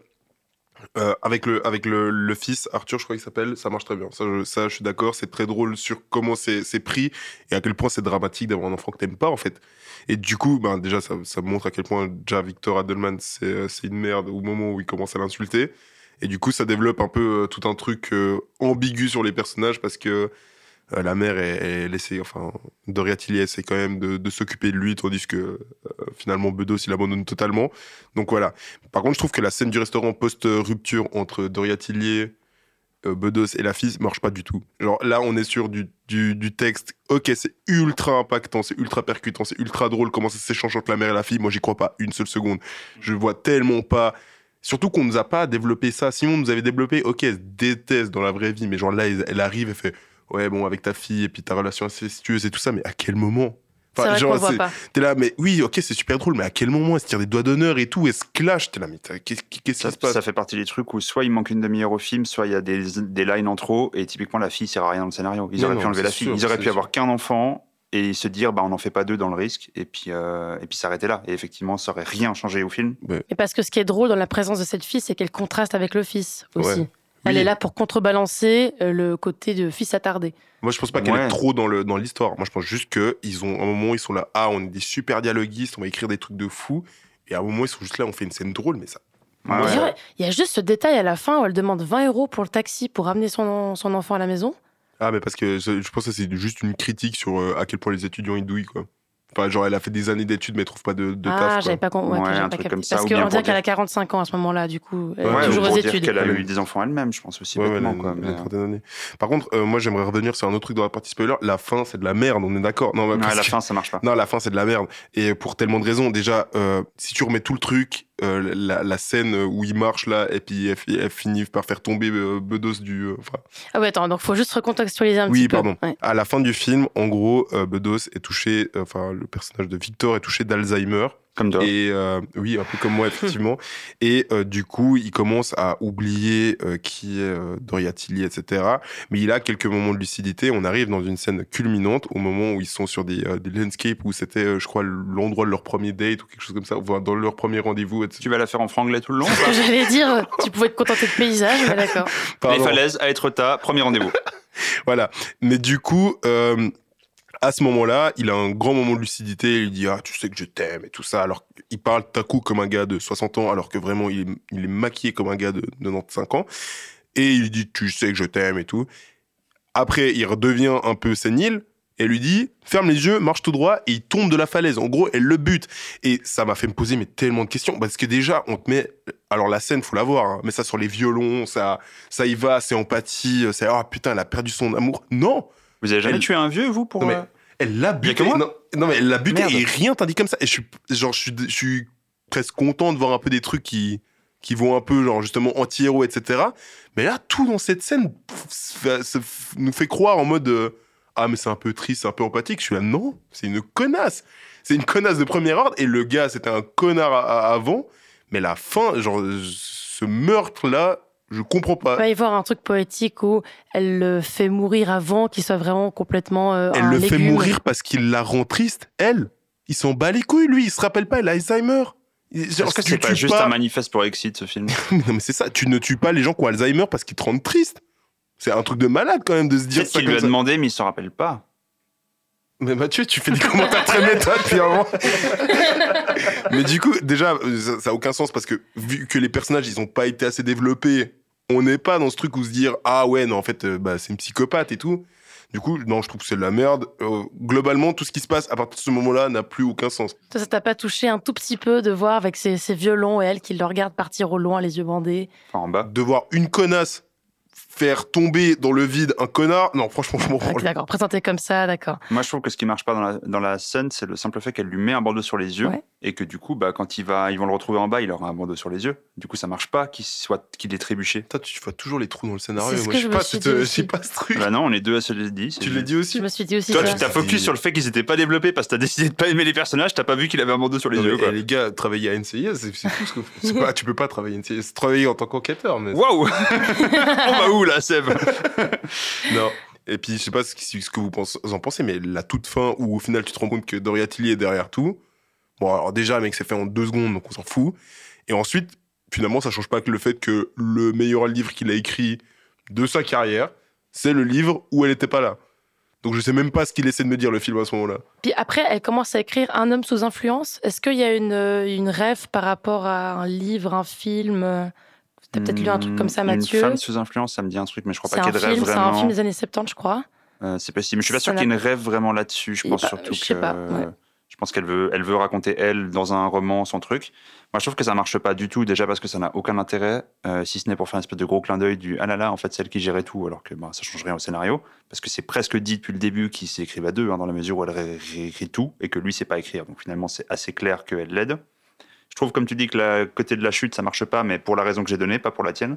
avec le fils, Arthur, je crois qu'il s'appelle, ça marche très bien. Ça, je suis d'accord, c'est très drôle sur comment c'est pris et à quel point c'est dramatique d'avoir un enfant que t'aimes pas, en fait. Et du coup, déjà, ça montre à quel point déjà Victor Adelman, c'est une merde au moment où il commence à l'insulter. Et du coup, ça développe un peu tout un truc ambigu sur les personnages parce que la mère, elle essaie, enfin, Doria Tillier essaie quand même de s'occuper de lui, tandis que finalement Bedos, il abandonne totalement. Donc voilà. Par contre, je trouve que la scène du restaurant post-rupture entre Doria Tillier, Bedos et la fille marche pas du tout. Genre là, on est sur du texte. Ok, c'est ultra impactant, c'est ultra percutant, c'est ultra drôle. Comment ça s'échange entre la mère et la fille? Moi, j'y crois pas une seule seconde. Je vois tellement pas. Surtout qu'on nous a pas développé ça. Si on nous avait développé, ok, elle se déteste dans la vraie vie, mais genre là, elle arrive et fait. Ouais, bon, avec ta fille et puis ta relation incestueuse et tout ça, mais à quel moment? Enfin, c'est vrai qu'on voit pas. T'es là, mais oui, ok, c'est super drôle, mais à quel moment elle se tire des doigts d'honneur et tout, elle se clash? T'es là, mais qu'est-ce qui se passe? Ça fait partie des trucs où soit il manque une demi-heure au film, soit il y a des lines en trop, et typiquement la fille sert à rien dans le scénario. Ils auraient pu enlever la fille, ils auraient pu avoir qu'un enfant et se dire, on n'en fait pas deux dans le risque, et puis s'arrêter là. Et effectivement, ça aurait rien changé au film. Ouais. Et parce que ce qui est drôle dans la présence de cette fille, c'est qu'elle contraste avec le fils aussi. Ouais. Elle est là pour contrebalancer le côté de fils attardé. Moi, je pense pas qu'elle est trop dans l'histoire. Moi, je pense juste qu'ils ont un moment, ils sont là, on est des super dialoguistes, on va écrire des trucs de fou. Et à un moment, ils sont juste là, on fait une scène drôle, mais ça. Il y a juste ce détail à la fin où elle demande 20 € pour le taxi pour ramener son enfant à la maison. Ah, mais parce que je pense que c'est juste une critique sur à quel point les étudiants ils douillent, quoi. Enfin, genre, elle a fait des années d'études, mais elle trouve pas de taf. Ah, j'avais pas compris. Un truc comme ça. Parce qu'on dirait qu'elle a 45 ans à ce moment-là, du coup. Elle est toujours aux études. Qu'elle a eu des enfants elle-même, je pense aussi. Bêtement, quoi. Une trentaine d'années. Par contre, moi, j'aimerais revenir sur un autre truc dans la partie spoiler. La fin, c'est de la merde, on est d'accord? Non, la fin, ça marche pas. Non, la fin, c'est de la merde. Et pour tellement de raisons. Déjà, si tu remets tout le truc, la scène où il marche là, et puis elle finit par faire tomber Bedos du. Ah ouais, attends, donc faut juste recontextualiser un petit peu. Oui, pardon. Ouais. À la fin du film, en gros, Bedos est touché, le personnage de Victor est touché d'Alzheimer. Comme toi. Et oui, un peu comme moi, effectivement. Et du coup, il commence à oublier qui est Doria Tillier, etc. Mais il a quelques moments de lucidité. On arrive dans une scène culminante au moment où ils sont sur des landscapes où c'était, je crois, l'endroit de leur premier date ou quelque chose comme ça, dans leur premier rendez-vous, etc. Tu vas la faire en franglais tout le long? Ce que j'allais dire, tu pouvais te contenter de paysage, mais d'accord. Les falaises, à Etretat, premier rendez-vous. Voilà. Mais du coup... à ce moment-là, il a un grand moment de lucidité, il dit « Ah, tu sais que je t'aime » et tout ça, alors qu'il parle tout à coup comme un gars de 60 ans, alors que vraiment, il est maquillé comme un gars de 95 ans, et il dit « Tu sais que je t'aime » et tout. Après, il redevient un peu sénile, et elle lui dit « Ferme les yeux, marche tout droit », et il tombe de la falaise. En gros, elle le bute. Et ça m'a fait me poser tellement de questions, parce que déjà, on te met... Alors la scène, faut la voir, hein, mais ça sur les violons, ça y va, c'est empathie, c'est « Ah, putain, elle a perdu son amour ». Non. Vous avez jamais tué un vieux, vous, pour... Non, mais elle l'a buté. Non, mais elle l'a buté et rien t'as dit comme ça. Et je suis presque content de voir un peu des trucs qui qui vont un peu, genre, justement, anti-héros, etc. Mais là, tout dans cette scène nous fait croire en mode ah, mais c'est un peu triste, c'est un peu empathique. Je suis là, non, c'est une connasse. C'est une connasse de premier ordre. Et le gars, c'était un connard avant. Mais la fin, genre, ce meurtre-là, je comprends pas. Il va y avoir un truc poétique où elle le fait mourir avant qu'il soit vraiment complètement Elle le fait mourir parce qu'il la rend triste. Elle, il s'en bat les couilles, lui. Il se rappelle pas, elle a Alzheimer. Est-ce que c'est pas juste un manifeste pour Exit, ce film? Non, mais c'est ça. Tu ne tues pas les gens qui ont Alzheimer parce qu'ils te rendent triste. C'est un truc de malade, quand même, de se dire ça. Peut-être qu'il lui a demandé, mais il s'en rappelle pas. Mais Mathieu, tu fais des commentaires très méta depuis un moment. Mais du coup, déjà, ça n'a aucun sens parce que vu que les personnages, ils n'ont pas été assez développés, on n'est pas dans ce truc où se dire ah ouais, non, en fait, c'est une psychopathe et tout. Du coup, non, je trouve que c'est de la merde. Globalement, tout ce qui se passe à partir de ce moment-là n'a plus aucun sens. Toi, ça t'a pas touché un tout petit peu de voir avec ses violons et elle qui le regarde partir au loin, les yeux bandés? Enfin, en bas. De voir une connasse faire tomber dans le vide un connard, non, franchement, je m'en branle. Okay, d'accord, présenté comme ça, d'accord. Moi, je trouve que ce qui marche pas dans la scène, c'est le simple fait qu'elle lui met un bandeau sur les yeux, et que du coup, quand ils vont le retrouver en bas, il aura un bandeau sur les yeux. Du coup, ça marche pas qu'il ait trébuché. Toi, tu vois toujours les trous dans le scénario. C'est Moi, je sais pas ce truc. Bah non, on est deux à se le dire. Tu l'as dit aussi. Je me suis dit aussi. Toi, tu t'as focus sur le fait qu'ils étaient pas développés parce que t'as décidé de pas aimer les personnages, t'as pas vu qu'il avait un bandeau sur les yeux. Quoi. Les gars, travailler à NCIS, c'est tout ce que c'est pas, tu peux pas travailler à NCIS. Travailler en tant qu'enquêteur, mais. Waouh. On va où là, Seb? Non. Et puis, je sais pas ce que vous en pensez, mais la toute fin où au final tu te rends compte que Doria Tilly est derrière tout. Bon, alors déjà, mec, c'est fait en 2 secondes, donc on s'en fout. Et ensuite, finalement, ça change pas que le fait que le meilleur livre qu'il a écrit de sa carrière, c'est le livre où elle était pas là. Donc je sais même pas ce qu'il essaie de me dire, le film, à ce moment-là. Puis après, elle commence à écrire Un homme sous influence. Est-ce qu'il y a une rêve par rapport à un livre, un film? T'as peut-être lu un truc comme ça, Mathieu? Une femme sous influence, ça me dit un truc, mais je crois pas qu'il y ait de rêve vraiment. C'est un film des années 70, je crois. C'est possible, mais je suis pas sûr qu'il y ait une rêve vraiment là-dessus. Je pense surtout que... Je pense qu'elle veut raconter, elle, dans un roman, son truc. Moi, je trouve que ça marche pas du tout, déjà parce que ça n'a aucun intérêt, si ce n'est pour faire un espèce de gros clin d'œil du « Ah là là, en fait, c'est elle qui gérait tout », alors que ça change rien au scénario, parce que c'est presque dit depuis le début qu'ils s'écrivent à deux, dans la mesure où elle réécrit tout, et que lui sait pas écrire. Donc finalement, c'est assez clair qu'elle l'aide. Je trouve, comme tu dis, que le côté de la chute, ça marche pas, mais pour la raison que j'ai donnée, pas pour la tienne.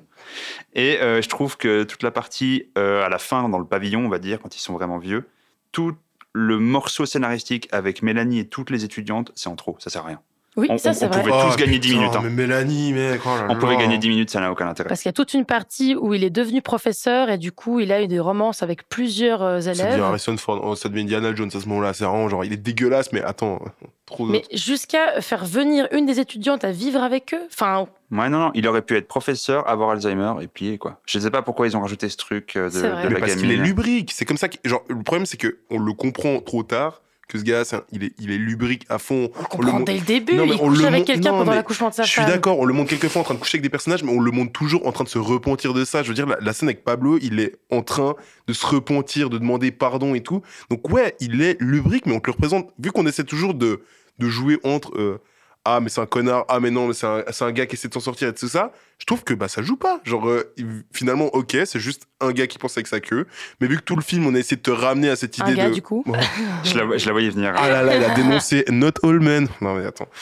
Et je trouve que toute la partie, à la fin, dans le pavillon, on va dire, quand ils sont vraiment vieux, tout le morceau scénaristique avec Mélanie et toutes les étudiantes, c'est en trop, ça sert à rien. Oui, ça c'est vrai. On pouvait tous gagner 10 minutes. Mais Mélanie, mec, on pouvait gagner 10 minutes, ça n'a aucun intérêt. Parce qu'il y a toute une partie où il est devenu professeur et du coup, il a eu des romances avec plusieurs élèves. Ça devient Harrison Ford, ça devient Indiana Jones à ce moment-là. C'est vraiment genre, il est dégueulasse, mais attends, trop. Mais jusqu'à faire venir une des étudiantes à vivre avec eux. Enfin. Ouais, non, il aurait pu être professeur, avoir Alzheimer et plier, quoi. Je sais pas pourquoi ils ont rajouté ce truc de la gamine. Parce qu'il est lubrique. C'est comme ça que, genre, le problème, c'est qu'on le comprend trop tard. Que ce gars, il est lubrique à fond. On comprend dès le début, il couche avec quelqu'un pendant l'accouchement de sa femme. Je suis d'accord, on le montre quelques fois en train de coucher avec des personnages, mais on le montre toujours en train de se repentir de ça. Je veux dire, la scène avec Pablo, il est en train de se repentir, de demander pardon et tout. Donc ouais, il est lubrique, mais on te le représente, vu qu'on essaie toujours de jouer entre... ah mais c'est un connard, ah mais non mais c'est un gars qui essaie de s'en sortir et tout ça, je trouve que ça joue pas, genre finalement ok, c'est juste un gars qui pense avec sa queue, mais vu que tout le film on a essayé de te ramener à cette idée un gars, du coup je la voyais venir. Ah là là, il a dénoncé Not All Men. Non mais attends.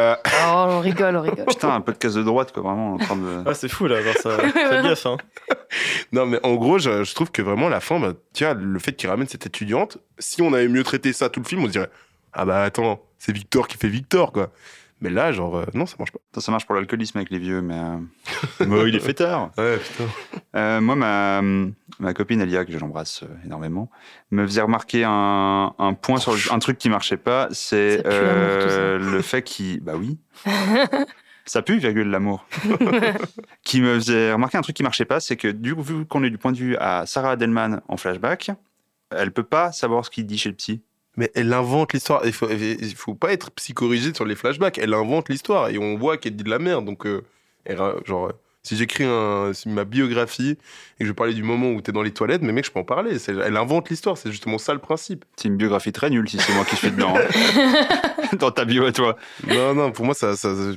Oh on rigole. Putain, un podcast de droite quoi, vraiment en train de... Ah c'est fou là, alors ça, fais gaffe hein. Non mais en gros je trouve que vraiment la fin, tiens, le fait qu'il ramène cette étudiante, si on avait mieux traité ça tout le film, on se dirait ah bah attends, c'est Victor qui fait Victor quoi. Mais là, genre, non, ça marche pas. Ça marche pour l'alcoolisme avec les vieux, mais il est fêtard. Ouais, putain. Moi, ma copine Elia, que j'embrasse énormément, me faisait remarquer un point sur un truc qui marchait pas, c'est le fait qu'il... Bah oui. Ça pue, l'amour. Qui me faisait remarquer un truc qui marchait pas, c'est que vu qu'on est du point de vue à Sarah Adelman en flashback, elle peut pas savoir ce qu'il dit chez le psy. Mais elle invente l'histoire. Il faut pas être psychorigide sur les flashbacks. Elle invente l'histoire et on voit qu'elle dit de la merde. Donc, genre, si j'écris ma biographie et que je parlais du moment où t'es dans les toilettes, mais mec, je peux en parler. Elle invente l'histoire. C'est justement ça le principe. C'est une biographie très nulle si c'est moi qui suis dedans. Dans ta bio à toi. Non, pour moi, ça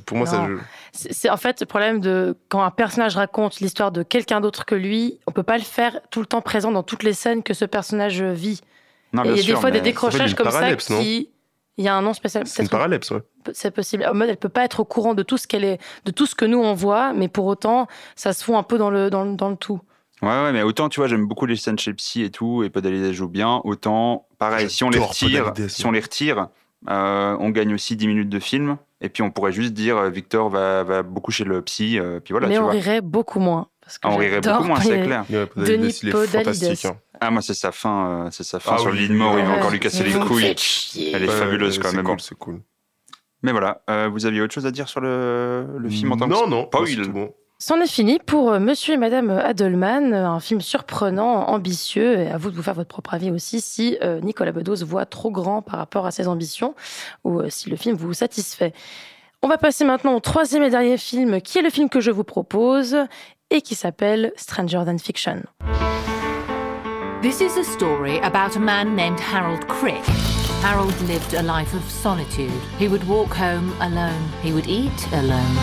C'est en fait le problème de quand un personnage raconte l'histoire de quelqu'un d'autre que lui, on peut pas le faire tout le temps présent dans toutes les scènes que ce personnage vit. Non, et il y a des fois des décrochages comme ça qui... Il y a un nom spécial. C'est une paralepse, ouais. C'est possible. En mode, elle peut pas être au courant de tout ce de tout ce que nous on voit, mais pour autant, ça se fout un peu dans le tout. Ouais, mais autant, tu vois, j'aime beaucoup les scènes chez Psy et tout, et Podalydé joue bien, autant, pareil, si on les retire, on gagne aussi 10 minutes de film, et puis on pourrait juste dire Victor va beaucoup chez le psy, puis voilà, mais tu on vois. rirait beaucoup moins. Parce que on rirait beaucoup moins, c'est clair. Denis Podalydé. Ah, moi, c'est sa fin sur le lit de mort, il va encore lui casser les couilles. Elle est fabuleuse, quand même. C'est cool. Mais voilà, vous aviez autre chose à dire sur le film en tant que Non, spoil? c'est tout bon. C'en est fini pour Monsieur et Madame Adelman, un film surprenant, ambitieux, et à vous de vous faire votre propre avis aussi si Nicolas Bedos voit trop grand par rapport à ses ambitions ou si le film vous satisfait. On va passer maintenant au troisième et dernier film, qui est le film que je vous propose et qui s'appelle Stranger Than Fiction. This is a story about a man named Harold Crick. Harold lived a life of solitude. He would walk home alone. He would eat alone.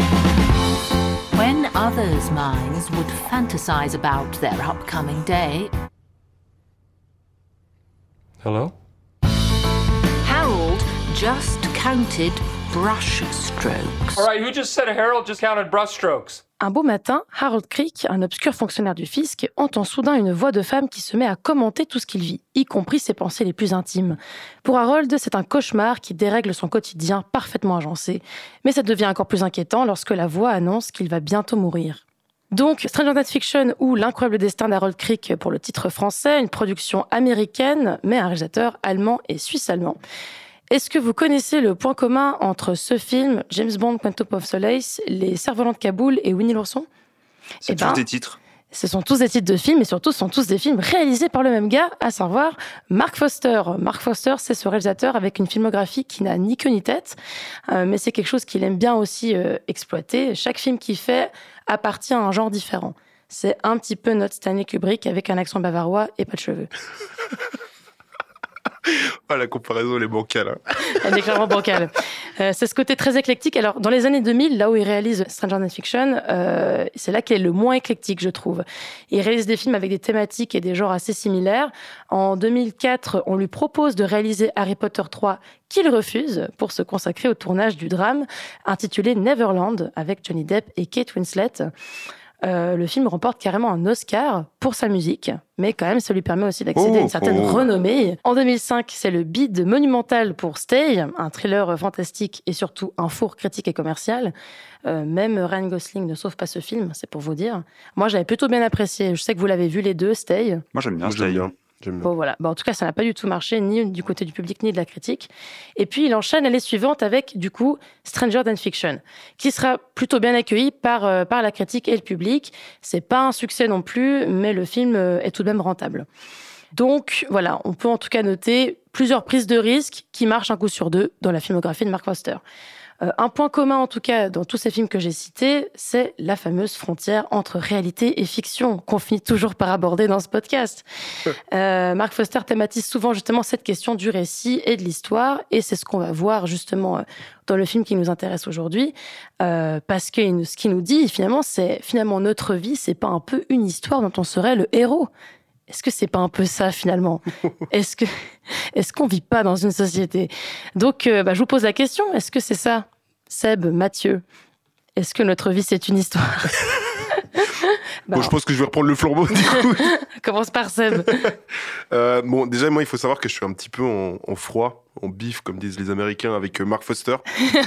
When others' minds would fantasize about their upcoming day, Hello? Harold just counted brush strokes. All right, who just said Harold just counted brush strokes? Un beau matin, Harold Crick, un obscur fonctionnaire du fisc, entend soudain une voix de femme qui se met à commenter tout ce qu'il vit, y compris ses pensées les plus intimes. Pour Harold, c'est un cauchemar qui dérègle son quotidien parfaitement agencé, mais ça devient encore plus inquiétant lorsque la voix annonce qu'il va bientôt mourir. Donc, Stranger Than Fiction ou L'incroyable destin d'Harold Crick pour le titre français, une production américaine, mais un réalisateur allemand et suisse-allemand. Est-ce que vous connaissez le point commun entre ce film, James Bond, Quantum of Solace, Les Cerfs-volants de Kaboul et Winnie l'ourson? C'est tous des titres. Ce sont tous des titres de films et surtout ce sont tous des films réalisés par le même gars, à savoir Mark Foster. Mark Foster, c'est ce réalisateur avec une filmographie qui n'a ni queue ni tête, mais c'est quelque chose qu'il aime bien aussi exploiter. Chaque film qu'il fait appartient à un genre différent. C'est un petit peu notre Stanley Kubrick avec un accent bavarois et pas de cheveux. Ah, la comparaison, elle est bancale. Hein. Elle est clairement bancale. C'est ce côté très éclectique. Alors, dans les années 2000, là où il réalise Stranger Than Fiction, c'est là qu'il est le moins éclectique, je trouve. Il réalise des films avec des thématiques et des genres assez similaires. En 2004, on lui propose de réaliser Harry Potter 3, qu'il refuse pour se consacrer au tournage du drame intitulé Neverland, avec Johnny Depp et Kate Winslet. Le film remporte carrément un Oscar pour sa musique, mais quand même, ça lui permet aussi d'accéder à une certaine renommée. En 2005, c'est le bid monumental pour Stay, un thriller fantastique et surtout un four critique et commercial. Même Ryan Gosling ne sauve pas ce film, c'est pour vous dire. Moi, j'avais plutôt bien apprécié. Je sais que vous l'avez vu les deux, Stay. Moi, j'aime bien Stay. Bon, voilà. En tout cas, ça n'a pas du tout marché, ni du côté du public, ni de la critique. Et puis, il enchaîne l'année suivante avec, du coup, Stranger Than Fiction, qui sera plutôt bien accueilli par la critique et le public. C'est pas un succès non plus, mais le film est tout de même rentable. Donc, voilà, on peut en tout cas noter plusieurs prises de risques qui marchent un coup sur deux dans la filmographie de Mark Foster. Un point commun, en tout cas, dans tous ces films que j'ai cités, c'est la fameuse frontière entre réalité et fiction, qu'on finit toujours par aborder dans ce podcast. Mark Foster thématise souvent justement cette question du récit et de l'histoire, et c'est ce qu'on va voir justement dans le film qui nous intéresse aujourd'hui, parce que ce qu'il nous dit, c'est finalement notre vie, c'est pas un peu une histoire dont on serait le héros? Est-ce que c'est pas un peu ça finalement? Est-ce qu'on vit pas dans une société? Donc, je vous pose la question, est-ce que c'est ça? Seb, Mathieu, est-ce que notre vie c'est une histoire? Bon, je pense que je vais reprendre le flambeau du coup. Commence par Seb. Bon, déjà, moi, il faut savoir que je suis un petit peu en froid, en bif, comme disent les Américains, avec Mark Foster.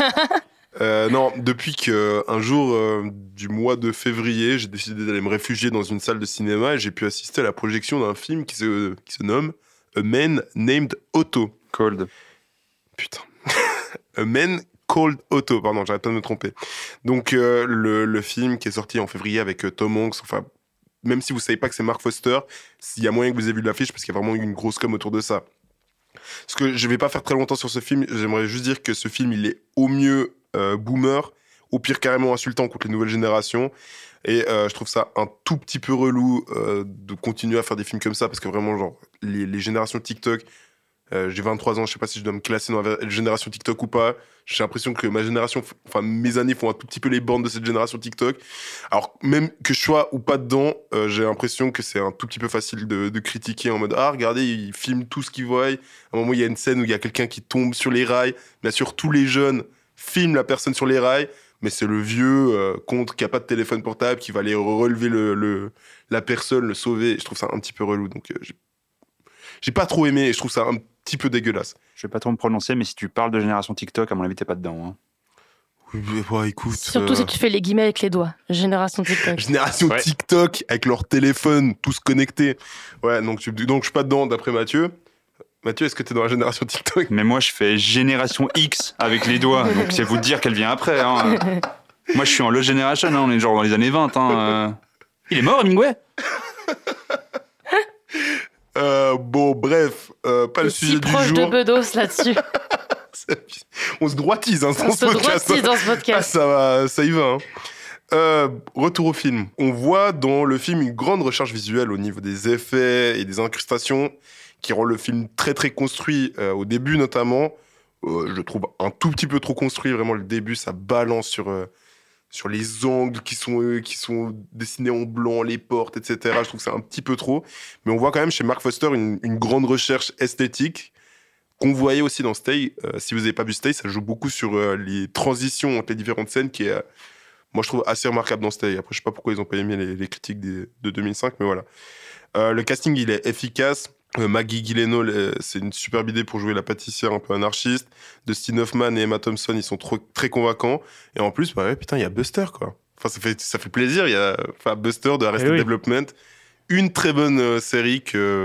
Non, depuis qu'un jour du mois de février, j'ai décidé d'aller me réfugier dans une salle de cinéma et j'ai pu assister à la projection d'un film qui se nomme A Man Named Otto. Cold. Putain. A Man Called Otto, pardon, j'arrête pas de me tromper. Donc, le film qui est sorti en février avec Tom Hanks, enfin, même si vous savez pas que c'est Mark Foster, il y a moyen que vous ayez vu l'affiche parce qu'il y a vraiment eu une grosse com autour de ça. Parce que je vais pas faire très longtemps sur ce film, j'aimerais juste dire que ce film, il est au mieux boomer, au pire carrément insultant contre les nouvelles générations. Et je trouve ça un tout petit peu relou de continuer à faire des films comme ça parce que vraiment, genre, les générations TikTok J'ai 23 ans, je sais pas si je dois me classer dans la génération TikTok ou pas. J'ai l'impression que mes années font un tout petit peu les bornes de cette génération TikTok. Alors, même que je sois ou pas dedans, j'ai l'impression que c'est un tout petit peu facile de critiquer en mode « Ah, regardez, ils filment tout ce qu'ils voient. » À un moment, il y a une scène où il y a quelqu'un qui tombe sur les rails. Bien sûr, tous les jeunes filment la personne sur les rails, mais c'est le vieux qui a pas de téléphone portable qui va aller relever la personne, le sauver. Et je trouve ça un petit peu relou. Donc, j'ai pas trop aimé et je trouve ça un petit peu dégueulasse. Je vais pas trop me prononcer, mais si tu parles de génération TikTok, à mon avis, t'es pas dedans. Hein. Oui, mais ouais, écoute. Surtout si tu fais les guillemets avec les doigts. Génération TikTok. Génération TikTok avec leur téléphone, tous connectés. Ouais, donc je suis pas dedans, d'après Mathieu. Mathieu, est-ce que t'es dans la génération TikTok ? Mais moi, je fais génération X avec les doigts, donc c'est vous dire qu'elle vient après. Hein. Moi, je suis en Lost Generation, hein, on est genre dans les années 20. Hein. Il est mort, Hemingway ? Bon, bref, pas le sujet du jour. Si proche de Bedos là-dessus. On se droitise dans ce podcast. On se droitise dans ce podcast. Ah, ça y va. Hein. Retour au film. On voit dans le film une grande recherche visuelle au niveau des effets et des incrustations qui rend le film très très construit au début notamment. Je le trouve un tout petit peu trop construit. Vraiment, le début, ça balance sur les angles qui sont dessinés en blanc, les portes, etc. Je trouve que c'est un petit peu trop. Mais on voit quand même chez Mark Foster une grande recherche esthétique qu'on voyait aussi dans Stay. Si vous n'avez pas vu Stay, ça joue beaucoup sur les transitions entre les différentes scènes qui est, moi, je trouve assez remarquable dans Stay. Après, je sais pas pourquoi ils n'ont pas aimé les critiques de 2005, mais voilà. Le casting, il est efficace. Maggie Gyllenhaal, c'est une superbe idée pour jouer la pâtissière un peu anarchiste. Dustin Hoffman et Emma Thompson, ils sont très convaincants. Et en plus, putain, il y a Buster, quoi. Enfin, ça fait plaisir. Il y a Buster de Arrested Development. Une très bonne série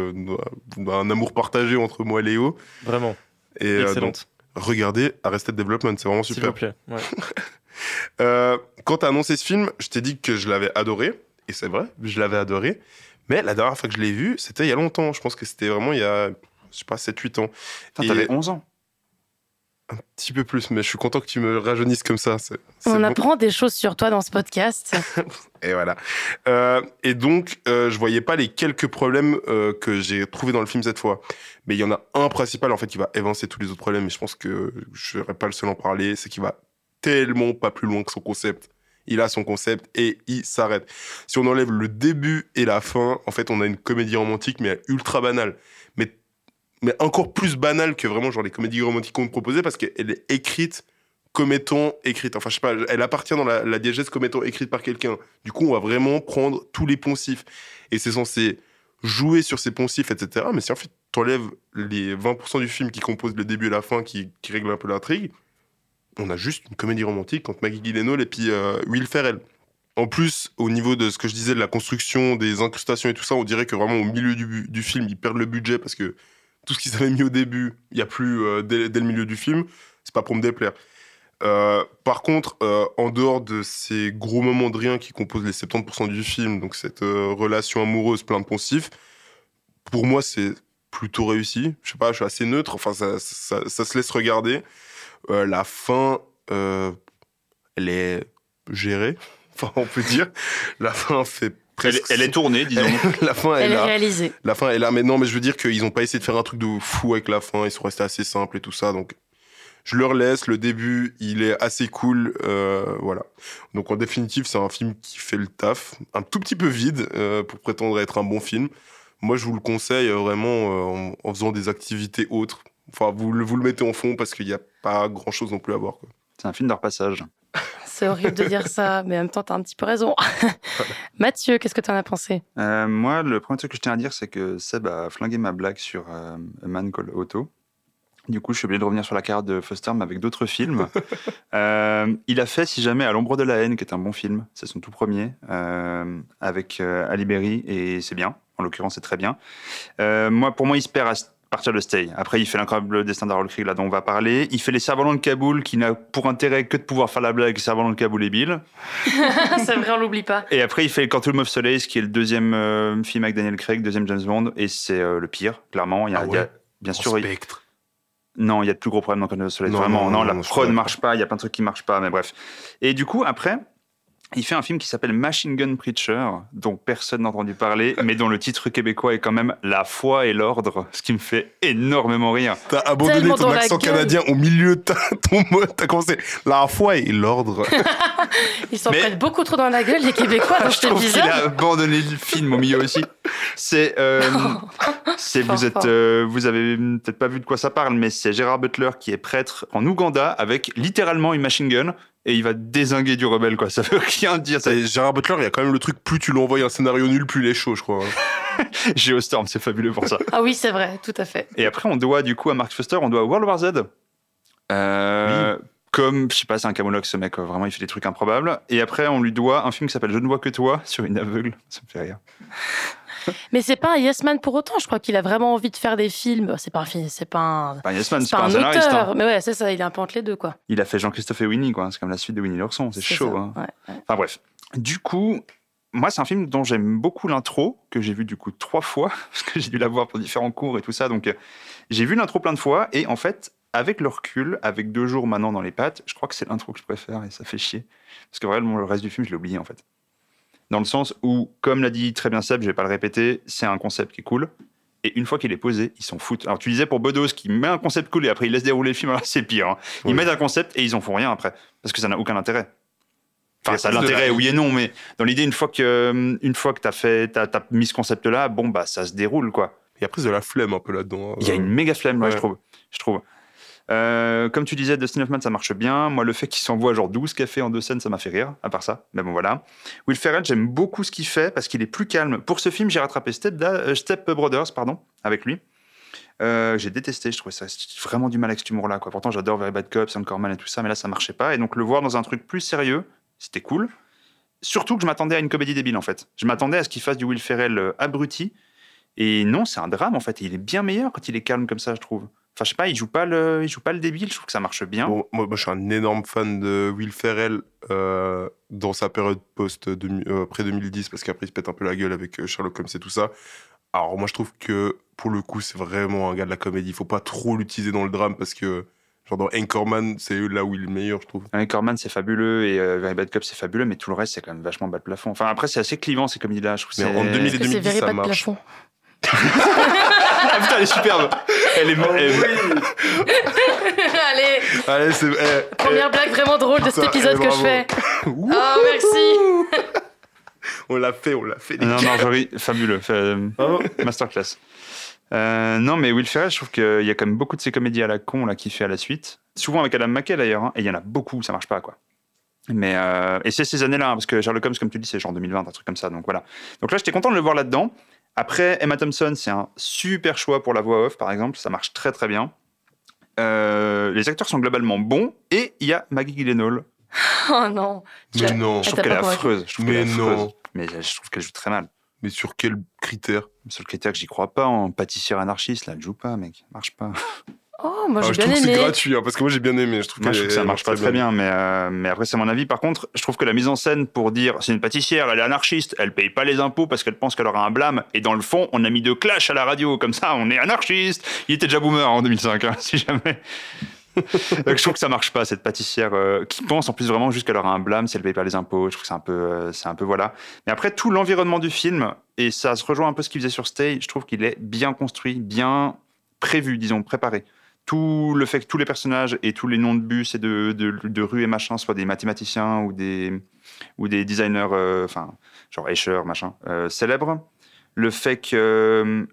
un amour partagé entre moi et Léo. Vraiment. Et excellente. Donc, regardez Arrested Development, c'est vraiment super. S'il vous plaît. Ouais. Quand t'as annoncé ce film, je t'ai dit que je l'avais adoré. Et c'est vrai, je l'avais adoré. Mais la dernière fois que je l'ai vu, c'était il y a longtemps. Je pense que c'était vraiment il y a, 7-8 ans. T'avais 11 ans. Un petit peu plus, mais je suis content que tu me rajeunisses comme ça. On apprend des choses sur toi dans ce podcast. Et voilà. Et donc, je voyais pas les quelques problèmes que j'ai trouvés dans le film cette fois. Mais il y en a un principal, en fait, qui va évincer tous les autres problèmes. Et je pense que je serai pas le seul à en parler. C'est qu'il va tellement pas plus loin que son concept. Il a son concept et il s'arrête. Si on enlève le début et la fin, en fait, on a une comédie romantique, mais ultra banale. Mais encore plus banale que vraiment genre les comédies romantiques qu'on me proposait, parce qu'elle est écrite comme étant écrite. Enfin, je sais pas, elle appartient dans la diégèse comme étant écrite par quelqu'un. Du coup, on va vraiment prendre tous les poncifs. Et c'est censé jouer sur ces poncifs, etc. Mais si en fait, t'enlèves les 20% du film qui composent le début et la fin, qui règlent un peu l'intrigue, on a juste une comédie romantique entre Maggie Gyllenhaal et puis Will Ferrell. En plus, au niveau de ce que je disais, de la construction, des incrustations et tout ça, on dirait que vraiment au milieu du film, ils perdent le budget parce que tout ce qu'ils avaient mis au début, il n'y a plus dès le milieu du film. C'est pas pour me déplaire. Par contre, en dehors de ces gros moments de rien qui composent les 70% du film, donc cette relation amoureuse plein de poncifs, pour moi, c'est plutôt réussi. Je sais pas, je suis assez neutre. Enfin, ça se laisse regarder. La fin, elle est gérée, enfin on peut dire. La fin fait presque... Elle est tournée, disons. La fin elle est est là. réalisée. La fin est là, mais non, mais je veux dire qu'ils n'ont pas essayé de faire un truc de fou avec la fin. Ils sont restés assez simples et tout ça, donc je leur laisse. Le début, il est assez cool, voilà. Donc en définitive, c'est un film qui fait le taf, un tout petit peu vide pour prétendre être un bon film. Moi, je vous le conseille vraiment en faisant des activités autres. Enfin, vous le mettez en fond parce qu'il n'y a pas grand-chose non plus à voir, quoi. C'est un film de repassage. C'est horrible de dire ça, mais en même temps, t'as un petit peu raison. Mathieu, qu'est-ce que t'en as pensé ? Moi, le premier truc que je tiens à dire, c'est que Seb a flingué ma blague sur A Man Called Otto. Du coup, je suis obligé de revenir sur la carrière de Foster, mais avec d'autres films. Il a fait Si jamais à l'ombre de la haine, qui est un bon film. C'est son tout premier, avec Ali Berry, et c'est bien. En l'occurrence, c'est très bien. Pour moi, il se perd à partir de Stay. Après, il fait l'incroyable destin d'Harold Krieg, là dont on va parler. Il fait Les Cerfs-Volants de Kaboul, qui n'a pour intérêt que de pouvoir faire la blague avec Les Cerfs-Volants de Kaboul et Bill. C'est vrai, on l'oublie pas. Et après, il fait Quantum of Solace, qui est le deuxième film avec Daniel Craig, deuxième James Bond, et c'est le pire, clairement. Il y a bien sûr... Spectre. Non, il y a de plus gros problèmes dans Quantum of Solace. Vraiment, non, la prod ne marche pas, il y a plein de trucs qui ne marchent pas, mais bref. Et du coup, après... Il fait un film qui s'appelle Machine Gun Preacher, dont personne n'a entendu parler, mais dont le titre québécois est quand même La foi et l'ordre, ce qui me fait énormément rire. T'as abandonné Tellement ton dans la accent gueule. canadien au milieu de ton mot. T'as commencé La foi et l'ordre. Ils s'en prennent beaucoup trop dans la gueule, les Québécois, dans Je cet trouve qu'il épisode. a abandonné le film au milieu aussi. C'est vous avez peut-être pas vu de quoi ça parle, mais c'est Gérard Butler qui est prêtre en Ouganda avec littéralement une machine gun et il va dézinguer du rebelle, quoi. Ça veut rien dire. Gérard Butler, il y a quand même le truc, plus tu lui envoies un scénario nul, plus il est chaud, je crois. Geostorm, c'est fabuleux pour ça. Ah oui, c'est vrai, tout à fait. Et après, on doit du coup à Mark Foster, on doit World War Z. Comme, je sais pas, c'est un camoulox ce mec, quoi. Vraiment, il fait des trucs improbables. Et après, on lui doit un film qui s'appelle Je ne vois que toi, sur une aveugle. Ça me fait rire. Mais c'est pas un Yes Man pour autant. Je crois qu'il a vraiment envie de faire des films. C'est pas un film, c'est pas un. Pas un Yes Man, c'est c'est pas pas un scénariste. auteur. Hein. Mais ouais, c'est ça. Il est un peu entre les deux, quoi. Il a fait Jean-Christophe et Winnie, quoi. C'est comme la suite de Winnie l'ourson. C'est chaud. ça, Hein. ouais. Enfin bref. Du coup, moi, c'est un film dont j'aime beaucoup l'intro, que j'ai vu du coup 3 fois, parce que j'ai dû la voir pour différents cours et tout ça. Donc, j'ai vu l'intro plein de fois. Et en fait, avec le recul, avec 2 jours maintenant dans les pattes, je crois que c'est l'intro que je préfère et ça fait chier. Parce que vraiment, le reste du film, je l'ai oublié en fait. Dans le sens où, comme l'a dit très bien Seb, je vais pas le répéter, c'est un concept qui est cool. Et une fois qu'il est posé, ils s'en foutent. Alors tu disais pour Bedos qui met un concept cool et après il laisse dérouler le film, alors c'est pire. Hein. Ils mettent un concept et ils en font rien après. Parce que ça n'a aucun intérêt. Enfin, ça a l'intérêt, oui et non, mais dans l'idée, une fois que t'as mis ce concept-là, bon, bah, ça se déroule, quoi. Il y a pris de la flemme un peu là-dedans. Il y a une méga flemme, ouais. je trouve. Comme tu disais, Dustin Hoffman, ça marche bien. Moi, le fait qu'il s'envoie genre 12 cafés en 2 scènes, ça m'a fait rire, à part ça. Mais bon, voilà. Will Ferrell, j'aime beaucoup ce qu'il fait parce qu'il est plus calme. Pour ce film, j'ai rattrapé Step Brothers, avec lui. J'ai détesté, je trouvais ça vraiment du mal avec cet humour-là, quoi. Pourtant, j'adore Very Bad Cops, Anchorman et tout ça, mais là, ça marchait pas. Et donc, le voir dans un truc plus sérieux, c'était cool. Surtout que je m'attendais à une comédie débile, en fait. Je m'attendais à ce qu'il fasse du Will Ferrell abruti. Et non, c'est un drame, en fait. Et il est bien meilleur quand il est calme comme ça, je trouve. Enfin, je sais pas, il joue pas le débile, je trouve que ça marche bien. Bon, moi, je suis un énorme fan de Will Ferrell dans sa période pré-2010, parce qu'après, il se pète un peu la gueule avec Sherlock Holmes et tout ça. Alors, moi, je trouve que, pour le coup, c'est vraiment un gars de la comédie. Il faut pas trop l'utiliser dans le drame, parce que, genre, dans Anchorman, c'est là où il est le meilleur, je trouve. Anchorman, c'est fabuleux, et Very Bad Cop, c'est fabuleux, mais tout le reste, c'est quand même vachement bas de plafond. Enfin, après, c'est assez clivant, ces comédies-là. Je trouve mais en 2000 et 2010, ça marche. Ah putain, elle est superbe. Elle est Allez, c'est première blague vraiment drôle de cet épisode que je fais. Oh, merci. On l'a fait. Non, Marjorie, fabuleux. Masterclass. Non, mais Will Ferrell, je trouve qu'il y a quand même beaucoup de ces comédies à la con là qu'il fait à la suite. Souvent avec Adam McKay d'ailleurs, hein, et il y en a beaucoup, ça marche pas, quoi. Mais et c'est ces années-là, hein, parce que Sherlock Holmes, comme tu dis, c'est genre 2020, un truc comme ça. Donc voilà. Donc là, j'étais content de le voir là-dedans. Après, Emma Thompson, c'est un super choix pour la voix off, par exemple. Ça marche très, très bien. Les acteurs sont globalement bons. Et il y a Maggie Gyllenhaal. Oh non. Mais non. Je trouve qu'elle est affreuse. Mais je trouve qu'elle joue très mal. Mais sur quel critère ? Sur le critère que j'y crois pas. En pâtissière anarchiste, là, elle joue pas, mec. Marche pas. Oh, moi j'ai je bien trouve aimé. que c'est gratuit, hein, parce que moi j'ai bien aimé. Je trouve que ça marche pas très bien, mais après c'est mon avis. Par contre, je trouve que la mise en scène pour dire c'est une pâtissière, elle est anarchiste, elle paye pas les impôts parce qu'elle pense qu'elle aura un blâme. Et dans le fond, on a mis de clash à la radio, comme ça, on est anarchiste. Il était déjà boomer en 2005, hein, si jamais. Donc je trouve que ça marche pas, cette pâtissière qui pense en plus vraiment juste qu'elle aura un blâme si elle paye pas les impôts. Je trouve que c'est un peu voilà. Mais après tout l'environnement du film, et ça se rejoint un peu ce qu'il faisait sur Stay, je trouve qu'il est bien construit, bien prévu, disons, préparé. Tout le fait que tous les personnages et tous les noms de bus et de rues et machin soient des mathématiciens ou des designers, genre Escher, machin, célèbres. Le fait que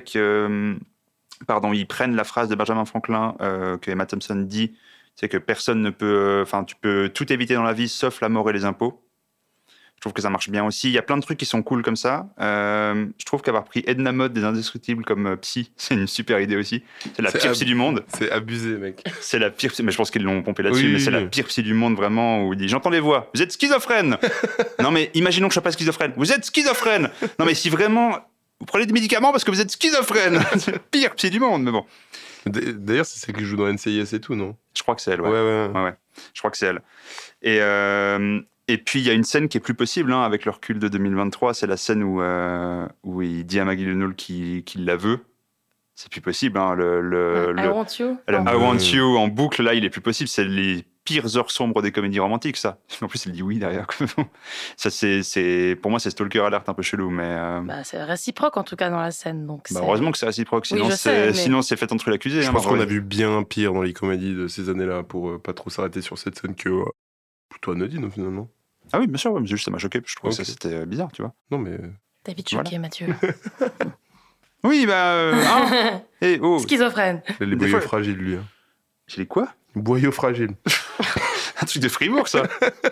ils prennent la phrase de Benjamin Franklin que Emma Thompson dit, c'est que personne ne peut, tu peux tout éviter dans la vie sauf la mort et les impôts. Je trouve que ça marche bien aussi. Il y a plein de trucs qui sont cool comme ça. Je trouve qu'avoir pris Edna Mode des Indestructibles comme psy, c'est une super idée aussi. C'est la pire psy du monde. C'est abusé, mec. C'est la pire psy, mais je pense qu'ils l'ont pompé là-dessus, mais c'est la pire psy du monde vraiment, où il dit « J'entends les voix, vous êtes schizophrène !» Non mais imaginons que je ne sois pas schizophrène. Vous êtes schizophrène ! Non mais si vraiment, vous prenez des médicaments parce que vous êtes schizophrène. C'est la pire psy du monde, mais bon. D'ailleurs, c'est celle qui joue dans NCIS et tout, non ? Je crois que c'est elle, ouais. Ouais. Je crois que c'est elle. Et puis, il y a une scène qui est plus possible, hein, avec le recul de 2023. C'est la scène où il dit à Maggie Gyllenhaal qu'il la veut. C'est plus possible. Hein, I want you. I want you en boucle, là, il est plus possible. C'est les pires heures sombres des comédies romantiques, ça. En plus, il dit oui derrière. Ça, pour moi, c'est Stalker Alert un peu chelou, mais... c'est réciproque, en tout cas, dans la scène. Donc heureusement que c'est réciproque, sinon, sinon c'est fait entre l'accusé. Je pense qu'on a vu bien pire dans les comédies de ces années-là pour pas trop s'arrêter sur cette scène que plutôt anodine, finalement. Ah oui, bien sûr, mais juste ça m'a choqué, je trouvais que ça, c'était bizarre, tu vois. Non, mais... T'as vite choqué, Mathieu. Oui, schizophrène. Les boyaux fragiles, lui. Hein. J'ai les quoi? Boyaux fragiles. Un truc de Fribourg, ça.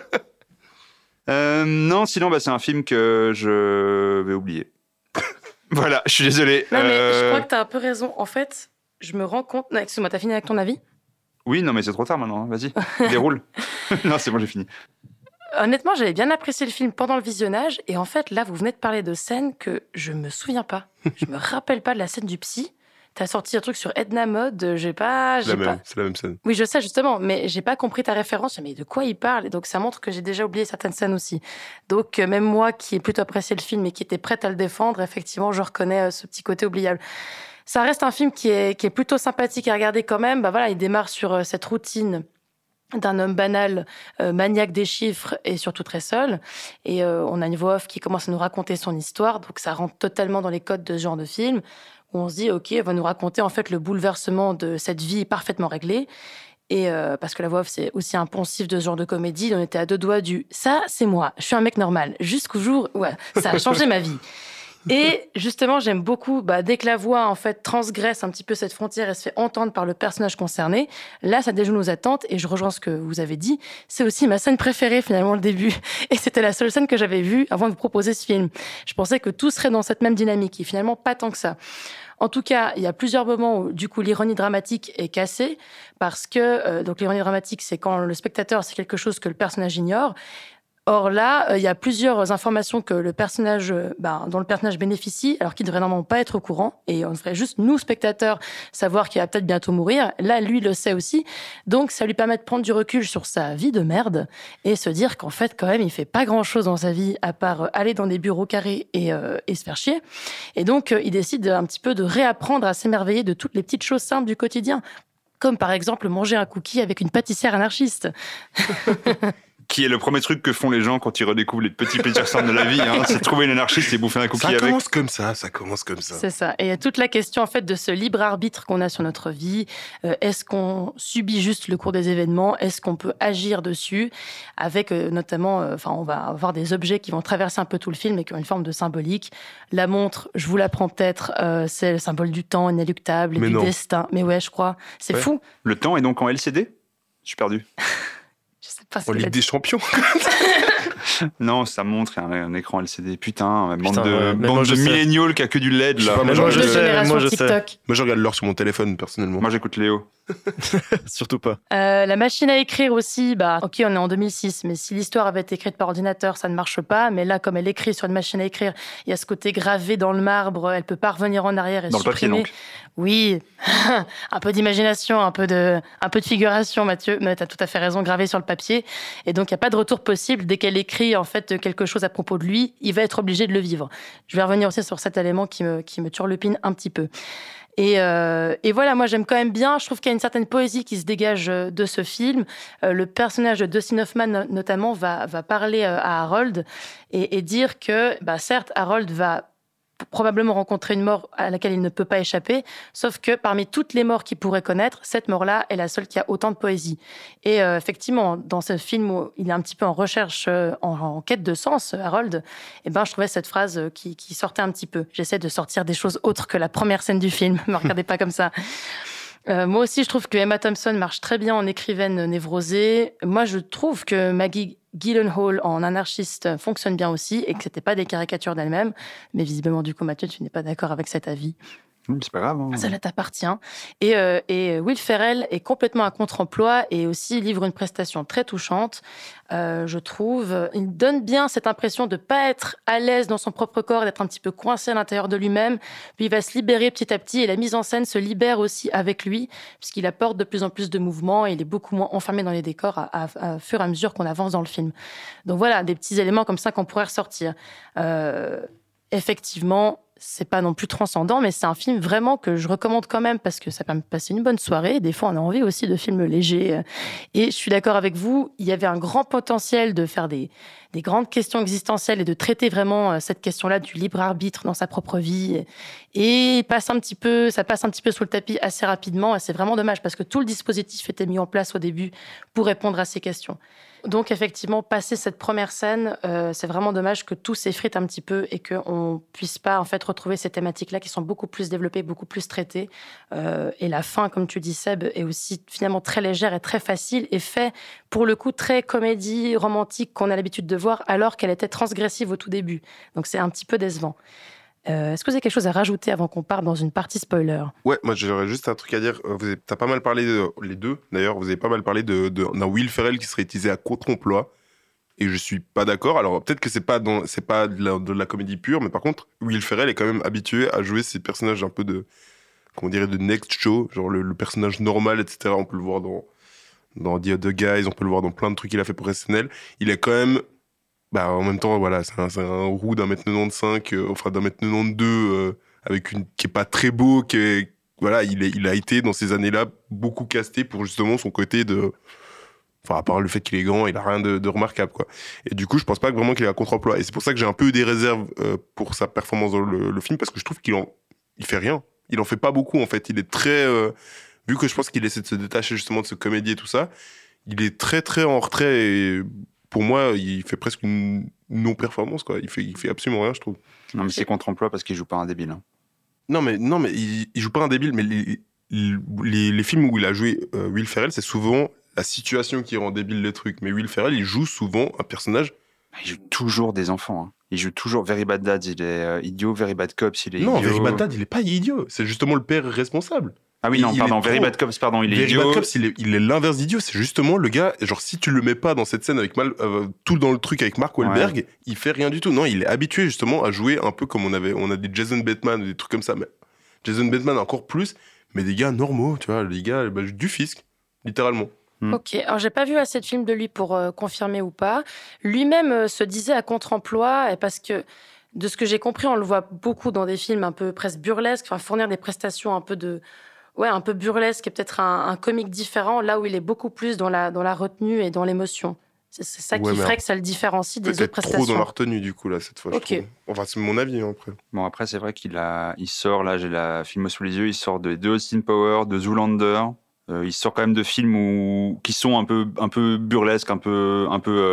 Non, sinon, c'est un film que je vais oublier. Voilà, je suis désolé. Non, mais je crois que t'as un peu raison. En fait, je me rends compte... Non, excuse-moi, t'as fini avec ton avis? Oui, non, mais c'est trop tard maintenant. Vas-y, déroule. Non, c'est bon, j'ai fini. Honnêtement, j'avais bien apprécié le film pendant le visionnage. Et en fait, là, vous venez de parler de scènes que je me souviens pas. Je me rappelle pas de la scène du psy. T'as sorti un truc sur Edna Mode, c'est la même scène. Oui, je sais, justement, mais j'ai pas compris ta référence. Mais de quoi il parle? Et donc, ça montre que j'ai déjà oublié certaines scènes aussi. Donc, même moi, qui ai plutôt apprécié le film et qui était prête à le défendre, effectivement, je reconnais ce petit côté oubliable. Ça reste un film qui est plutôt sympathique à regarder quand même. Il démarre sur cette routine d'un homme banal, maniaque des chiffres et surtout très seul. Et on a une voix off qui commence à nous raconter son histoire. Donc, ça rentre totalement dans les codes de ce genre de film, où on se dit, OK, elle va nous raconter en fait le bouleversement de cette vie parfaitement réglée. Et parce que la voix off, c'est aussi un poncif de ce genre de comédie. On était à 2 doigts du « ça, c'est moi, je suis un mec normal », jusqu'au jour où ça a changé ma vie. Et justement, j'aime beaucoup, dès que la voix en fait transgresse un petit peu cette frontière et se fait entendre par le personnage concerné, là, ça déjoue nos attentes. Et je rejoins ce que vous avez dit. C'est aussi ma scène préférée, finalement, le début. Et c'était la seule scène que j'avais vue avant de vous proposer ce film. Je pensais que tout serait dans cette même dynamique. Et finalement, pas tant que ça. En tout cas, il y a plusieurs moments où, du coup, l'ironie dramatique est cassée. Parce que, donc, l'ironie dramatique, c'est quand le spectateur, c'est quelque chose que le personnage ignore. Or là, il y a plusieurs informations que le personnage, dont le personnage bénéficie, alors qu'il devrait normalement pas être au courant, et on devrait juste, nous, spectateurs, savoir qu'il va peut-être bientôt mourir. Là, lui, il le sait aussi. Donc, ça lui permet de prendre du recul sur sa vie de merde, et se dire qu'en fait, quand même, il fait pas grand-chose dans sa vie, à part aller dans des bureaux carrés et se faire chier. Et donc, il décide un petit peu de réapprendre à s'émerveiller de toutes les petites choses simples du quotidien. Comme, par exemple, manger un cookie avec une pâtissière anarchiste. Qui est le premier truc que font les gens quand ils redécouvrent les petits plaisirs simples de la vie, c'est trouver une anarchiste et bouffer un cookie avec. Ça commence comme ça. C'est ça. Et il y a toute la question en fait de ce libre arbitre qu'on a sur notre vie. Est-ce qu'on subit juste le cours des événements? Est-ce qu'on peut agir dessus? Avec notamment, on va avoir des objets qui vont traverser un peu tout le film et qui ont une forme de symbolique. La montre, je vous l'apprends peut-être, c'est le symbole du temps inéluctable et du destin. Mais ouais, je crois. C'est fou. Le temps est donc en LCD? Je suis perdu. En Ligue des Champions. Non, ça montre un écran LCD. Putain, bande de milléniaux qui a que du LED là. Moi, je sais. Moi, je regarde l'heure sur mon téléphone personnellement. Moi, j'écoute Léo. Surtout pas. La machine à écrire aussi, ok, on est en 2006, mais si l'histoire avait été écrite par ordinateur, ça ne marche pas. Mais là, comme elle écrit sur une machine à écrire, il y a ce côté gravé dans le marbre, elle peut pas revenir en arrière et dans supprimer. Le papier, donc. Oui, un peu d'imagination, un peu de figuration, Mathieu. Mais t'as tout à fait raison, gravé sur le papier. Et donc, il n'y a pas de retour possible. Dès qu'elle écrit, en fait, quelque chose à propos de lui, il va être obligé de le vivre. Je vais revenir aussi sur cet élément qui me turlupine un petit peu. Et voilà, moi j'aime quand même bien. Je trouve qu'il y a une certaine poésie qui se dégage de ce film. Le personnage de Dustin Hoffman notamment va parler à Harold et dire que, certes, Harold va probablement rencontrer une mort à laquelle il ne peut pas échapper, sauf que parmi toutes les morts qu'il pourrait connaître, cette mort-là est la seule qui a autant de poésie. Et effectivement, dans ce film où il est un petit peu en recherche, en quête de sens, Harold, je trouvais cette phrase qui sortait un petit peu. J'essaie de sortir des choses autres que la première scène du film, ne me regardez pas comme ça. Moi aussi, je trouve que Emma Thompson marche très bien en écrivaine névrosée. Moi, je trouve que Maggie Gyllenhaal en anarchiste fonctionne bien aussi et que c'était pas des caricatures d'elle-même. Mais visiblement, du coup, Mathieu, tu n'es pas d'accord avec cet avis. C'est pas grave. Ça là t'appartient. Et Will Ferrell est complètement à contre-emploi et aussi livre une prestation très touchante. Je trouve, il donne bien cette impression de pas être à l'aise dans son propre corps, d'être un petit peu coincé à l'intérieur de lui-même. Puis il va se libérer petit à petit et la mise en scène se libère aussi avec lui puisqu'il apporte de plus en plus de mouvements et il est beaucoup moins enfermé dans les décors à fur et à mesure qu'on avance dans le film. Donc voilà, des petits éléments comme ça qu'on pourrait ressortir. Effectivement, c'est pas non plus transcendant, mais c'est un film vraiment que je recommande quand même parce que ça permet de passer une bonne soirée. Des fois, on a envie aussi de films légers. Et je suis d'accord avec vous, il y avait un grand potentiel de faire des grandes questions existentielles et de traiter vraiment cette question-là du libre arbitre dans sa propre vie. Et ça passe un petit peu sous le tapis assez rapidement. Et c'est vraiment dommage parce que tout le dispositif était mis en place au début pour répondre à ces questions. Donc effectivement, passer cette première scène, c'est vraiment dommage que tout s'effrite un petit peu et qu'on puisse pas en fait retrouver ces thématiques-là qui sont beaucoup plus développées, beaucoup plus traitées. Et la fin, comme tu dis Seb, est aussi finalement très légère et très facile et fait pour le coup très comédie romantique qu'on a l'habitude de voir alors qu'elle était transgressive au tout début. Donc c'est un petit peu décevant. Est-ce que vous avez quelque chose à rajouter avant qu'on parte dans une partie spoiler ? Ouais, moi j'aurais juste un truc à dire. T'as pas mal parlé, les deux d'ailleurs, vous avez pas mal parlé d'un Will Ferrell qui serait utilisé à contre-emploi. Et je suis pas d'accord. Alors peut-être que c'est pas de la comédie pure, mais par contre, Will Ferrell est quand même habitué à jouer ces personnages un peu de next show, genre le personnage normal, etc. On peut le voir dans The Other Guys, on peut le voir dans plein de trucs qu'il a fait pour SNL. Il est quand même... en même temps, voilà, c'est un roux d'un mètre 95, d'un mètre 92, qui est pas très beau, il a été dans ces années-là beaucoup casté pour justement son côté de, à part le fait qu'il est grand, il a rien de remarquable, quoi. Et du coup, je pense pas vraiment qu'il est à contre-emploi. Et c'est pour ça que j'ai un peu eu des réserves pour sa performance dans le film, parce que je trouve il fait rien. Il en fait pas beaucoup, en fait. Il est très, vu que je pense qu'il essaie de se détacher justement de ce comédie et tout ça, il est très très en retrait et pour moi, il fait presque une non-performance, quoi. Il fait absolument rien, je trouve. Non, mais c'est contre-emploi parce qu'il joue pas un débile. Hein. Non, mais il joue pas un débile, mais les films où il a joué Will Ferrell, c'est souvent la situation qui rend débile le truc. Mais Will Ferrell, il joue souvent un personnage... Il joue toujours des enfants. Hein. Il joue toujours Very Bad Dad, il est idiot. Very Bad Cops, il est idiot. Non, Very Bad Dad, il est pas idiot. C'est justement le père responsable. Ah oui, non, pardon, Very Bad Cops, pardon, il est idiot. Very Bad Cops, il est l'inverse d'idiot. C'est justement le gars, genre, si tu le mets pas dans cette scène avec tout dans le truc avec Mark Wahlberg, il fait rien du tout. Non, il est habitué justement à jouer un peu comme on a des Jason Bateman, des trucs comme ça. Mais Jason Bateman encore plus, mais des gars normaux, tu vois, les gars du fisc, littéralement. Ok, alors j'ai pas vu assez de films de lui pour confirmer ou pas. Lui-même se disait à contre-emploi, parce que de ce que j'ai compris, on le voit beaucoup dans des films un peu presque burlesques, fournir des prestations un peu burlesque et peut-être un comique différent, là où il est beaucoup plus dans la retenue et dans l'émotion. C'est ça qui ferait que ça le différencie des autres prestations. Peut-être trop dans la retenue, du coup, là, cette fois, je trouve. Enfin, c'est mon avis, après. Bon, après, c'est vrai il sort, là, j'ai la film sous les yeux, il sort de Austin Powers, de Zoolander. Il sort quand même de films qui sont un peu burlesques, un peu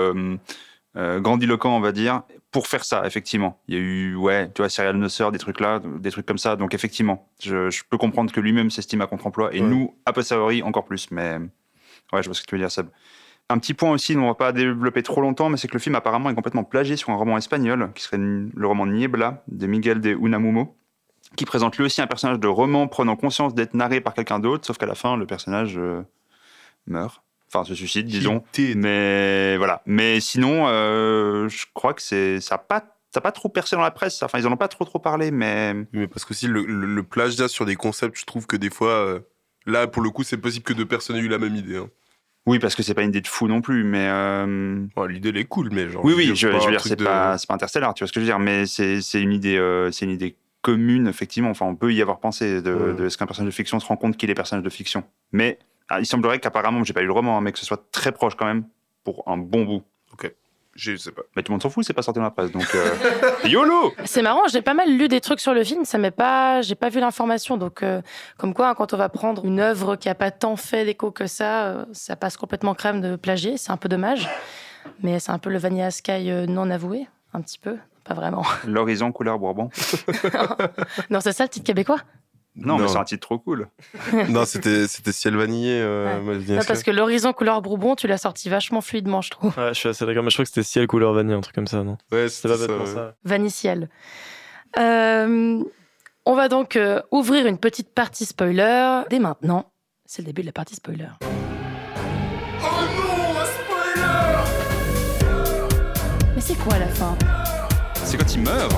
grandiloquents, on va dire, pour faire ça, effectivement. Il y a eu, tu vois, Serial Nusser, des trucs comme ça. Donc, effectivement, je peux comprendre que lui-même s'estime à contre-emploi. Et nous, a posteriori, encore plus. Mais, je vois ce que tu veux dire, Seb. Un petit point aussi, dont on ne va pas développer trop longtemps, mais c'est que le film, apparemment, est complètement plagié sur un roman espagnol, qui serait le roman Niebla, de Miguel de Unamuno, qui présente lui aussi un personnage de roman prenant conscience d'être narré par quelqu'un d'autre, sauf qu'à la fin, le personnage meurt. Enfin, se suicide, disons. Mais voilà. Mais sinon, je crois que ça n'a pas trop percé dans la presse. Enfin, ils n'en ont pas trop parlé, mais... Mais parce que aussi, le plagiat sur des concepts, je trouve que des fois... là, pour le coup, c'est possible que deux personnes aient eu la même idée. Hein. Oui, parce que c'est pas une idée de fou non plus, mais... l'idée, elle est cool, mais genre... Oui, je veux dire, c'est pas Interstellar, tu vois ce que je veux dire, mais c'est une idée commune, effectivement. Enfin, on peut y avoir pensé de est-ce qu'un personnage de fiction se rend compte qu'il est personnage de fiction. Mais il semblerait qu'apparemment, j'ai pas lu le roman, mais que ce soit très proche quand même pour un bon bout. Ok, je sais pas. Mais tout le monde s'en fout, c'est pas sorti dans la presse, donc YOLO. C'est marrant, j'ai pas mal lu des trucs sur le film, j'ai pas vu l'information, donc comme quoi, quand on va prendre une œuvre qui a pas tant fait d'écho que ça passe complètement crème de plagier, c'est un peu dommage, mais c'est un peu le Vanilla Sky non avoué, un petit peu. Pas vraiment. L'horizon couleur Bourbon. Non, c'est ça le titre québécois ? Non, mais c'est un titre trop cool. Non, c'était Ciel vanillé. Non, parce que l'horizon couleur Bourbon, tu l'as sorti vachement fluidement, je trouve. Ouais, je suis assez d'accord, mais je crois que c'était Ciel couleur vanille, un truc comme ça, non ? Ouais, c'était pas bêtement ça. Vanille ciel. On va donc ouvrir une petite partie spoiler. Dès maintenant, c'est le début de la partie spoiler. Oh non, un spoiler! Mais c'est quoi la fin ? C'est quand il meurt.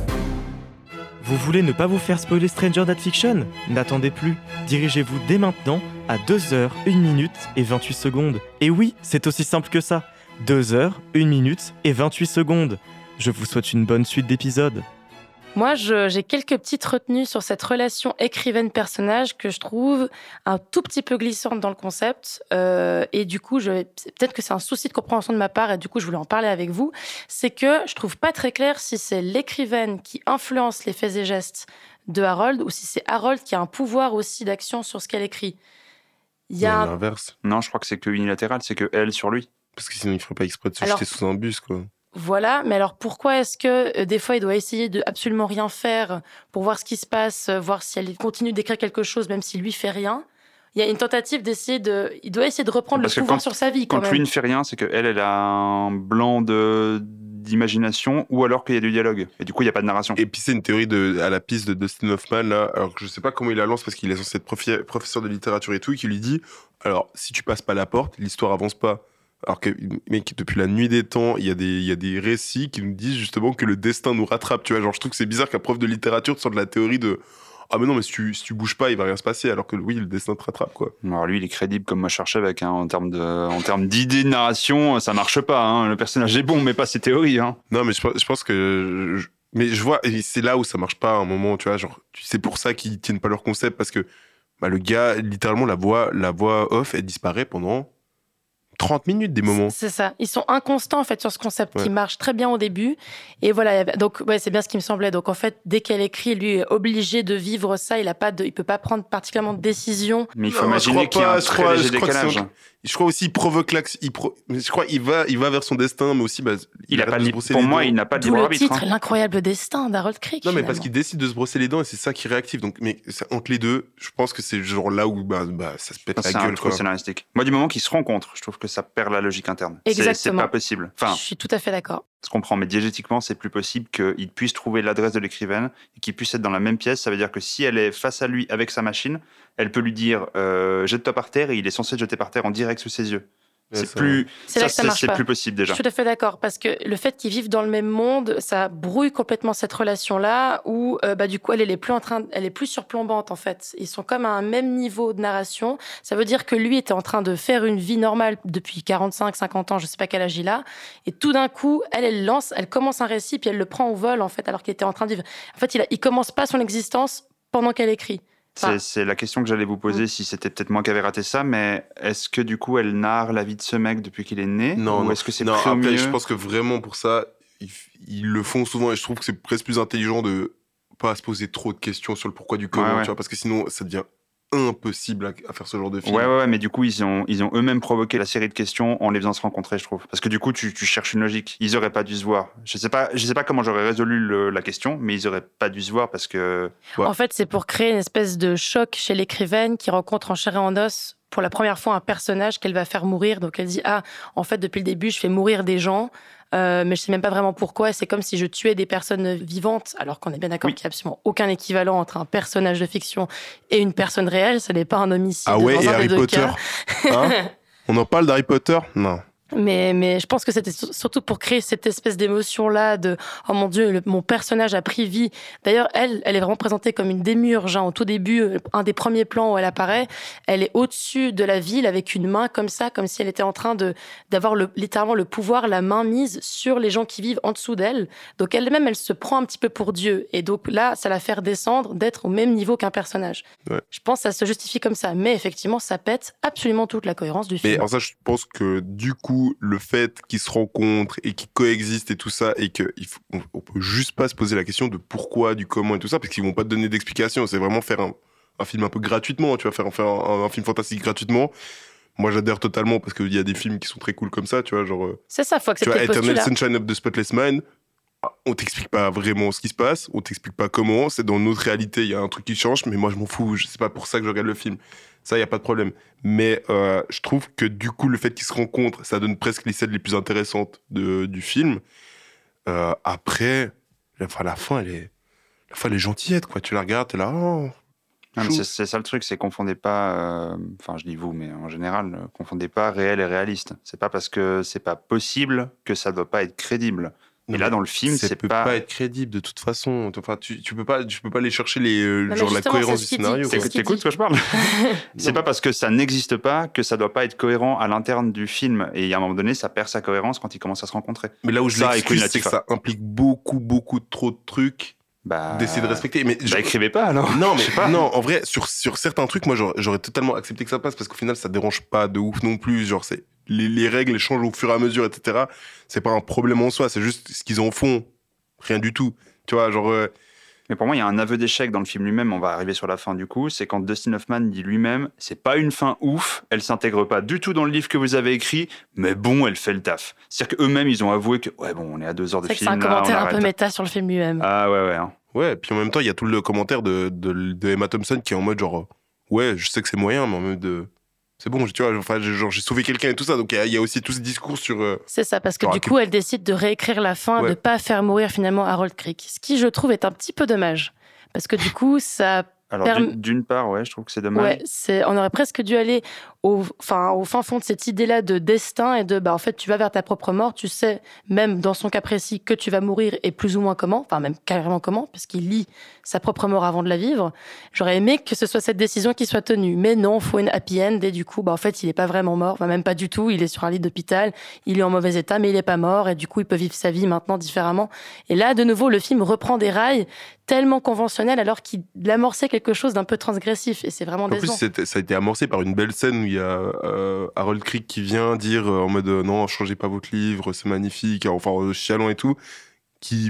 Vous voulez ne pas vous faire spoiler Stranger That Fiction ? N'attendez plus. Dirigez-vous dès maintenant à 2h, 1 minute et 28 secondes. Et oui, c'est aussi simple que ça. 2h, 1 minute et 28 secondes. Je vous souhaite une bonne suite d'épisodes. Moi, j'ai quelques petites retenues sur cette relation écrivaine-personnage que je trouve un tout petit peu glissante dans le concept. Et du coup, peut-être que c'est un souci de compréhension de ma part, et du coup, je voulais en parler avec vous. C'est que je trouve pas très clair si c'est l'écrivaine qui influence les faits et gestes de Harold ou si c'est Harold qui a un pouvoir aussi d'action sur ce qu'elle écrit. Il y a l'inverse. Non, je crois que c'est que unilatéral, c'est que elle sur lui. Parce que sinon, il ferait pas exprès de se jeter sous un bus, quoi. Voilà, mais alors pourquoi est-ce que des fois il doit essayer de absolument rien faire pour voir ce qui se passe, voir si elle continue d'écrire quelque chose même s'il lui fait rien? Il y a une tentative il doit essayer de reprendre le pouvoir sur sa vie quand même. Quand lui ne fait rien, c'est qu'elle a un blanc d'imagination ou alors qu'il y a du dialogue. Et du coup, il n'y a pas de narration. Et puis c'est une théorie à la piste de Dustin Hoffman, là, alors que je sais pas comment il la lance parce qu'il est censé être professeur de littérature et tout, et qui lui dit, alors si tu passes pas la porte, l'histoire avance pas. Alors que, mec, depuis la nuit des temps, il y a des récits qui nous disent justement que le destin nous rattrape, tu vois. Genre, je trouve que c'est bizarre qu'un prof de littérature te sorte de la théorie de « Ah mais non, mais si tu bouges pas, il va rien se passer », alors que oui, le destin te rattrape, quoi. Alors lui, il est crédible comme moi je cherchais avec, hein, en termes d'idées de narration, ça marche pas, hein. Le personnage est bon, mais pas ses théories, hein. Non, mais je pense que... Mais je vois, et c'est là où ça marche pas à un moment, tu vois, genre, c'est pour ça qu'ils tiennent pas leur concept, parce que le gars, littéralement, la voix off, elle disparaît pendant 30 minutes des moments. C'est ça. Ils sont inconstants en fait sur ce concept qui marche très bien au début. Et voilà, donc ouais, c'est bien ce qui me semblait. Donc en fait, dès qu'elle écrit, lui est obligé de vivre ça. Il peut pas prendre particulièrement de décision. Mais il faut imaginer qu'il y a un très léger décalage. Je crois aussi il provoque je crois il va vers son destin, mais aussi il a pas pour moi il n'a pas de libre arbitre. Le titre, l'incroyable destin d'Harold Crick. Non, mais parce qu'il décide de se brosser les dents et c'est ça qui réactive. Donc, mais entre les deux, je pense que c'est genre là où ça se pète la gueule. C'est trop scénaristique. Moi, du moment qu'ils se rencontrent, je trouve que ça perd la logique interne. Exactement. C'est pas possible. Enfin, je suis tout à fait d'accord. Je comprends, mais diégétiquement, c'est plus possible qu'il puisse trouver l'adresse de l'écrivaine et qu'ils puissent être dans la même pièce. Ça veut dire que si elle est face à lui avec sa machine, elle peut lui dire jette-toi par terre et il est censé te jeter par terre en direct sous ses yeux. C'est plus possible déjà. Je suis tout à fait d'accord parce que le fait qu'ils vivent dans le même monde, ça brouille complètement cette relation-là où du coup elle est plus surplombante en fait. Ils sont comme à un même niveau de narration. Ça veut dire que lui était en train de faire une vie normale depuis 45, 50 ans, je sais pas quel âge il a, et tout d'un coup elle commence un récit puis elle le prend au vol en fait alors qu'il était en train de vivre. En fait il commence pas son existence pendant qu'elle écrit. C'est la question que j'allais vous poser, si c'était peut-être moi qui avais raté ça, mais est-ce que du coup elle narre la vie de ce mec depuis qu'il est né? Non, ou est-ce que c'est non, pris au milieu? Je pense que vraiment pour ça, ils le font souvent et je trouve que c'est presque plus intelligent de pas se poser trop de questions sur le pourquoi du comment, tu vois, parce que sinon ça devient impossible à faire ce genre de film. Ouais, mais du coup, ils ont eux-mêmes provoqué la série de questions en les faisant se rencontrer, je trouve. Parce que du coup, tu cherches une logique. Ils auraient pas dû se voir. Je sais pas comment j'aurais résolu la question, mais ils auraient pas dû se voir parce que... En fait, c'est pour créer une espèce de choc chez l'écrivaine qui rencontre en chair et en os pour la première fois un personnage qu'elle va faire mourir. Donc elle dit, en fait, depuis le début, je fais mourir des gens. Mais je sais même pas vraiment pourquoi. C'est comme si je tuais des personnes vivantes, alors qu'on est bien d'accord qu'il n'y a absolument aucun équivalent entre un personnage de fiction et une personne réelle. Ce n'est pas un homicide. Ah ouais, et Harry Potter On en parle d'Harry Potter? Non. Mais je pense que c'était surtout pour créer cette espèce d'émotion-là de « Oh mon Dieu, mon personnage a pris vie ». D'ailleurs, elle est vraiment présentée comme une démiurge. Au tout début, un des premiers plans où elle apparaît, elle est au-dessus de la ville avec une main comme ça, comme si elle était en train d'avoir littéralement le pouvoir, la main mise sur les gens qui vivent en dessous d'elle. Donc elle-même, elle se prend un petit peu pour Dieu. Et donc là, ça la fait redescendre, d'être au même niveau qu'un personnage. Ouais. Je pense que ça se justifie comme ça. Mais effectivement, ça pète absolument toute la cohérence du film. Mais en ça, je pense que du coup, le fait qu'ils se rencontrent et qu'ils coexistent et tout ça, et qu'on peut juste pas se poser la question de pourquoi, du comment et tout ça, parce qu'ils vont pas te donner d'explication. C'est vraiment faire un film un peu gratuitement, tu vois, faire un film fantastique gratuitement. Moi, j'adhère totalement parce qu'il y a des films qui sont très cool comme ça, tu vois, genre... C'est ça, faut accepter le postulat. Eternal Sunshine of the Spotless Mind, on t'explique pas vraiment ce qui se passe, on t'explique pas comment, c'est dans notre réalité, il y a un truc qui change, mais moi, je m'en fous, c'est pas pour ça que je regarde le film. Ça, il n'y a pas de problème. Mais je trouve que du coup, le fait qu'ils se rencontrent, ça donne presque les scènes les plus intéressantes du film. Après, la fin, elle est gentillette, quoi. Tu la regardes, t'es là... Oh, c'est ça le truc, c'est confondez pas... Enfin, je dis vous, mais en général, confondez pas réel et réaliste. C'est pas parce que c'est pas possible que ça doit pas être crédible. Et là, dans le film, ça peut pas être crédible de toute façon. Enfin, tu peux pas aller chercher la cohérence du scénario. T'écoutes ce que je parle? C'est pas parce que ça n'existe pas que ça doit pas être cohérent à l'interne du film. Et à un moment donné, ça perd sa cohérence quand ils commencent à se rencontrer. Mais là où je l'excuse, c'est que ça implique beaucoup trop de trucs d'essayer de respecter. Mais écrivez pas alors. Non, mais non, en vrai, sur certains trucs, moi, j'aurais totalement accepté que ça passe parce qu'au final, ça dérange pas de ouf non plus. Genre, c'est les règles, elles changent au fur et à mesure, etc. C'est pas un problème en soi, c'est juste ce qu'ils en font. Rien du tout. Tu vois, genre. Mais pour moi, il y a un aveu d'échec dans le film lui-même. On va arriver sur la fin du coup. C'est quand Dustin Hoffman dit lui-même, c'est pas une fin ouf. Elle s'intègre pas du tout dans le livre que vous avez écrit, mais bon, elle fait le taf. C'est-à-dire qu'eux-mêmes, ils ont avoué que ouais, bon, on est à 2 heures de film. C'est un commentaire un peu méta sur le film lui-même. Ah ouais. Ouais, puis en même temps, il y a tout le commentaire de Emma Thompson qui est en mode genre, ouais, je sais que c'est moyen, mais en mode c'est bon, tu vois, enfin, j'ai sauvé quelqu'un et tout ça. Donc il y a aussi tout ce discours sur. C'est ça, parce que du coup, elle décide de réécrire la fin, de pas faire mourir finalement Harold Crick. Ce qui, je trouve, est un petit peu dommage. Parce que du coup, ça. Alors, d'une part, ouais, je trouve que c'est dommage. Ouais, on aurait presque dû aller au fin fond de cette idée-là de destin et de, en fait, tu vas vers ta propre mort, tu sais, même dans son cas précis, que tu vas mourir et plus ou moins comment, enfin, même carrément comment, parce qu'il lit sa propre mort avant de la vivre. J'aurais aimé que ce soit cette décision qui soit tenue. Mais non, faut une happy end et du coup, en fait, il est pas vraiment mort, même pas du tout. Il est sur un lit d'hôpital, il est en mauvais état, mais il est pas mort et du coup, il peut vivre sa vie maintenant différemment. Et là, de nouveau, le film reprend des rails tellement conventionnels alors qu'il amorçait quelque chose d'un peu transgressif et c'est vraiment décevant. En plus, ça a été amorcé par une belle scène où il y a Harold Crick qui vient dire en mode non, changez pas votre livre, c'est magnifique, enfin chialant et tout, qui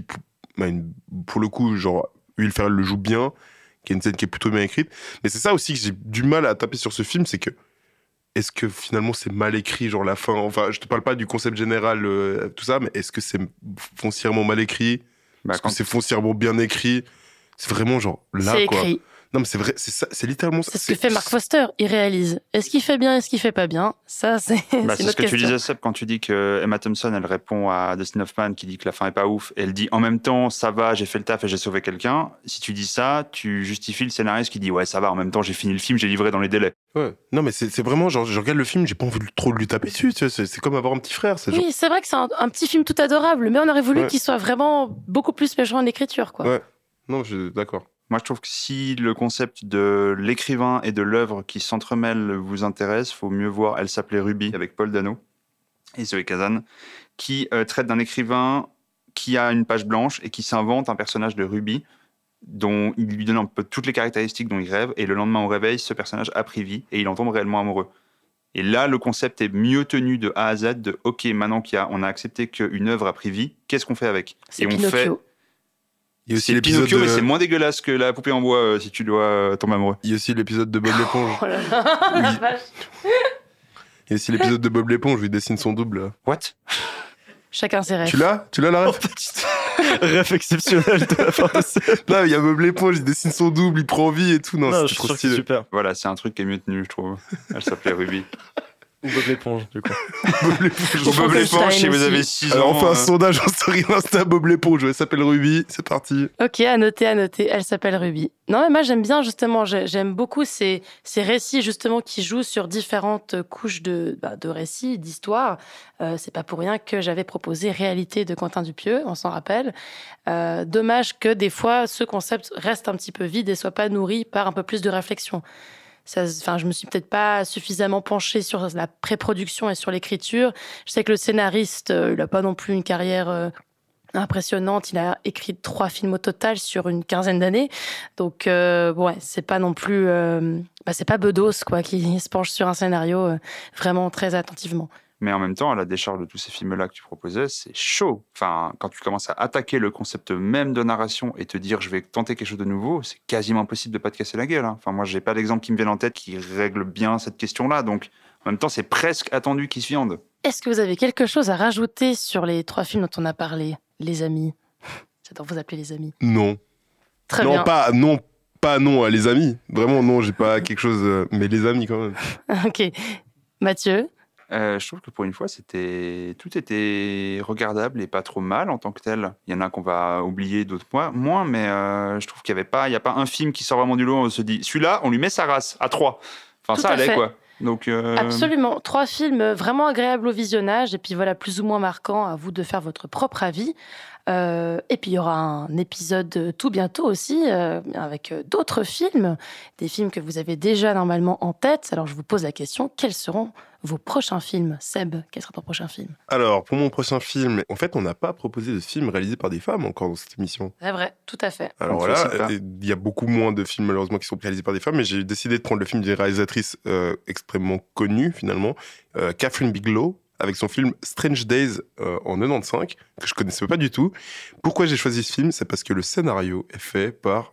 pour le coup, genre Will Ferrell le joue bien, qui est une scène qui est plutôt bien écrite, mais c'est ça aussi que j'ai du mal à taper sur ce film, c'est que est-ce que finalement c'est mal écrit, genre la fin, enfin je te parle pas du concept général, tout ça, mais est-ce que c'est foncièrement mal écrit? Est-ce que c'est foncièrement bien écrit? C'est vraiment genre là, c'est quoi. Écrit. Non, mais c'est vrai, c'est ça, c'est littéralement ça. C'est ce que fait Mark Foster, il réalise. Est-ce qu'il fait bien, est-ce qu'il fait pas bien? Ça, c'est c'est notre ce que question. tu disais, Seb, quand tu dis que Emma Thompson, elle répond à Dustin Hoffman qui dit que la fin est pas ouf. Elle dit en même temps, ça va, j'ai fait le taf et j'ai sauvé quelqu'un. Si tu dis ça, tu justifies le scénariste qui dit ouais, ça va, en même temps, j'ai fini le film, j'ai livré dans les délais. Ouais. Non, mais c'est vraiment genre, je regarde le film, j'ai pas envie trop de lui taper dessus. Tu vois, c'est comme avoir un petit frère. Oui, genre... c'est vrai que c'est un petit film tout adorable, mais on aurait voulu qu'il soit vraiment beaucoup plus méchant en écriture, quoi. Ouais. Non, je suis d'accord. Moi, je trouve que si le concept de l'écrivain et de l'œuvre qui s'entremêlent vous intéresse, faut mieux voir Elle s'appelait Ruby avec Paul Dano et Zoé Kazan, qui traite d'un écrivain qui a une page blanche et qui s'invente un personnage de Ruby dont il lui donne un peu toutes les caractéristiques dont il rêve, et le lendemain au réveil, ce personnage a pris vie et il en tombe réellement amoureux. Et là, le concept est mieux tenu de A à Z, de OK, maintenant qu'on a accepté qu'une œuvre a pris vie, qu'est-ce qu'on fait avec? C'est Pinocchio. Il y a aussi c'est Pinocchio, mais c'est moins dégueulasse que la poupée en bois si tu dois tomber amoureux. Il y a aussi l'épisode de Bob l'éponge. Oh là là, la vache. Il y a aussi l'épisode de Bob l'éponge où il dessine son double. What? Chacun ses rêves. Tu l'as la ref? Rêve exceptionnel de la part de Seb. Non, il y a Bob l'éponge, il dessine son double, il prend vie et tout. Non, je c'est suis trop sûr que stylé. c'est super. Voilà, c'est un truc qui est mieux tenu, je trouve. Elle s'appelait Ruby. Ou Bob l'éponge, du coup. Bob l'éponge, si vous avez 6 ans. Alors, on fait un sondage en story Insta, Bob l'éponge. Elle s'appelle Ruby, c'est parti. Ok, à noter. Elle s'appelle Ruby. Non, mais moi, j'aime bien, justement, j'aime beaucoup ces récits, justement, qui jouent sur différentes couches de récits, d'histoires. C'est pas pour rien que j'avais proposé Réalité de Quentin Dupieux, on s'en rappelle. Dommage que, des fois, ce concept reste un petit peu vide et soit pas nourri par un peu plus de réflexion. Je me suis peut-être pas suffisamment penchée sur la pré-production et sur l'écriture. Je sais que le scénariste, il a pas non plus une carrière impressionnante. Il a écrit 3 films au total sur une 15aine d'années. Donc, c'est pas non plus... c'est pas Bedos, quoi, qui se penche sur un scénario vraiment très attentivement. Mais en même temps, à la décharge de tous ces films-là que tu proposais, c'est chaud. Enfin, quand tu commences à attaquer le concept même de narration et te dire je vais tenter quelque chose de nouveau, c'est quasiment impossible de pas te casser la gueule. Enfin, moi, j'ai pas d'exemple qui me vient en tête qui règle bien cette question-là. Donc, en même temps, c'est presque attendu qu'ils se viandent. Est-ce que vous avez quelque chose à rajouter sur les 3 films dont on a parlé, les amis? J'adore vous appeler les amis. Non. Très bien. Pas non, les amis. Vraiment, non, j'ai pas quelque chose... mais les amis, quand même. Ok. Mathieu? Je trouve que pour une fois, tout était regardable et pas trop mal en tant que tel. Il y en a qu'on va oublier, d'autres moins, mais je trouve qu'il n'y a pas un film qui sort vraiment du lot. On se dit, celui-là, on lui met sa race à 3. Enfin, Tout ça à allait, fait. quoi. Donc, Absolument. 3 films vraiment agréables au visionnage et puis voilà, plus ou moins marquants. À vous de faire votre propre avis. Et puis il y aura un épisode tout bientôt aussi avec d'autres films, des films que vous avez déjà normalement en tête. Alors je vous pose la question, quels seront vos prochains films. Seb, quel sera ton prochain film ? Alors, pour mon prochain film, en fait, on n'a pas proposé de film réalisé par des femmes encore dans cette émission. C'est vrai, tout à fait. Alors voilà, il y a beaucoup moins de films malheureusement qui sont réalisés par des femmes, mais j'ai décidé de prendre le film d'une réalisatrice extrêmement connue finalement, Catherine Bigelow, avec son film Strange Days en 95, que je connaissais pas du tout. Pourquoi j'ai choisi ce film ? C'est parce que le scénario est fait par...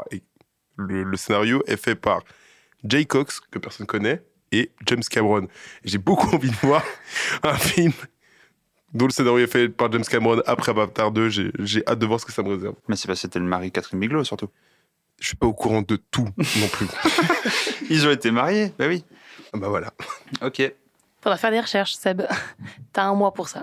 le scénario est fait par Jay Cox, que personne connaît, et James Cameron. J'ai beaucoup envie de voir un film dont le scénario est fait par James Cameron après Avatar 2. J'ai hâte de voir ce que ça me réserve. Mais c'est parce que c'était le mari Catherine Bigelow, surtout. Je suis pas au courant de tout non plus. Ils ont été mariés, bah oui. Bah voilà. Ok. Faudra faire des recherches, Seb. T'as 1 mois pour ça.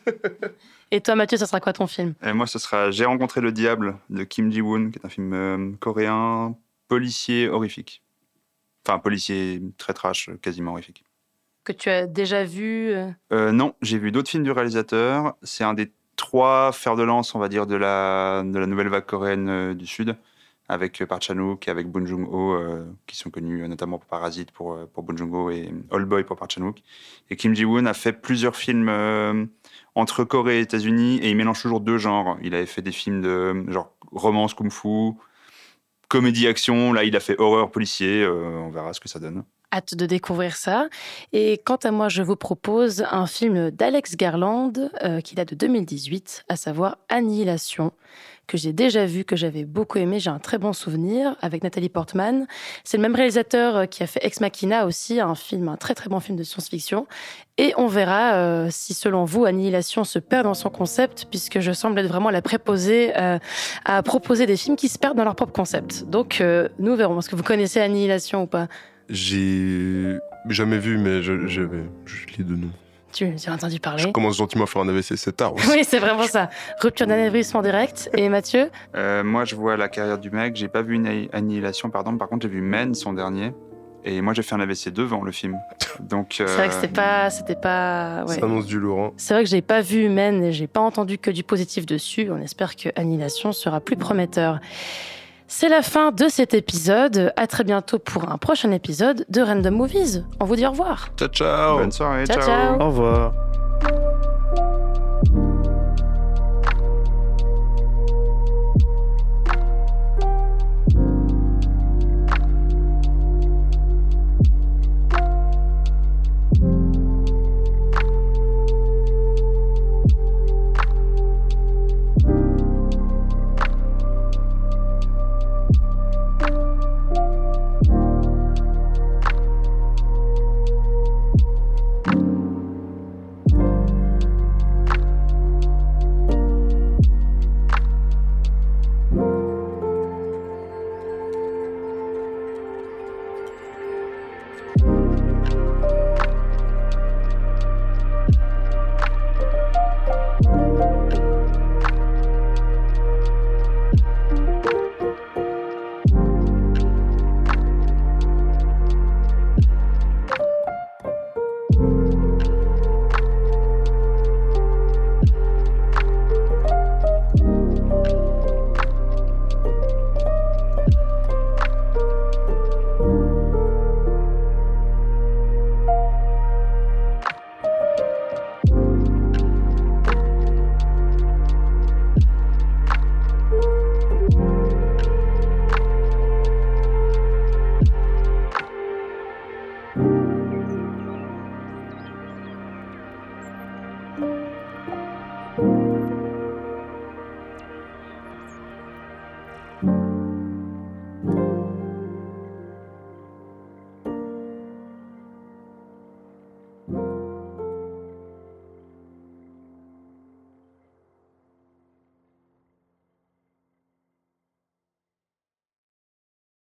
Et toi, Mathieu, ça sera quoi ton film ? Et moi, ce sera J'ai rencontré le diable de Kim Ji-woon, qui est un film coréen, policier horrifique. Enfin, policier très trash, quasiment horrifique. Que tu as déjà vu Non, j'ai vu d'autres films du réalisateur. C'est un des 3 fers de lance, on va dire, de la nouvelle vague coréenne du Sud, avec Park Chan-wook et avec Bong Joon-ho, qui sont connus notamment pour Parasite pour Bong Joon-ho et Old Boy pour Park Chan-wook. Et Kim Ji-woon a fait plusieurs films entre Corée et États-Unis, et il mélange toujours 2 genres. Il avait fait des films de genre romance, kung-fu, comédie-action. Là, il a fait horreur policier. On verra ce que ça donne. Hâte de découvrir ça. Et quant à moi, je vous propose un film d'Alex Garland qui date de 2018, à savoir Annihilation, que j'ai déjà vu, que j'avais beaucoup aimé. J'ai un très bon souvenir avec Nathalie Portman. C'est le même réalisateur qui a fait Ex Machina aussi, un très très bon film de science-fiction. Et on verra si, selon vous, Annihilation se perd dans son concept, puisque je semble être vraiment la préposée à proposer des films qui se perdent dans leur propre concept. Donc, nous verrons. Est-ce que vous connaissez Annihilation ou pas ? J'ai jamais vu, mais je lis de nom. Tu as entendu parler. Je commence gentiment à faire un AVC, c'est tard aussi. Oui, c'est vraiment ça. Rupture d'anévrisme en direct. Et Mathieu ? Moi, je vois La carrière du mec. J'ai pas vu Annihilation, pardon. Par contre, j'ai vu Men, son dernier. Et moi, j'ai fait un AVC devant le film. Donc, c'est vrai que c'était pas. Ouais. Ça annonce du lourd. Hein. C'est vrai que j'ai pas vu Men et j'ai pas entendu que du positif dessus. On espère que Annihilation sera plus prometteur. C'est la fin de cet épisode. À très bientôt pour un prochain épisode de Random Movies. On vous dit au revoir. Ciao, ciao. Bonne soirée. Ciao, ciao. Au revoir.